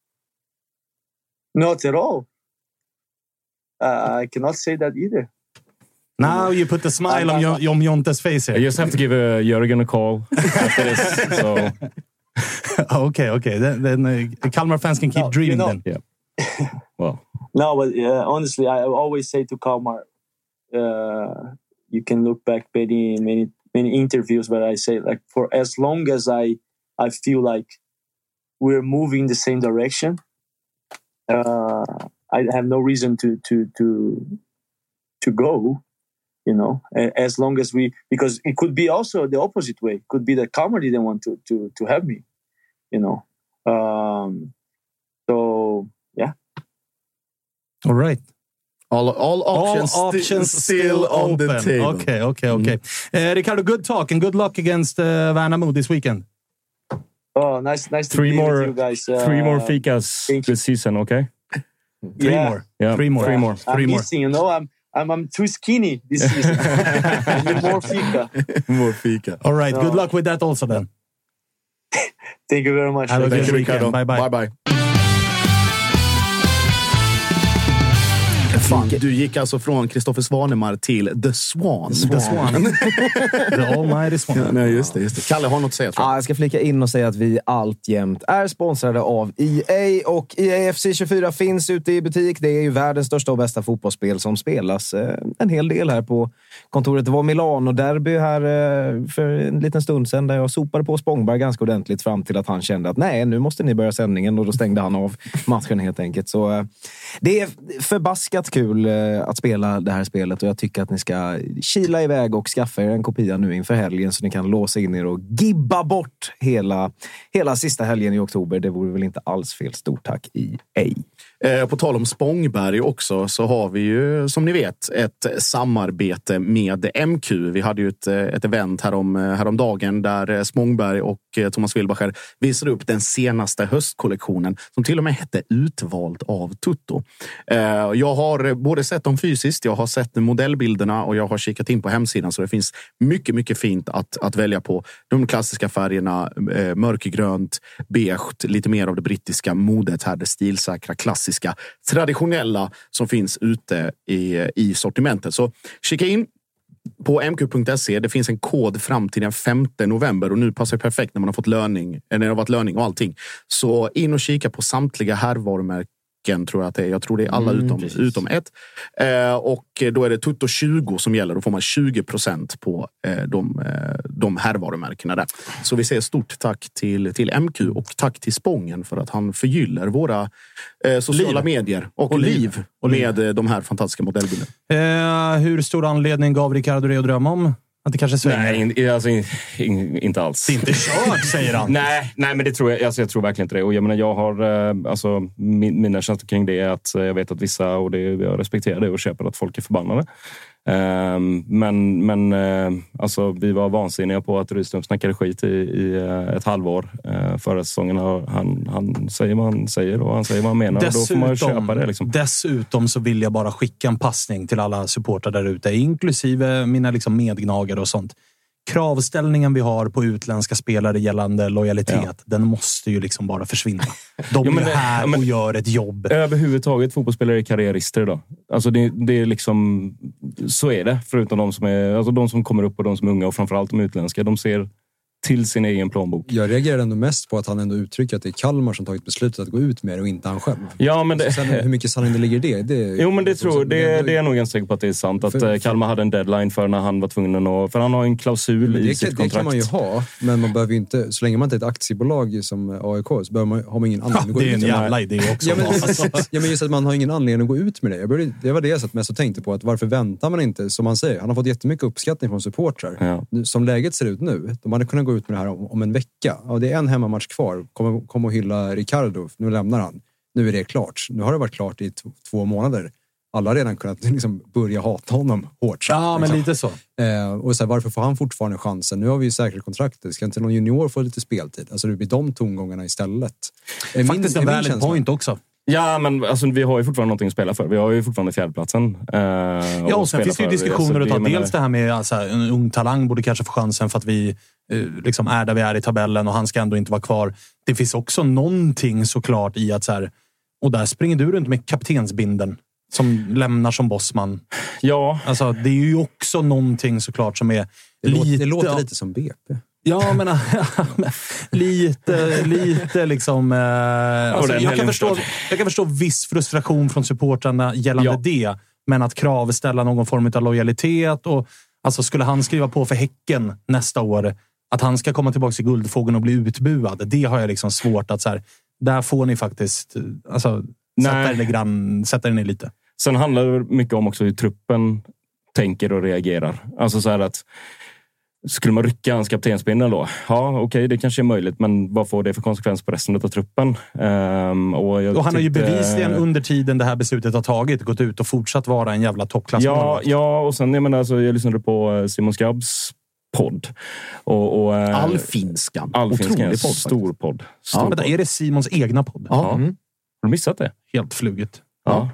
Not at all. Uh, I cannot say that either. Now you put a smile on Jon Jon Jonte's face here. I just have to give uh, Jörgen a call after this. So. okay, okay. Then, then uh, Kalmar fans can keep no, dreaming you know, then. Yeah. Well. No, but uh, honestly, I always say to Kalmar, uh, you can look back many, many, many interviews where I say, like, for as long as I, I feel like we're moving in the same direction, uh, I have no reason to to to to go. You know, as long as we, because it could be also the opposite way. It could be that Kalmar didn't want to to to have me. You know, um, so yeah. All right. All, all options, all options st- still, still on open. the table. Okay, okay, okay. Mm. Uh, Ricardo, good talk and good luck against uh, Värnamo this weekend. Oh, nice, nice to three be more, with you guys. Uh, three more fikas this season, okay? Three yeah. more. Yeah, three more. Three more. I'm three more. missing, you know, I'm I'm I'm too skinny this season. I need more fika. More fika. All right. No. Good luck with that also then. Thank you very much. Have a good weekend. Bye bye. Bye bye. Fan, du gick alltså från Kristoffer Svanemar till The Swan. The Swan. The Almighty Swan. Ja, nej, just det, just det. Kalle har något att säga, tror jag. Ja, jag ska flika in och säga att vi alltjämt är sponsrade av E A. Och E A F C tjugofyra finns ute i butik. Det är ju världens största och bästa fotbollsspel som spelas eh, en hel del här på kontoret. Det var Milano-derby här eh, för en liten stund sedan där jag sopade på Spångberg ganska ordentligt fram till att han kände att nej, nu måste ni börja sändningen, och då stängde han av matchen helt enkelt. Så eh, det är förbaskat kul att spela det här spelet, och jag tycker att ni ska kila iväg och skaffa er en kopia nu inför helgen så ni kan låsa in er och gibba bort hela, hela sista helgen i oktober. Det vore väl inte alls fel. Stort tack E A. Eh, på tal om Spångberg också, så har vi ju, som ni vet, ett samarbete med M Q. Vi hade ju ett, ett event härom, häromdagen där Spångberg och Thomas Wilbacher visade upp den senaste höstkollektionen som till och med hette Utvald av Tutto. Eh, jag har både sett dem fysiskt, jag har sett modellbilderna och jag har kikat in på hemsidan, så det finns mycket, mycket fint att, att välja på. De klassiska färgerna, eh, mörkgrönt, beige, lite mer av det brittiska modet här, det stilsäkra, klassiska, traditionella som finns ute i, i sortimentet. Så kika in på m q punkt se. Det finns en kod fram till den femte november, och nu passar det perfekt när man har fått löning, när det har varit löning och allting. Så in och kika på samtliga herrvarumärken, tror jag att det är. Jag tror det är alla mm, utom, utom ett. Eh, och då är det Tutto tjugo som gäller. Då får man tjugo procent på eh, de, eh, de härvarumärkena där. Så vi säger stort tack till, till M Q och tack till Spången för att han förgyller våra eh, sociala liv. medier och, och liv, liv och med liv. de här fantastiska modellbilderna. Eh, hur stor anledning gav Ricardo det att drömma om? Att det kanske svänger? Nej, in, alltså, in, in, inte alls. Det är inte kört, säger han. nej, nej, men det tror jag, alltså, jag tror verkligen inte det. Och jag menar, jag har, alltså, min, mina känslor kring det är att jag vet att vissa, och det, jag respekterar det och köper att folk är förbannade. Um, men men uh, alltså, vi var vansinniga på att Rydström snackade skit i, i uh, ett halvår uh, förra säsongen. Han, han säger vad han säger och han säger vad han menar. Dessutom, och då får man ju köpa det. Liksom. Dessutom så vill jag bara skicka en passning till alla supportrar där ute, inklusive mina liksom medgnagare och sånt. Kravställningen vi har på utländska spelare gällande lojalitet, ja. den måste ju liksom bara försvinna. De ja, är det, här ja, men, och gör ett jobb. Överhuvudtaget fotbollsspelare är karriärister idag. Alltså det, det är liksom, så är det. Förutom de som är, alltså de som kommer upp och de som är unga, och framförallt de utländska. De ser till sin egen plånbok. Jag reagerar ändå mest på att han ändå uttrycker att det är Kalmar som tagit beslutet att gå ut med det och inte han själv. Ja, men det... Sen, hur mycket sanning det ligger det? det jo, men det tror det, det är nog ganska säkert på att det är sant. Att för, Kalmar hade en deadline för när han var tvungen att... För han har en klausul i det, sitt det kontrakt. Det kan man ju ha, men man behöver ju inte... Så länge man inte är ett aktiebolag som A I K så behöver man, har man ingen anledning ja, att gå ut med det. Det är en jävla idé också. Ja, men, ja, men just att man har ingen anledning att gå ut med det. Jag började, det var det jag satt mest och tänkte på. Att varför väntar man inte? Som man säger, han har fått jättemycket uppskattning från supportrar. Ja. Som läget ser ut nu, de hade kunnat gå ut med det här om, om en vecka. Ja, det är en hemmamatch kvar. Kom, kom och hylla Ricardo. Nu lämnar han. Nu är det klart. Nu har det varit klart i t- två månader. Alla har redan kunnat liksom börja hata honom hårt. Ja, liksom. men lite så. Eh, och så här, varför får han fortfarande chansen? Nu har vi ju säkrat kontraktet. Ska inte någon junior få lite speltid? Alltså det blir de tongångarna istället. Eh, Faktiskt min, en valid point också. Ja, men alltså, vi har ju fortfarande någonting att spela för. Vi har ju fortfarande fjärdeplatsen. Eh, ja, och sen finns det ju diskussioner att ta. Dels menar... det här med alltså, en ung talang borde kanske få chansen för att vi eh, liksom är där vi är i tabellen och han ska ändå inte vara kvar. Det finns också någonting såklart i att så här, och där springer du runt med kaptensbinden som lämnar som bossman. Ja. Alltså, det är ju också någonting såklart som är det lite... Låter, det låter lite som B P. Ja, men lite, lite liksom... Eh, alltså, jag, kan förstå, jag kan förstå viss frustration från supportrarna gällande ja. det. Men att kravställa någon form av lojalitet. Och, alltså, skulle han skriva på för Häcken nästa år, att han ska komma tillbaka till Guldfågeln och bli utbuad, det har jag liksom svårt att... Så här, där får ni faktiskt alltså, sätta, er grann, sätta er ner lite. Sen handlar det mycket om också hur truppen tänker och reagerar. Alltså så här att skulle man rycka hans kaptensbindel då? Ja, okej, okay, det kanske är möjligt, men vad får det för konsekvens på resten av truppen? Um, och, jag och han tyckte... har ju bevisligen under tiden det här beslutet har tagit gått ut och fortsatt vara en jävla toppklass. Ja, ja, och sen jag menar, alltså, jag lyssnade på Simon Skrabbs podd. Och, och, Allfinskan. Allfinskan, podd, stor podd. Stor ja, podd. Men är det Simons egna podd? Ja. Mm. Har du missat det? Helt fluget. Ja.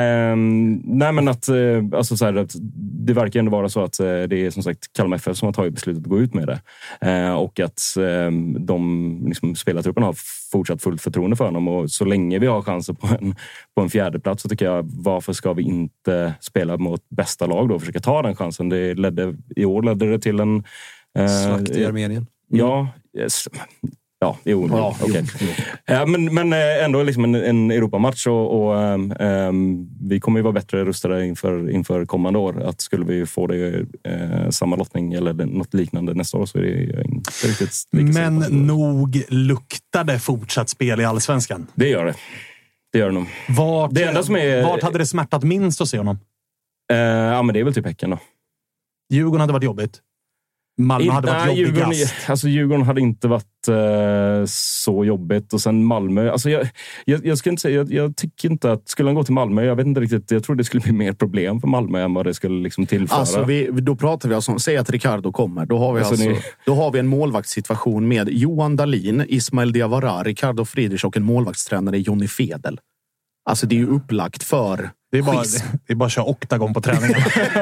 Um, nej men att, uh, alltså så här, att det verkar ändå vara så att uh, det är som sagt Kalmar F F som har tagit beslutet att gå ut med det. Uh, och att uh, de liksom, spelartruppen har fortsatt fullt förtroende för honom. Och så länge vi har chanser på en, på en fjärde plats så tycker jag, varför ska vi inte spela mot bästa lag då och försöka ta den chansen? Det ledde, i år ledde det till en... Uh, Slakt i Armenien. Mm. Ja, yes. Ja, jo. Ja, okay. ja, men, men ändå liksom en, en Europamatch och, och um, vi kommer ju vara bättre rustade inför, inför kommande år. Att skulle vi få det uh, samma lottning eller något liknande nästa år så är det inte riktigt lika. Men nog luktade fortsatt spel i Allsvenskan. Det gör det. Det gör det nog. Vart, det enda som är, vart hade det smärtat minst att se honom? Uh, ja, men det är väl typ Häcken då. Djurgården hade varit jobbigt. Malmö hade varit Nej, jobbigast. Djurgården, alltså Djurgården hade inte varit uh, så jobbigt. Och sen Malmö. Alltså jag, jag, jag, ska inte säga, jag, jag tycker inte att... Skulle han gå till Malmö, jag vet inte riktigt. Jag tror det skulle bli mer problem för Malmö än vad det skulle liksom tillföra. Alltså vi, då pratar vi alltså... Säg att Ricardo kommer. Då har vi, alltså, alltså, ni... då har vi en målvaktssituation med Johan Dahlin, Ismail Diawara, Ricardo Friedrich och en målvaktstränare, Johnny Fedel. Alltså det är ju upplagt för... Det är bara, det är bara att köra oktagon på träningen.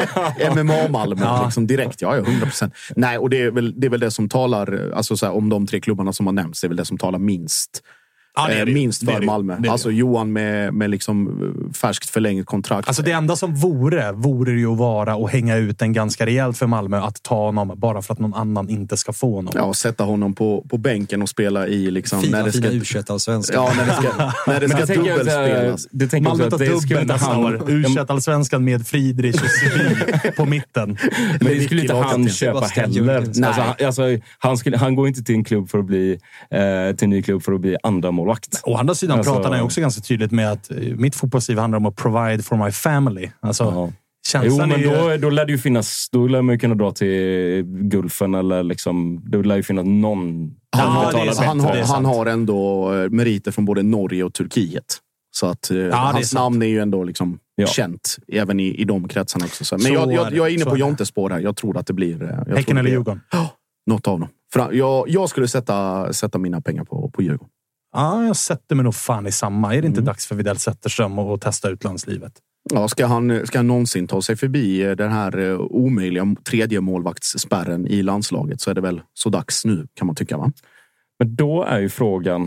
M M A-Malmö ja. liksom direkt, ja, hundra procent. Nej, och det är väl det, är väl det som talar, alltså så här, om de tre klubbarna som har nämnts, det är väl det som talar minst. Ja, det är det. Eh, minst för det är det. Malmö. Det är alltså det. Johan med, med liksom färskt förlängt kontrakt. Alltså det enda som vore, vore ju att vara och hänga ut en ganska rejält för Malmö att ta honom bara för att någon annan inte ska få honom. Ja, och sätta honom på, på bänken och spela i liksom... Fina, när det ska, fina U tjugoett-allsvenskan. Ja, när det ska, när det ska dubbelspelas. Det tänker Malmö tar dubbel nästa år. U tjugoett-allsvenskan med Friedrich och Sevilla på mitten. Men det skulle inte han köpa heller. Alltså, alltså, han, skulle, han går inte till en klubb för att bli eh, till en ny klubb för att bli andra målvakt. Å andra sidan alltså, pratar han också ganska tydligt med att mitt fotbollsliv handlar om att provide for my family. Alltså, ja. Jo, men ju... då, då lär det ju finnas, då lär man ju kunna dra till Gulfen eller liksom, då lär ju finnas någon. Han, har, det, han, har, han har ändå meriter från både Norge och Turkiet. Så att ja, hans är namn är ju ändå liksom ja. känt även i, i de kretsarna också. Så. Men så jag, jag, jag är inne på Jontes spår här. Jag tror att det blir... Häcken eller Djurgården? Ja, något av dem. För jag, jag skulle sätta, sätta mina pengar på, på Djurgården. Ja, jag sätter mig nog fan i samma. Är det inte mm. dags för Widell Zetterström att testa utlandslivet? Ja, ska han, ska han någonsin ta sig förbi den här omöjliga tredje målvaktsspärren i landslaget så är det väl så dags nu, kan man tycka, va? Men då är ju frågan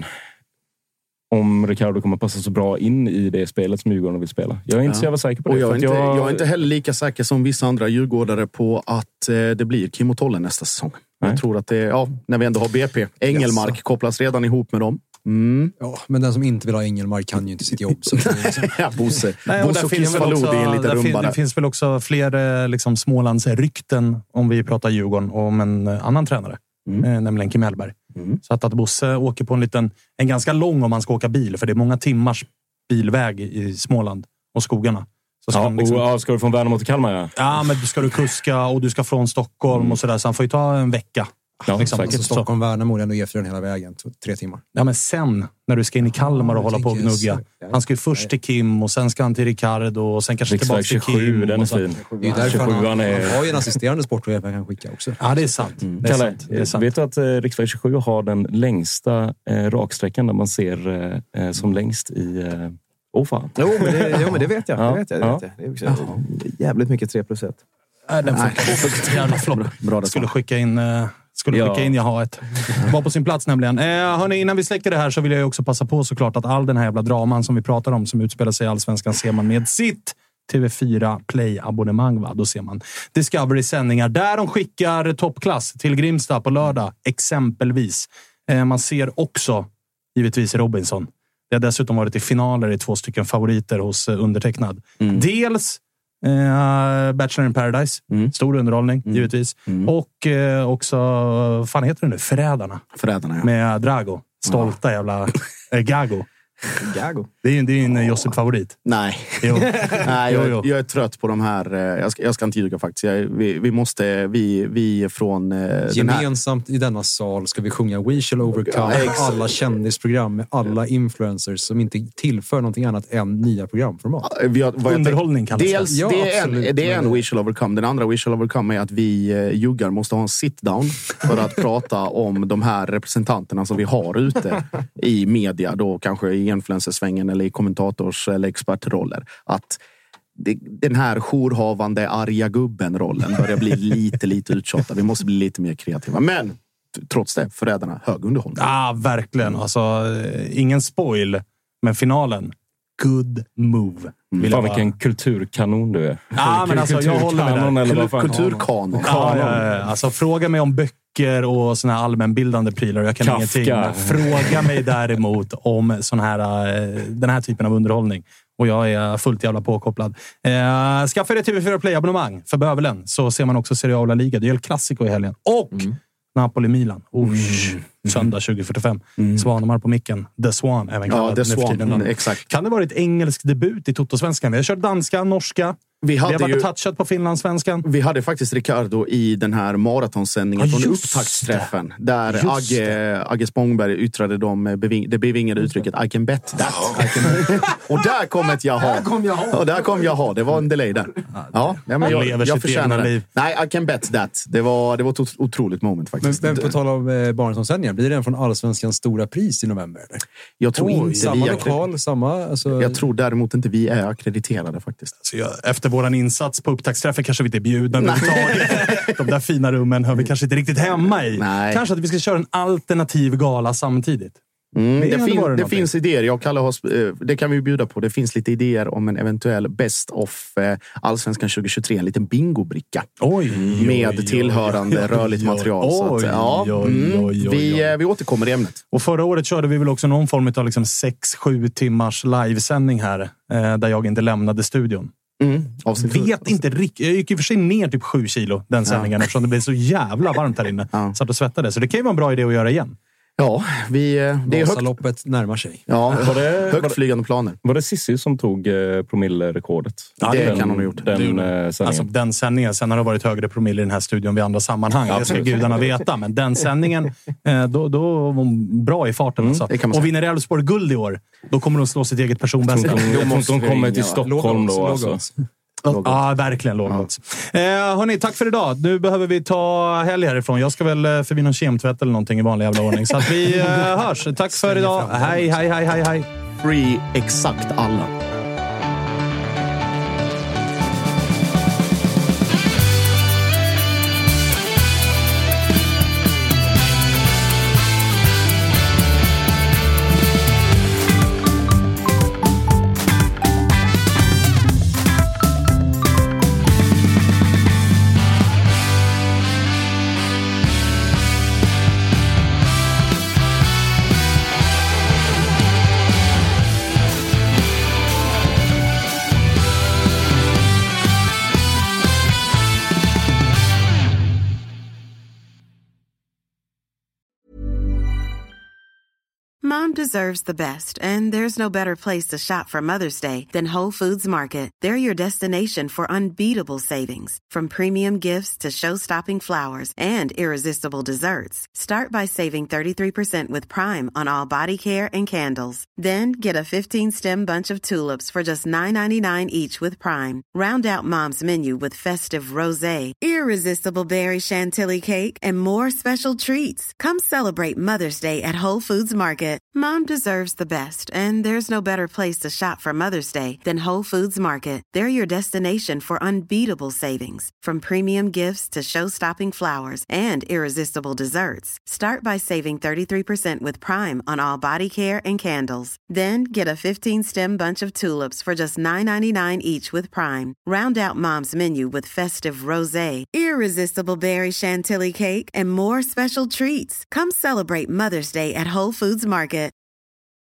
om Ricardo kommer passa så bra in i det spelet som Djurgården vill spela. Jag är inte ja. så jävla säker på det. Och jag, är inte, jag... jag är inte heller lika säker som vissa andra djurgårdare på att eh, det blir Kim och Tolle nästa säsong. Nej. Jag tror att det, ja, när vi ändå har B P. Engelmark yes. kopplas redan ihop med dem. Mm. Ja, men den som inte vill ha Engelmark kan ju inte sitt jobb. Så ja, Bosse. Nej, och Bosse finns väl också, en lite rumbare. Det finns väl också fler liksom, Smålands rykten om vi pratar Djurgården om en annan tränare. Mm. Eh, nämligen Kim Hellberg. Mm. Så att, att Bosse åker på en liten, en ganska lång om man ska åka bil. För det är många timmars bilväg i Småland och skogarna. Så ska, ja, liksom, och, ja, ska du från Värnamo till Kalmar? Ja, ja men ska du kuska och du ska från Stockholm mm. och sådär. Så han får ju ta en vecka. Ja, liksom. Alltså, Stockholm, Värnamo, ändå E fyra hela vägen. Tre timmar. Ja, men sen när du ska in i Kalmar och ja, hålla på och gnugga. Han ska ju först till Kim och sen ska han till Ricardo och sen kanske tillbaka till Kim. Den är fin. Det är därför han, han, är... han har ju en assisterande sportchef han kan skicka också. Ja, det är sant. Mm. Det är Kalle, sant. Det är sant. Vet du att eh, riksväg tjugosju har den längsta eh, raksträckan där man ser eh, som längst i, eh, Åh oh, fan. Jo, men det, jo, men det vet jag. Ja. Det vet jag, det Ja. vet jag. Det är också jävligt mycket tre plus ett. Nej, den funkar. Jävla flopp. Bra det Skulle skicka in... Uh, skulle Ja. skicka in jag har ett. Var på sin plats nämligen. Eh, hörni, innan vi släcker det här så vill jag ju också passa på såklart att all den här jävla draman som vi pratar om som utspelar sig i Allsvenskan ser man med sitt T V fyra Play-abonnemang. Va? Då ser man Discovery-sändningar där de skickar toppklass till Grimsta på lördag, exempelvis. Eh, man ser också givetvis Robinson. Det har dessutom varit i finaler i två stycken favoriter hos uh, undertecknad. Mm. Dels uh, Bachelor in Paradise. Mm. Stor underhållning, mm. givetvis. Mm. Och uh, också, vad fan heter det nu? Förrädarna. Förrädarna, ja. Med Drago. Stolta jävla uh, Gago. Gago. Det är ju din uh, Josip-favorit. Nej. Jo. Nej, jag, jo, jo. jag är trött på de här. Jag ska, jag ska inte ljuga faktiskt. Jag, vi, vi måste, vi, vi från... Eh, Gemensamt den här... i denna sal ska vi sjunga We Shall Overcome. Ja, alla kändisprogram med alla influencers som inte tillför någonting annat än nya programformat. Vi har, vad Underhållning kallas det. Dels, ja, det, är en, det är en We Shall Overcome. Den andra We Shall Overcome är att vi eh, juggar måste ha en sit-down för att prata om de här representanterna som vi har ute i media. Då kanske i influencersvängen eller i kommentators eller expertroller. Att det, den här jourhavande arga gubben-rollen börjar bli lite, lite uttjatad. Vi måste bli lite mer kreativa. Men trots det, Förrädarna, hög underhållning. Ja, ah, verkligen. Alltså, ingen spoil, men finalen, good move. Mm. Fan, vilken kulturkanon du är. Ja, men alltså, jag håller med där. Kulturkanon. Ja, ja, ja. Alltså, fråga mig om böcker och såna här allmänbildande prylar. Jag kan Kafka. ingenting. Fråga mig däremot om sån här, den här typen av underhållning. Och jag är fullt jävla påkopplad. Eh, skaffa er T V fyra Play-abonnemang för bövelen. Så ser man också Serie A och La Liga. Det är El Clasico i helgen. Och mm. Napoli-Milan. Mm. Söndag tjugo fyrtiofem. Mm. Svanemar på micken. The Swan även kallad. Ja, The Swan. Mm, exakt. Kan det vara ett engelsk debut i Toto-svenskan? Vi har kört danska, norska. Vi, hade vi har varit ju, touchat på Finlandssvenskan. Vi hade faktiskt Ricardo i den här maratonsändningen ja, från upptaktsträffen. Där Agge, Agge Spångberg yttrade de beving, det bevingade uttrycket I can bet that. I can bet. Och där kom ett jaha. Där kom jaha. Och där kom jaha. Det var en delay där. Ja, ja men jag, jag, jag förtjänar det. Liv. Nej, I can bet that. Det var, det var ett otroligt moment faktiskt. Men, men på tal om eh, Barentsson-sändningen, blir det den från Allsvenskans stora pris i november? Eller? Jag tror Oj, inte samma vi lokal, samma... Alltså... Jag tror däremot inte vi är akkrediterade faktiskt. Alltså jag, efter våran insats på upptaktsträffen kanske vi inte är bjudna. De där fina rummen hör vi kanske inte riktigt hemma i. Nej. Kanske att vi ska köra en alternativ gala samtidigt. Mm, det fin- det finns idéer. Jag kallar oss, det kan vi bjuda på. Det finns lite idéer om en eventuell best of Allsvenskan tjugo tjugotre. En liten bingobricka. Oj, med oj, tillhörande oj, rörligt material. Oj, så att, ja, oj, oj, oj, oj. Vi, vi återkommer i ämnet. Och förra året körde vi väl också någon form av liksom sex sju timmars livesändning här. Där jag inte lämnade studion. Mm, vet inte riktigt. Jag gick i och för sig ner typ sju kilo den sändningen ja. Eftersom det blev så jävla varmt här inne. Ja. Satt och svettade. Så det kan ju vara en bra idé att göra igen. Ja, vi, det är Vasaloppet närmar sig. Ja, var det, högtflygande planer. Var det Sissi som tog eh, promillerekordet? Ja, det den, kan hon ha gjort. Den, den, eh, alltså, den sändningen. Sen har det varit högre promille i den här studion vid andra sammanhang. Ja, det ska gudarna veta. Men den sändningen, eh, då, då var hon bra i farten. Mm, alltså. Och vinner Elfsborg guld i år, då kommer de slå sitt eget personbästa. Jag tror inte de kommer till Stockholm då. Alltså. Ja, ah, verkligen lågt. Ja. Eh, hörni, tack för idag. Nu behöver vi ta helg härifrån. Jag ska väl förbi någon kemtvätt eller någonting i vanlig jävla ordning. Så att vi eh, hörs. Tack för idag. Hej, hej, hej, hej, hej. Free exakt alla. Mom deserves the best, and there's no better place to shop for Mother's Day than Whole Foods Market. They're your destination for unbeatable savings, from premium gifts to show-stopping flowers and irresistible desserts. Start by saving thirty-three percent with Prime on all body care and candles. Then get a fifteen-stem bunch of tulips for just nine ninety-nine each with Prime. Round out Mom's menu with festive rosé, irresistible berry chantilly cake, and more special treats. Come celebrate Mother's Day at Whole Foods Market. Mom Mom deserves the best, and there's no better place to shop for Mother's Day than Whole Foods Market. They're your destination for unbeatable savings, from premium gifts to show-stopping flowers and irresistible desserts. Start by saving thirty-three percent with Prime on all body care and candles. Then get a fifteen-stem bunch of tulips for just nine ninety-nine each with Prime. Round out Mom's menu with festive rosé, irresistible berry chantilly cake, and more special treats. Come celebrate Mother's Day at Whole Foods Market.